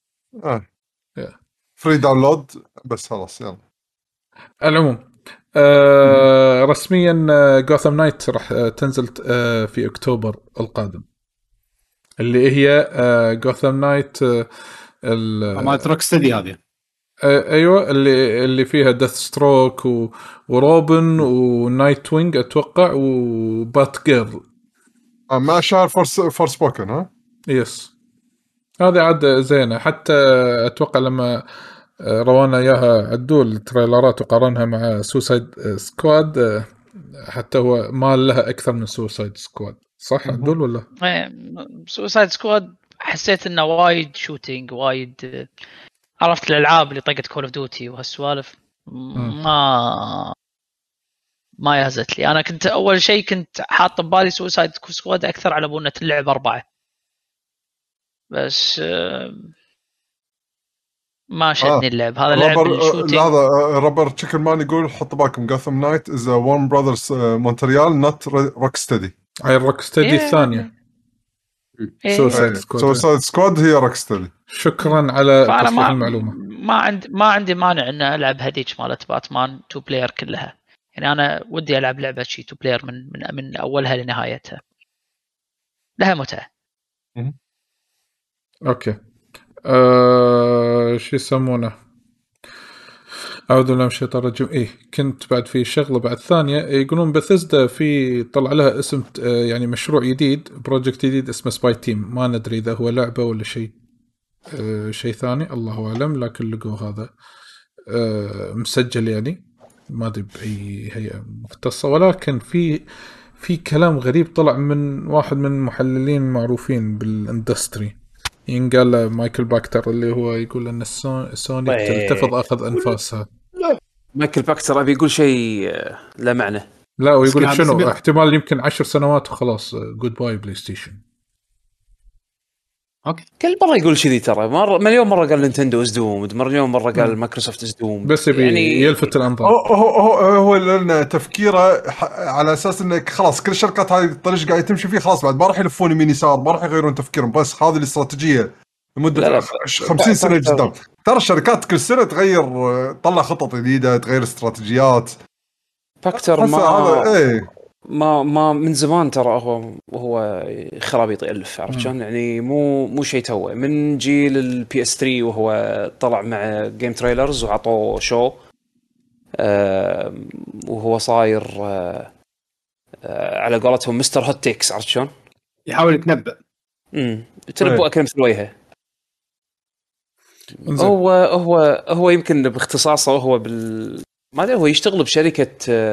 فري داونلود بس خلاص يلا. العموم رسميا غوثام نايت راح تنزل في أكتوبر القادم. اللي هي جوثام نايت مالت روك ستدي هذه. ايوه اللي فيها ديث ستروك وروبن ونايت وينج اتوقع وبات جيرل. ما شهر فور سبوكن ها. يس هذه عاد زينه، حتى اتوقع لما روانا اياها عدول التريلرات وقارنها مع سوسايد سكواد، حتى هو ما لها اكثر من سوسايد سكواد، صح عدول ولا؟ سوسايد سكواد حسيت انه وايد شوتينج، وايد عرفت الالعاب اللي طقت كول اوف ديوتي وهالسوالف، ما يهزت لي. انا كنت اول شيء كنت حاط ببالي سوسايد سكواد اكثر على بونه اللعب 4، بس ما شدني اللعب هذا. لعب الشوتينج. هذا روبرت تشيكن مان يقول حط بالكم جوثام نايت از وان براذرز مونتريال نوت روك ستدي. هاي روك ستدي الثانيه. سوسايد سكواد هي روك ستدي. شكرا على تصحيح المعلومه. ما عندي مانع ان العب هذيك مالت باتمان تو بلاير كلها، يعني انا ودي العب لعبه شي تو بلاير من اولها لنهايتها، لها متعه. اوكي شو يسمونه، أعوذ بالله من الشيطان الرجيم. إيه كنت بعد في شغلة بعد ثانية، يقولون بثزدا في طلع لها اسم يعني مشروع جديد، بروجكت جديد اسمه سباي تيم، ما ندري إذا هو لعبة ولا شيء شيء ثاني الله أعلم، لكن لقوا هذا مسجل يعني ما أدري بأي هيئة مختصة، ولكن في كلام غريب طلع من واحد من المحللين المعروفين بالاندستري، ينقال مايكل باكتر، اللي هو يقول أن سوني تلتفظ أخذ أنفاسها. مايكل باكتر أبي يقول شيء لا معنى. لا ويقول شنو احتمال يمكن 10 سنوات وخلاص جود باي بلاي ستيشن. اوكي كل مره يقول كذي، ترى مليون مره قال نينتندو ازدوم، مليون مره قال مايكروسوفت ازدوم، بس يعني يلفت الانظار. هو لان تفكيره على اساس انك خلاص كل الشركات هاي الطريق قاعده تمشي فيه، خلاص بعد ما راح يلفون يمين يسار، ما راح يغيرون تفكيرهم، بس هذه الاستراتيجيه لمده 50 سنه قدام. ترى الشركات كل سنه تغير، تطلع خطط جديده، تغير استراتيجيات. فاكتور ما من زمان ترى هو خرابيط يألف، عرفت شلون يعني، مو شيء توه من جيل البي اس 3 وهو طلع مع جيم تريلرز وعطوه شو وهو صاير على قولتهم مستر هوت تيكس، عرفت شلون يحاول يتنبأ تنبؤ أكل مثل وجهه. هو يمكن باختصاصه هو ما ادري، هو يشتغل بشركه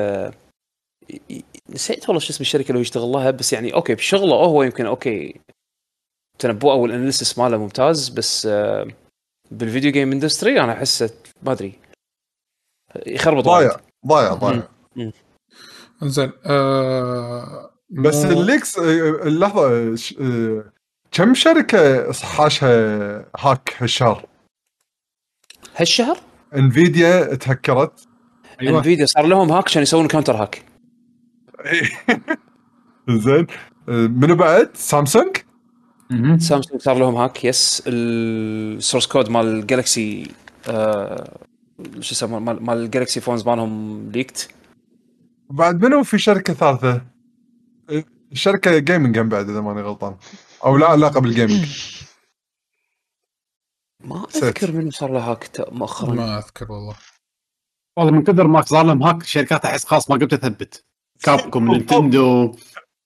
نسيت والله شو اسم الشركه اللي هو يشتغل لها، بس يعني اوكي بشغله هو يمكن اوكي تنبؤه او الاناليسيس ماله ممتاز، بس بالفيديو جيم اندستري انا احسه ما ادري يخربط ضايع. انزين بس الليكس اللحظه كم شركه حاشها هاك هالشهر انفيديا تهكرت. أيوة. انفيديا صار لهم هاك عشان يسوون كاونتر هاك. زين منو بعد؟ سامسونج صار لهم هاك. يس السورس كود مال جالكسي شو يسمون مال الجالكسي فونز مالهم ليكت. بعد منو في شركه ثالثه، شركه جيمنج هم بعد اذا ماني غلطان، او لا علاقه بالجيمنج ما اذكر منو صار له هاك مؤخرا، ما اذكر والله من كثر ما صار لهم هاك شركات احس خلاص ما قمت اثبت. كابكوم نينتندو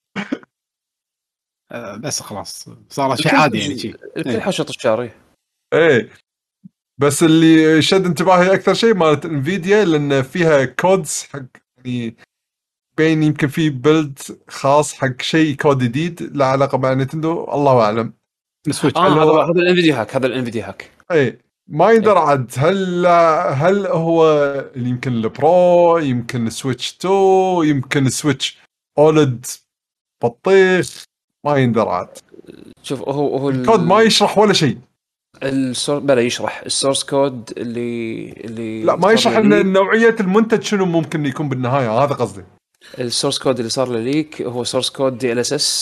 بس خلاص صار شيء عادي يعني شيء الكل حشط الشاري. ايه بس اللي شد انتباهي اكثر شيء مالت انفيديا لان فيها كودز حق يعني بين يمكن في بيلد خاص حق شيء كود جديد لا علاقه مع نينتندو الله اعلم. هذا الانفيديا هاك ايه ما يندر عاد هل هو اللي يمكن البرو، يمكن سويتش 2، يمكن سويتش اولد بطيخ، ما يندر عاد. شوف هو الكود ما يشرح ولا شيء. بلا يشرح السورس كود اللي لا ما يشرح ان نوعيه المنتج شنو ممكن يكون بالنهايه، هذا قصدي. السورس كود اللي صار له ليك هو سورس كود دي ال اس اس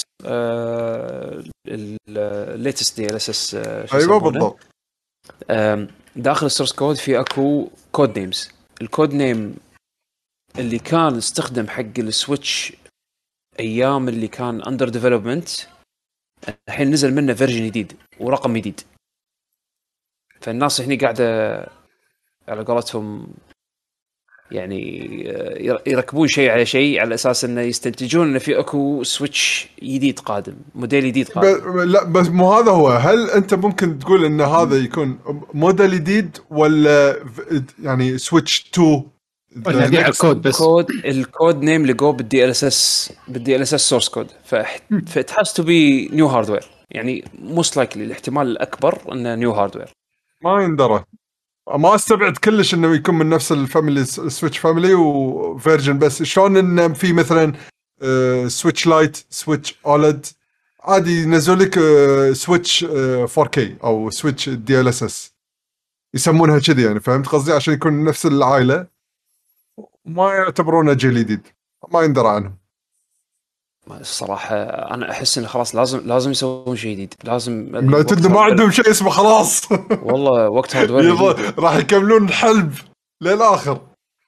الليتست دي ال اس اس. ايوه بالضبط. داخل السورس كود في اكو كود نيمز. الكود نيم اللي كان استخدم حق السويتش ايام اللي كان اندر ديفلوبمنت الحين نزل منه فيرجن جديد ورقم جديد، فالناس هني قاعده على قولتهم يعني يركبون شيء على شيء على اساس انه يستنتجون انه في اكو سويتش جديد قادم، موديل جديد قادم. لا بس مو هذا هو. هل انت ممكن تقول ان هذا يكون موديل جديد ولا يعني سويتش 2 يعني الكود بس الكود نيم لقوه بالدي ال اس اس سورس كود، فit has to be new hardware، يعني most likely الاحتمال الاكبر انه نيو هاردوير. ما يندرى، ما استبعد كلش انه يكون من نفس الفاميلي سويتش فاميلي وفيرجن، بس شلون انه في مثلا سويتش لايت سويتش اولد عادي ينزلوا لك سويتش 4K او سويتش دي ال اس اس يسمونها كذي يعني، فهمت قصدي؟ عشان يكون نفس العائله وما يعتبرونه جيل جديد، ما يندرى عنهم. الصراحه انا احس انه خلاص لازم يسوون شيء جديد، لازم لا ما عندهم شيء اسمه خلاص. والله وقت هاردوير راح يكملون الحلب للآخر.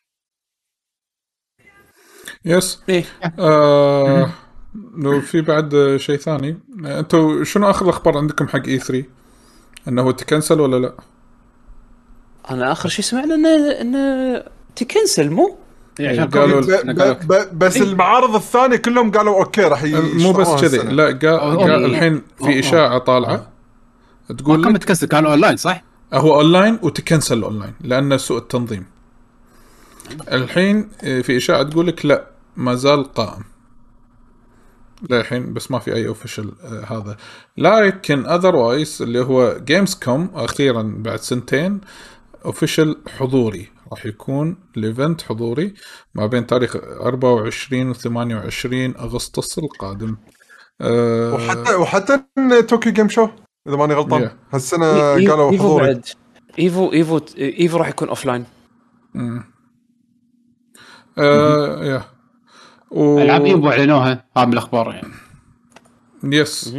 يس إيه. لو في بعد شيء ثاني، انتوا شنو اخر الاخبار عندكم حق E3؟ انه هو تكنسل ولا لا؟ انا اخر شيء سمعنا انه تكنسل، مو يعني قالوا بس المعارض الثانية كلهم قالوا اوكي راح مو بس كذي، لا قال الحين في اشاعه طالعه تقول كم تكنسل، كانوا اونلاين صح؟ هو اونلاين وتكنسل اونلاين لانه سوء التنظيم. الحين في اشاعه تقول لك لا ما زال قائم للحين، بس ما في اي اوفيشال هذا. لكن اذروايز اللي هو جيمز كوم اخيرا بعد سنتين اوفيشال حضوري، راح يكون الايفنت حضوري ما بين تاريخ 24 و 28 اغسطس القادم. وحتى توكيو جيم شو اذا ماني غلطان هالسنه قالوا حضوري. ايفو راح يكون اوفلاين. يا العاب ايفو اعلنوها هذه من الاخبار يعني. يس.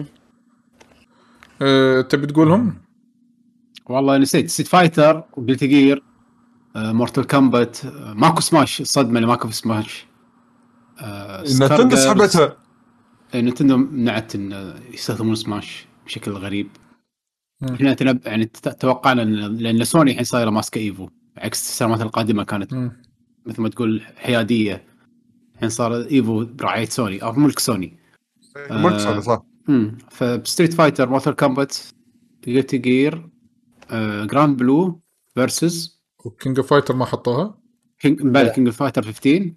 تبي تقولهم؟ والله نسيت ستريت فايتر وجلتي جير، مورتال كومبات، ماكو سماش، الصدمه اللي ماكو في سماش. نتندو سحبتها. نتندو منعت ان يستخدمون سماش بشكل غريب. احنا يعني توقعنا لان سوني الحين صايره ماسكه ايفو عكس السنوات القادمه كانت مثل ما تقول حياديه، الحين صار ايفو برعايه سوني او ملك سوني. ملك سوني صح. فستريت فايتر، مورتال كومبات، جلتي جير، جراند بلو فيرسز، وكينج اوف فايتر ما حطوها. كينج اوف فايتر 15،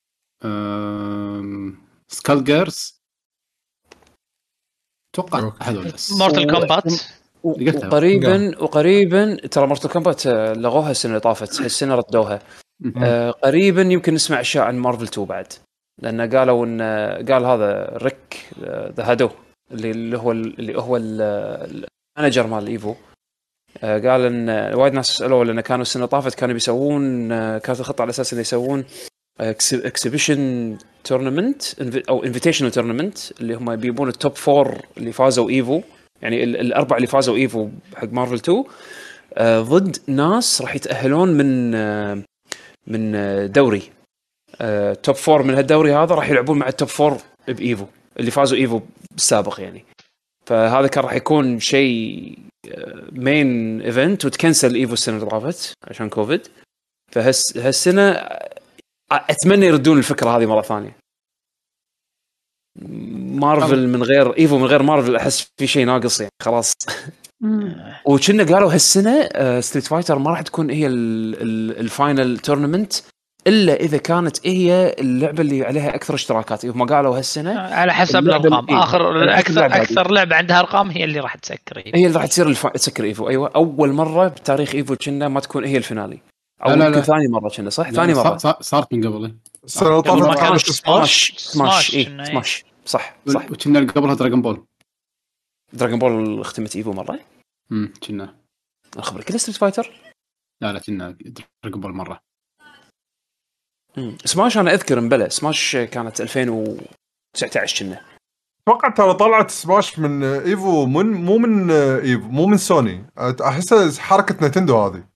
سكال جيرز، توقع هذول بس. مورتال كومبات وقريبا ترى مورتال كومبات لغوها السنه اللي طافت، السنه ردوها. قريبا يمكن نسمع اشياء عن مارفل 2 بعد، لان قالوا ان قال هذا ريك ذا هادو اللي هو المانجر مال ايفو، قال ان وايد ناس سالوا لان كانوا السنه طافت كانوا بيسوون، كانت الخطه على اساس انه يسوون اكسبيشن تورنمنت او انفيتيشنال تورنمنت اللي هم بيبون التوب 4 اللي فازوا ايفو، يعني الاربعه اللي فازوا ايفو حق مارفل 2 ضد ناس راح يتاهلون من دوري توب 4 من هالدوري هذا، راح يلعبون مع التوب 4 بايفو اللي فازوا ايفو بالسابق يعني. فهذا كان راح يكون شيء مين ايفنت، وتكنسل ايفو السنه اللي طافت عشان كوفيد. فهالسنه اتمنى يردون الفكره هذه مره ثانيه. مارفل من غير ايفو، من غير مارفل احس في شيء ناقص يعني خلاص. وكنا قالوا هالسنه ستريت فايتر ما راح تكون هي الفاينل تورنمنت الا اذا كانت هي اللعبه اللي عليها اكثر اشتراكات. هم قالوا هالسنه على حسب الارقام، اكثر لعبه عندها ارقام هي اللي راح تسكر ايفو. هي اللي راح تصير تسكر ايفو. ايوه اول مره بتاريخ ايفو كنا ما تكون هي الفينالي، او يمكن ثاني مره كنا صح. ثاني مره صارت من قبل السنه طافت كان سماش صح وكنا قبلها دراغون بول اختمت ايفو مره. كنا الخبر كله ستريت فايتر. لا كنا دراغون بول مره. سماش انا اذكر مبلى سماش كانت 2019 كنا. اتوقع ترى طلعت سماش من ايفو مو من ايفو، مو من سوني. احس حركه نينتندو هذه.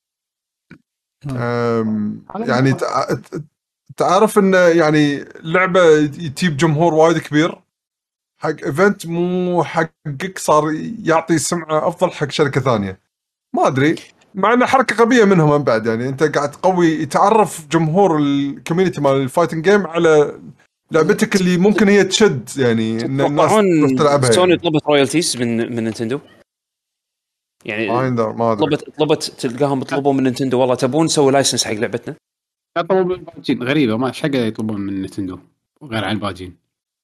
يعني تعرف ان يعني لعبه تجيب جمهور وايد كبير، حق ايفنت مو حقك صار يعطي سمعه افضل حق شركه ثانيه. ما ادري، مع انه حركه غبيه منهم من بعد. يعني انت قاعد تقوي، يتعرف جمهور الكوميونتي مال الفايتنج جيم على لعبتك اللي ممكن هي تشد، يعني ان الناس تروح تلعبها. سوني يعني طلبت رويالتيز من نينتندو، يعني ما ادري. طلبت تلقاهم يطلبوا من نينتندو والله تبون نسوي لايسنس حق لعبتنا. يطلبون من الباجين غريبه، ما ايش حق يطلبون من نينتندو غير عن الباجين.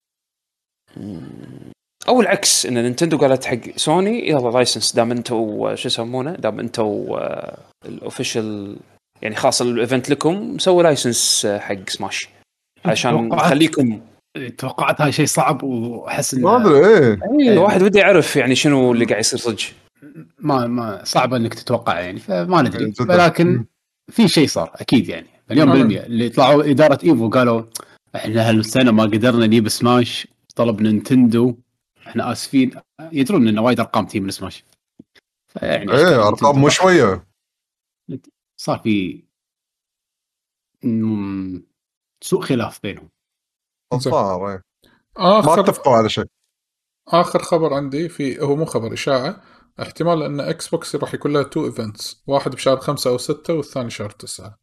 او العكس، ان نينتندو قالت حق سوني يلا لايسنس دام انتوا شو يسمونه، دام انتوا الاوفيشال يعني خاص الايفنت لكم، سووا لايسنس حق سماش عشان نخليكم. توقعت هاي شيء صعب واحس ان ما ادري ايه الواحد ودي يعرف يعني شنو اللي قاعد يصير صدق. ما صعب انك تتوقع يعني، فما ندري. جداً. ولكن في شيء صار اكيد يعني مليون بالمية. اللي طلعوا اداره ايفو قالوا احنا هالسنه ما قدرنا نجيب سماش، طلب نينتندو، احنا اسفين. يدرون ان وايد ارقام تيم سماش، فيعني ايه ارقام مو شويه. صار في سوء خلاف بينهم. صار ايه ما اخر اتفقوا على شيء. اخر خبر عندي في، هو مو خبر، اشاعه، احتمال ان اكس بوكس راح يكون لها 2 ايفنتس، واحد بشهر 5 أو 6 والثاني شهر 9.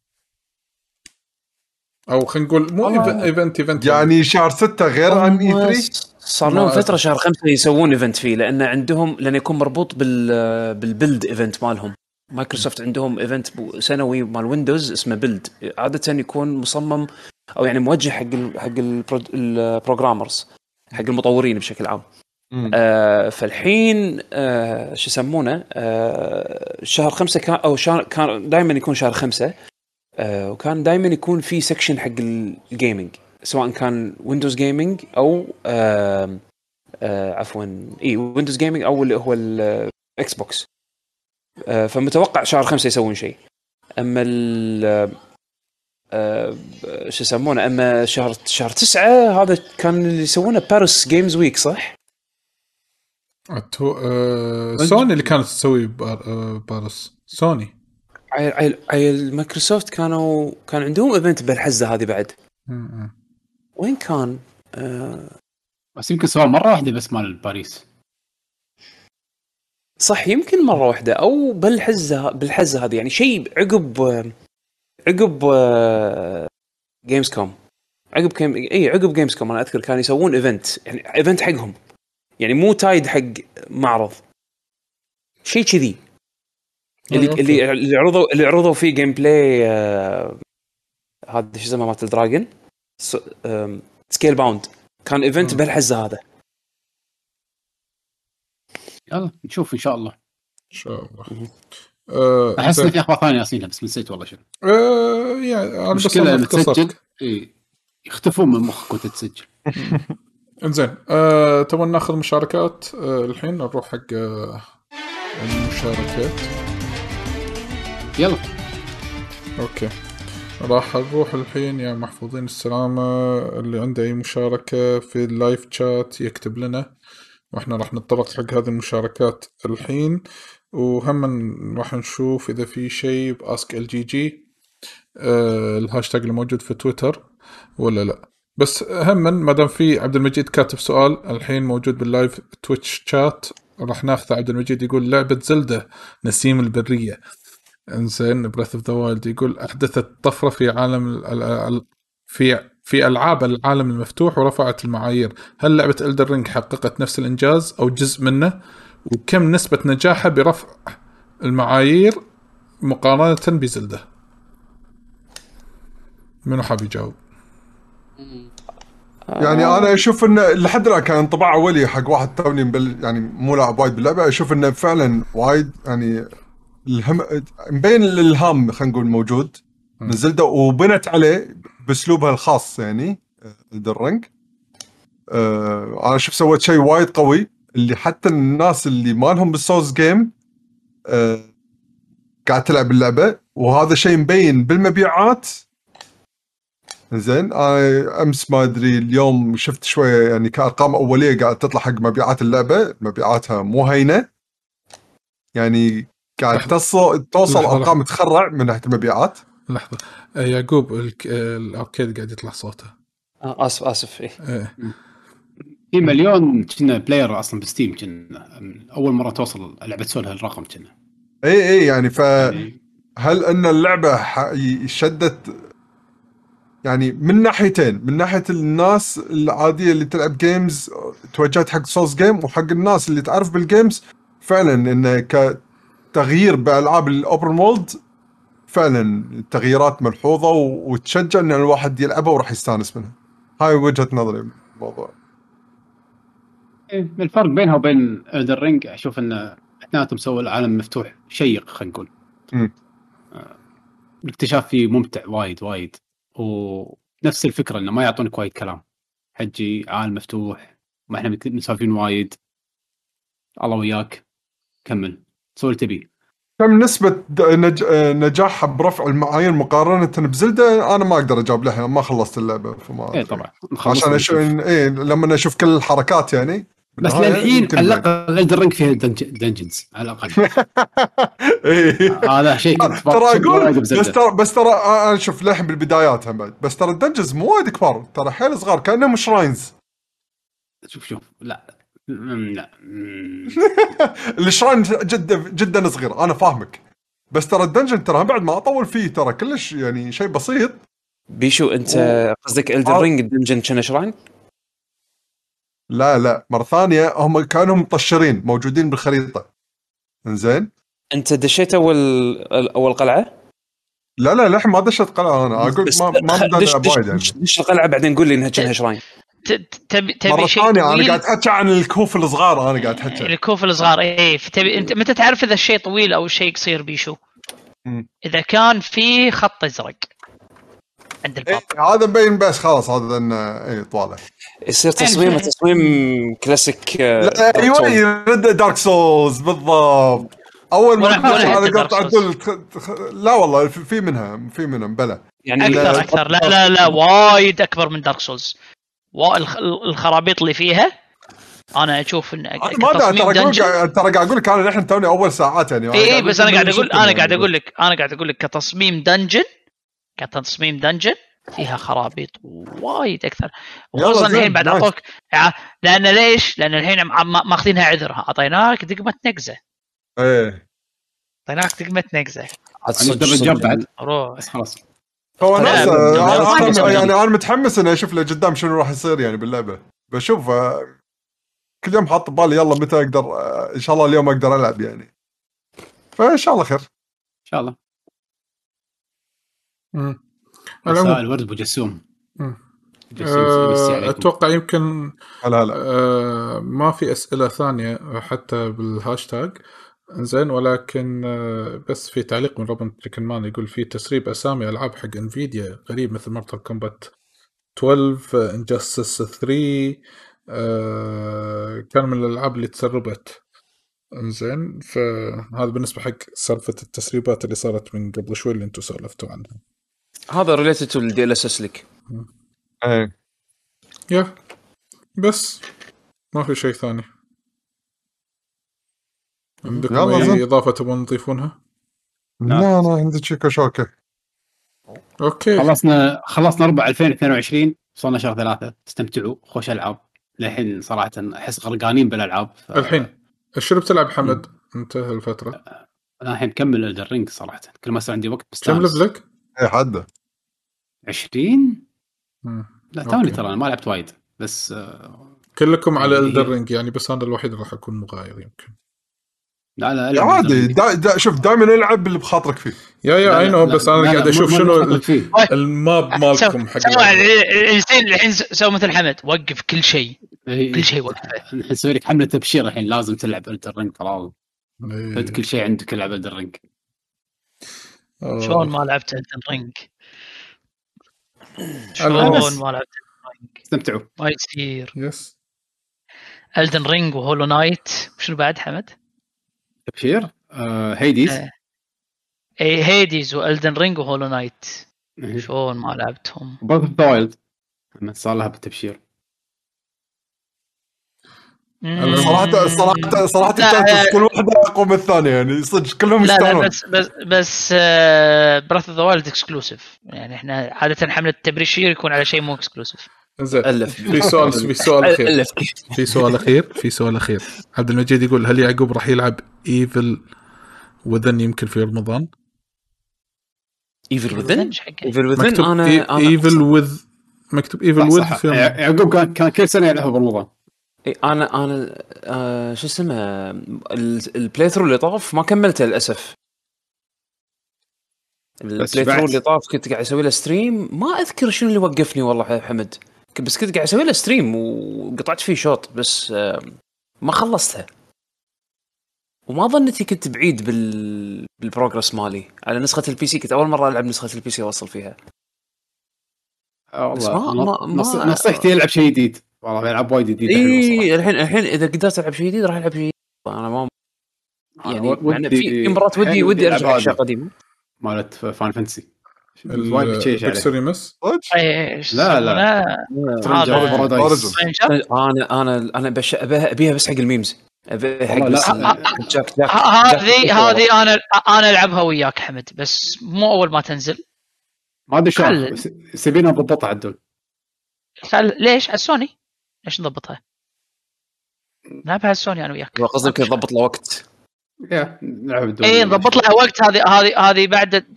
او خلينا نقول مو ايفنت يعني شهر 6 غير عن اي 3. صار لهم فتره شهر 5 يسوون ايفنت فيه، لان عندهم لان يكون مربوط بالبيلد ايفنت مالهم. مايكروسوفت عندهم ايفنت سنوي مال ويندوز اسمه بيلد، عاده يكون مصمم او يعني موجه حق البروجرامرز، حق المطورين بشكل عام. فالحين شو يسمونه، شهر 5 كان او كان دائما يكون شهر 5، وكان دائما يكون في سكشن حق الجيمنج، سواء كان ويندوز جيمنج او عفوا ويندوز جيمنج او اللي هو الاكس بوكس. فمتوقع شهر 5 يسوون شيء. اما شو يسمونه، اما شهر 9 هذا كان اللي يسوونه باريس جيمز ويك، صح؟ سوني اللي كانت تسوي باريس. سوني عيل مايكروسوفت كان عندهم ايفنت بالحزه هذه بعد. وين كان بس يمكن سؤال مره واحده بس مال باريس، صح؟ يمكن مره واحده او بالحزه هذه، يعني شيء عقب جيمز كوم، عقب جيمز كوم. انا اذكر كانوا يسوون ايفنت، يعني ايفنت حقهم، يعني مو تايد حق معرض، شيء كذي. اللي عرضوا فيه جيم بلاي هذا شو اسمه مالت الدراجون سكيل باوند، كان ايفنت بالحزه هذا. يلا نشوف ان شاء الله. ان شاء الله. احس ان في اخبار ثانيه اصيلها بس نسيت والله شنو. يعني انا بس تسجل يختفون من مخك وانت تسجل. انزين تبون ناخذ مشاركات الحين، نروح حق المشاركات. يلا اوكي، راح نروح الحين يا محفوظين السلامة. اللي عنده اي مشاركة في اللايف شات يكتب لنا، واحنا راح نتطرق حق هذه المشاركات الحين. وهم راح نشوف اذا في شيء باسك ال جي جي الهاشتاج اللي موجود في تويتر ولا لا. بس هم ما دام في عبد المجيد كاتب سؤال الحين موجود باللايف تويتش شات، راح ناخذ. عبد المجيد يقول لعبة زلدة نسيم البرية. انزين، بريث اوف ذا وايلد يقول احدثت طفرة في عالم في العاب العالم المفتوح ورفعت المعايير. هل لعبة إلدر رينج حققت نفس الانجاز او جزء منه؟ وكم نسبة نجاحها برفع المعايير مقارنة بزلدة؟ منو حاب يجاوب؟ يعني انا اشوف انه لحد الان كان انطباع اولي حق واحد توني يعني مو لاعب وايد باللعبه، اشوف انه فعلا وايد يعني مبين الالهام خلينا نقول موجود من زلدة، وبنت عليه باسلوبها الخاص يعني الدرنج. انا شوف سويت شيء وايد قوي اللي حتى الناس اللي ما لهم بالسولز جيم قاعد تلعب اللعبه، وهذا شيء مبين بالمبيعات. زين امس ما ادري اليوم شفت شويه يعني كارقام اوليه قاعد تطلع حق مبيعات اللعبه، مبيعاتها مو هينه يعني، قاعد توصل ارقام تخرع من ناحيه المبيعات. لحظه يعقوب، الاركيد قاعد يطلع صوته. اسف إيه. في مليون كنا بلاير اصلا بستيم، كنا اول مره توصل لعبه سول هالرقم كنا. اي يعني يعني هل ان اللعبه شدت يعني من ناحيتين، من ناحيه الناس العاديه اللي تلعب جيمز توجهت حق سولز جيم، وحق الناس اللي تعرف بالجيمز فعلا انه كتغيير بالعاب الاوبن وورلد فعلا تغييرات ملحوظه وتشجع ان الواحد يلعبها وراح يستانس منها. هاي وجهه نظري بالموضوع. الفرق بينها وبين Elden Ring اشوف ان اثنيناتهم سووا العالم مفتوح شيق، خلينا نقول الاكتشاف فيه ممتع وايد، ونفس الفكره انه ما يعطونك وايد كلام، حجي عالم مفتوح ما احنا مسافين وايد، الله وياك كمل سوي اللي تبي. كم نسبة نجاحها برفع المعايير مقارنة بزلدة؟ أنا ما أقدر أجاوب لها، ما خلصت اللعبة فما ايه طبعا عشان أشوف إيه لما أشوف كل الحركات يعني. بس للحين على الأقل Elden Ring فيها دنجنز على الأقل. إيه هذا شيء ترى أقول بس ترى أنا شوف للحين بالبدايات هم بعد، بس ترى الدنجنز مو وايد كبار، ترى حيل صغار كأنهم شراينز. شوف لا الشراين جدا صغير أنا فاهمك، بس ترى الدنجن ترى بعد ما أطول فيه ترى كلش يعني شيء بسيط. بيشو أنت قصدك Elden Ring الدنجن كان شراين؟ لا مرة ثانية هم كانوا مطشرين موجودين بالخريطة. إنزين أنت دشيت أول قلعة؟ لا لحين ما دشت قلعة، أنا أقول ما بدنا أبايد يعني. دش القلعة بعدين قول لي إنها كانها شراين. تبي مرة شيء ثانية طويل. أنا قاعد أحكي عن الكوف الصغار، أنا قاعد أحكي الكوف الصغار. إيه تبي أنت متى تعرف إذا الشيء طويل أو الشيء قصير بيشو؟ إذا كان في خط أزرق عند الباب. هذا مبين بس خلاص هذا إنه طواله يصير تصميم كلاسيك. أيوة يرد دارك سولز بالضبط. أول ما أنا قلت أقول لا والله في منها بلا يعني أكثر لا وايد أكبر من دارك سولز. والخرابيط اللي فيها أنا أشوف إن ما ترى قاعد أقول لك أنا نحن توني أول ساعات يعني. إيه بس أنا قاعد أقول لك كتصميم دنجن فيها خرابيط وايد أكثر، وخصوصا الحين بعد أعطوك لأن ليش؟ لأن الحين ماخذينها عذرها، أعطيناك دقمة نقزة. إيه أعطيناك دقمة نقزة. الرجال بعد بس خلاص. هو ناس يعني أنا متحمس إني أشوف لقدام شنو راح يصير يعني باللعبة. بشوف كل يوم حاط بالي يلا متى أقدر إن شاء الله اليوم أقدر ألعب يعني، فإن شاء الله خير إن شاء الله. الورد ابو جسوم. اتوقع يمكن هلا ما في اسئله ثانيه حتى بالهاشتاج زين، ولكن بس في تعليق من روبن تريكنمان يقول في تسريب اسامي العاب حق انفيديا غريب مثل مورتال كومبات 12 انجستس 3 كان من الالعاب اللي تسربت. انزين فهذا بالنسبه حق سالفه التسريبات اللي صارت من قبل شوي اللي انتم سولفتوا عنها. هذا ريليتد تو الدي ال اس اس لك. ايه يا بس ما في شيء ثاني. عندكم اي اضافه تبون تضيفونها؟ لا انا عندي شيء شوكه. اوكي خلصنا 4 2022 وصلنا شهر 3. استمتعوا خوش العاب الحين صراحه احس غرقانين بالالعاب. الحين ايش بتلعب حمد انت هالفتره؟ انا الحين مكمل Elden Ring صراحه، كل ما صار عندي وقت كم لك؟ اي حده 20. لا توني ترى انا ما لعبت وايد بس كلكم على Elden Ring يعني، بس انا الوحيد اللي راح اكون مغاير يمكن. لا عادي شوف دائما العب اللي بخاطرك فيه. يا اي نو بس انا قاعد اشوف شنو الماب مالكم حق الحين سووا مثل حمد وقف كل شيء وقفه. نسوي لك حمله تبشير الحين لازم تلعب Elden Ring خلاص. كل شيء عندك العب Elden Ring. شلون ما لعبت Elden Ring؟ استمتعوا ما يصير. يس Elden Ring وهولو نايت وشنو بعد حمد؟ تبشير هيديز. هيديز وإلدن رينج وهولو نايت. شلون ما لعبتهم؟ Breath of the Wild ما صار لها بالتبشير. صراحة كل واحدة أقوى من الثانية يعني صدق كلهم يستاهلون. بس Breath of the Wild exclusive يعني إحنا عادة حملة التبشير يكون على شيء مو exclusive. زين الف في سؤال اخير الف في سؤال اخير عبد المجيد يقول هل يعقوب راح يلعب ايفل وذن يمكن في رمضان؟ ايفل وذن مكتوب انا ايفل وذ مكتوب ايفل وذ في يعقوب كان كل سنه يلعبها برمضان. انا شو اسمه البلاي ثرو اللي طاف ما كملته للاسف. البلاي ثرو اللي طاف كنت قاعد اسوي له ستريم، ما اذكر شنو اللي وقفني والله حمد، بس كنت قاعد اسوي له ستريم وقطعت فيه شوط بس ما خلصتها. وما ظنيتي كنت بعيد بالبروجرس مالي على نسخه البي سي. كنت اول مره العب نسخه البي سي اوصل فيها. والله نصيحتي يلعب شيء جديد، والله يلعب وايد جديد. الحين اذا قدرت العب شيء جديد راح العب شيء. انا ما يعني في مرات ودي ارجع اشياء قديمه مالت فان فانتسي وايد بتشيش عليه. لا انا ابيها بس حق الميمز. هذه انا العبها وياك حمد، بس مو اول ما تنزل. ما ادري شلون سيبينا نضبطها عدل. ليش على السوني؟ ليش نضبطها؟ نلعبها على السوني انا وياك. قصدك نضبط له وقت؟ نلعب اي نضبط لها وقت. هذه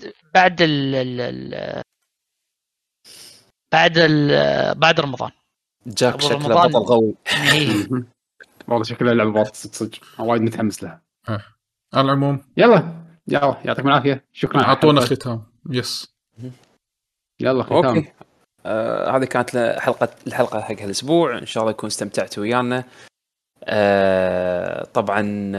بعد رمضان. جاك شكله بطل قوي. والله شكله لعبه باط صدق وايد متحمس لها. على العموم يلا يعطيكم العافيه. شكرا. اعطونا ختام. يس يلا ختام. اوكي هذه كانت الحلقه حق هالاسبوع. ان شاء الله يكون استمتعتوا ويانا. طبعا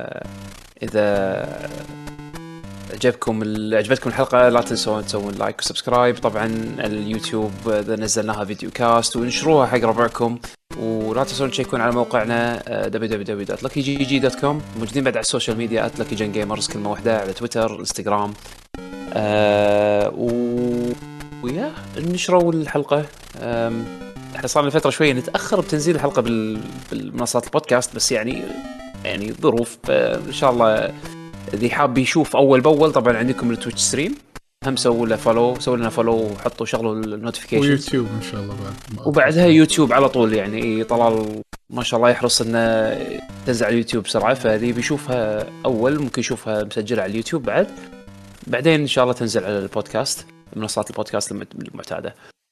اذا عجبتكم الحلقه لا تنسون تسوون لايك وسبسكرايب. طبعا اليوتيوب اذا نزلناها فيديو كاست ونشروها حق ربعكم. ولا تنسون تشيكون على موقعنا www.luckygg.com. موجودين بعد على السوشيال ميديا @luckygengamers كلمه واحده على تويتر انستغرام. ويا نشروا الحلقه. احنا صار لنا فتره شويه نتاخر بتنزيل الحلقه بالمنصات البودكاست، بس يعني ظروف. ان شاء الله اللي حاب يشوف اول باول طبعا عندكم التويتش ستريم، هم سووا لنا فولو وحطوا شغلوا النوتيفيكيشن ويوتيوب ان شاء الله بعد. وبعدها يوتيوب على طول. يعني طلال ما شاء الله يحرص انه تنزل على اليوتيوب بسرعه، فاللي بيشوفها اول ممكن يشوفها مسجله على اليوتيوب بعدين ان شاء الله تنزل على البودكاست منصات البودكاست المعتاده.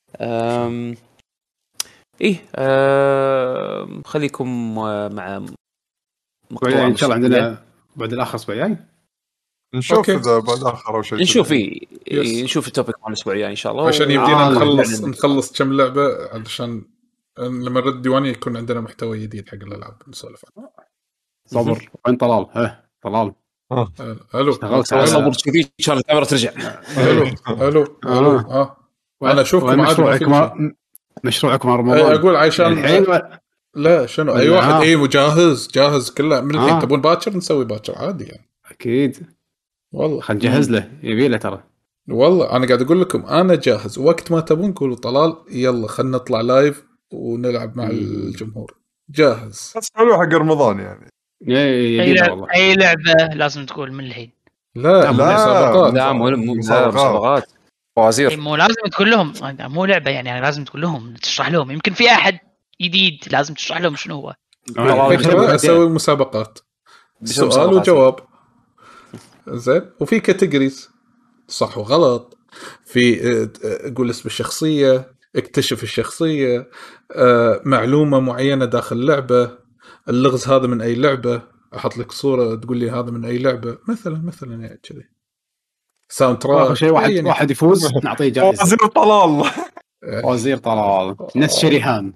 خليكم مع ان شاء الله عندنا بعد الاخر اسبوع جاي نشوف اذا بعد اخر او شيء نشوف التوبيك مال الاسبوع الجاي ان شاء الله عشان يبدينا نخلص كم لعبه علشان لما نرد ديواني يكون عندنا محتوى جديد حق الالعاب نسولف عنه. صبر وين طلال؟ طلال الو صبر كذي عشان الكاميرا ترجع. الو انا اشوفكم مشروعكم رمضان. اقول عشان الحين لا شنو اي واحد جاهز كله من الحين. تبون باكر نسوي باكر عادي يعني. اكيد والله خل نجهز له يبي له ترى. والله انا قاعد اقول لكم انا جاهز. وقت ما تبون قولوا طلال يلا خلنا نطلع لايف ونلعب مع الجمهور. جاهز بس حلو حق رمضان يعني. اي لعبه لازم تقول من الحين. لا مسابقات. لا مو مسابقات فوازير. مو لازم تقول لهم مو لعبه يعني لازم تقول لهم تشرح لهم. يمكن في احد جديد لازم تشرح لهم شنو هو. اسوي مسابقات سؤال وجواب زين. وفي كاتيجوريز صح وغلط. في اقول اسم الشخصيه، اكتشف الشخصيه، معلومه معينه داخل لعبه، اللغز هذا من اي لعبه، احط لك صوره تقول لي هذا من اي لعبه مثلا يعني كذي. ساوند تراك شيء واحد يفوز نعطيه جائزه. وزير طلال نفس شريهان.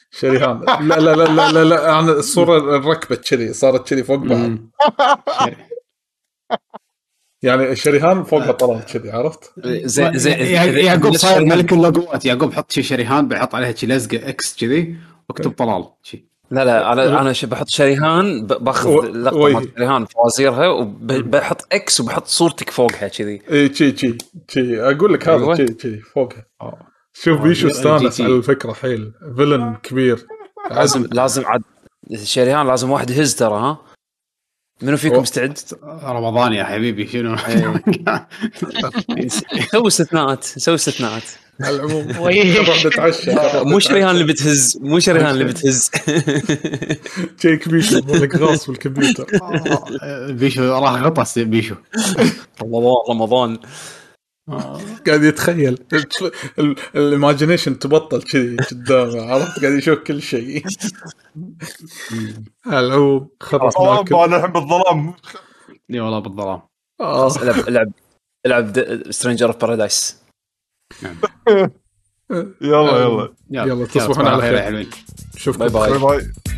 لا انا الصوره الركبه كذي صارت كذي فوق بعض. يعني الشريهان فوقها طلال كذي عرفت. زين يعقوب صاير ملك اللوجوات. يعقوب حط شي شريهان بيحط عليها شي لزقه اكس كذي واكتب طلال شي. لا انا بحط شريهان باخذ لقطه مال شريهان فوازيرها وبحط اكس وبحط صورتك فوقها كذي. اي شي اقول لك هذا شي فوقها. شوف بيشو استانس على الفكره حيل. فيلن كبير. لازم عاد شريهان لازم واحد يهز ترى. ها منو فيكم مستعد؟ رمضان يا حبيبي شنو. سوي استثناءات على العموم وي. نروح نتعشى مو شريهان اللي بتهز مو شريهان اللي بتهز تشيك بيشو لك غاص بالكمبيوتر. بيشو راح غطس بيشو. رمضان قاعد يتخيل الايماجينيشن تبطل كذي قدامه، عرفت؟ قاعد يشوف كل شيء. العموم خلصناكم. انا الحين بالظلام. اي والله بالظلام. العب سترينجر اوف بارادايس. يلا يلا تصبحون على خير. حلوين. شوفكم باي باي. باي باي.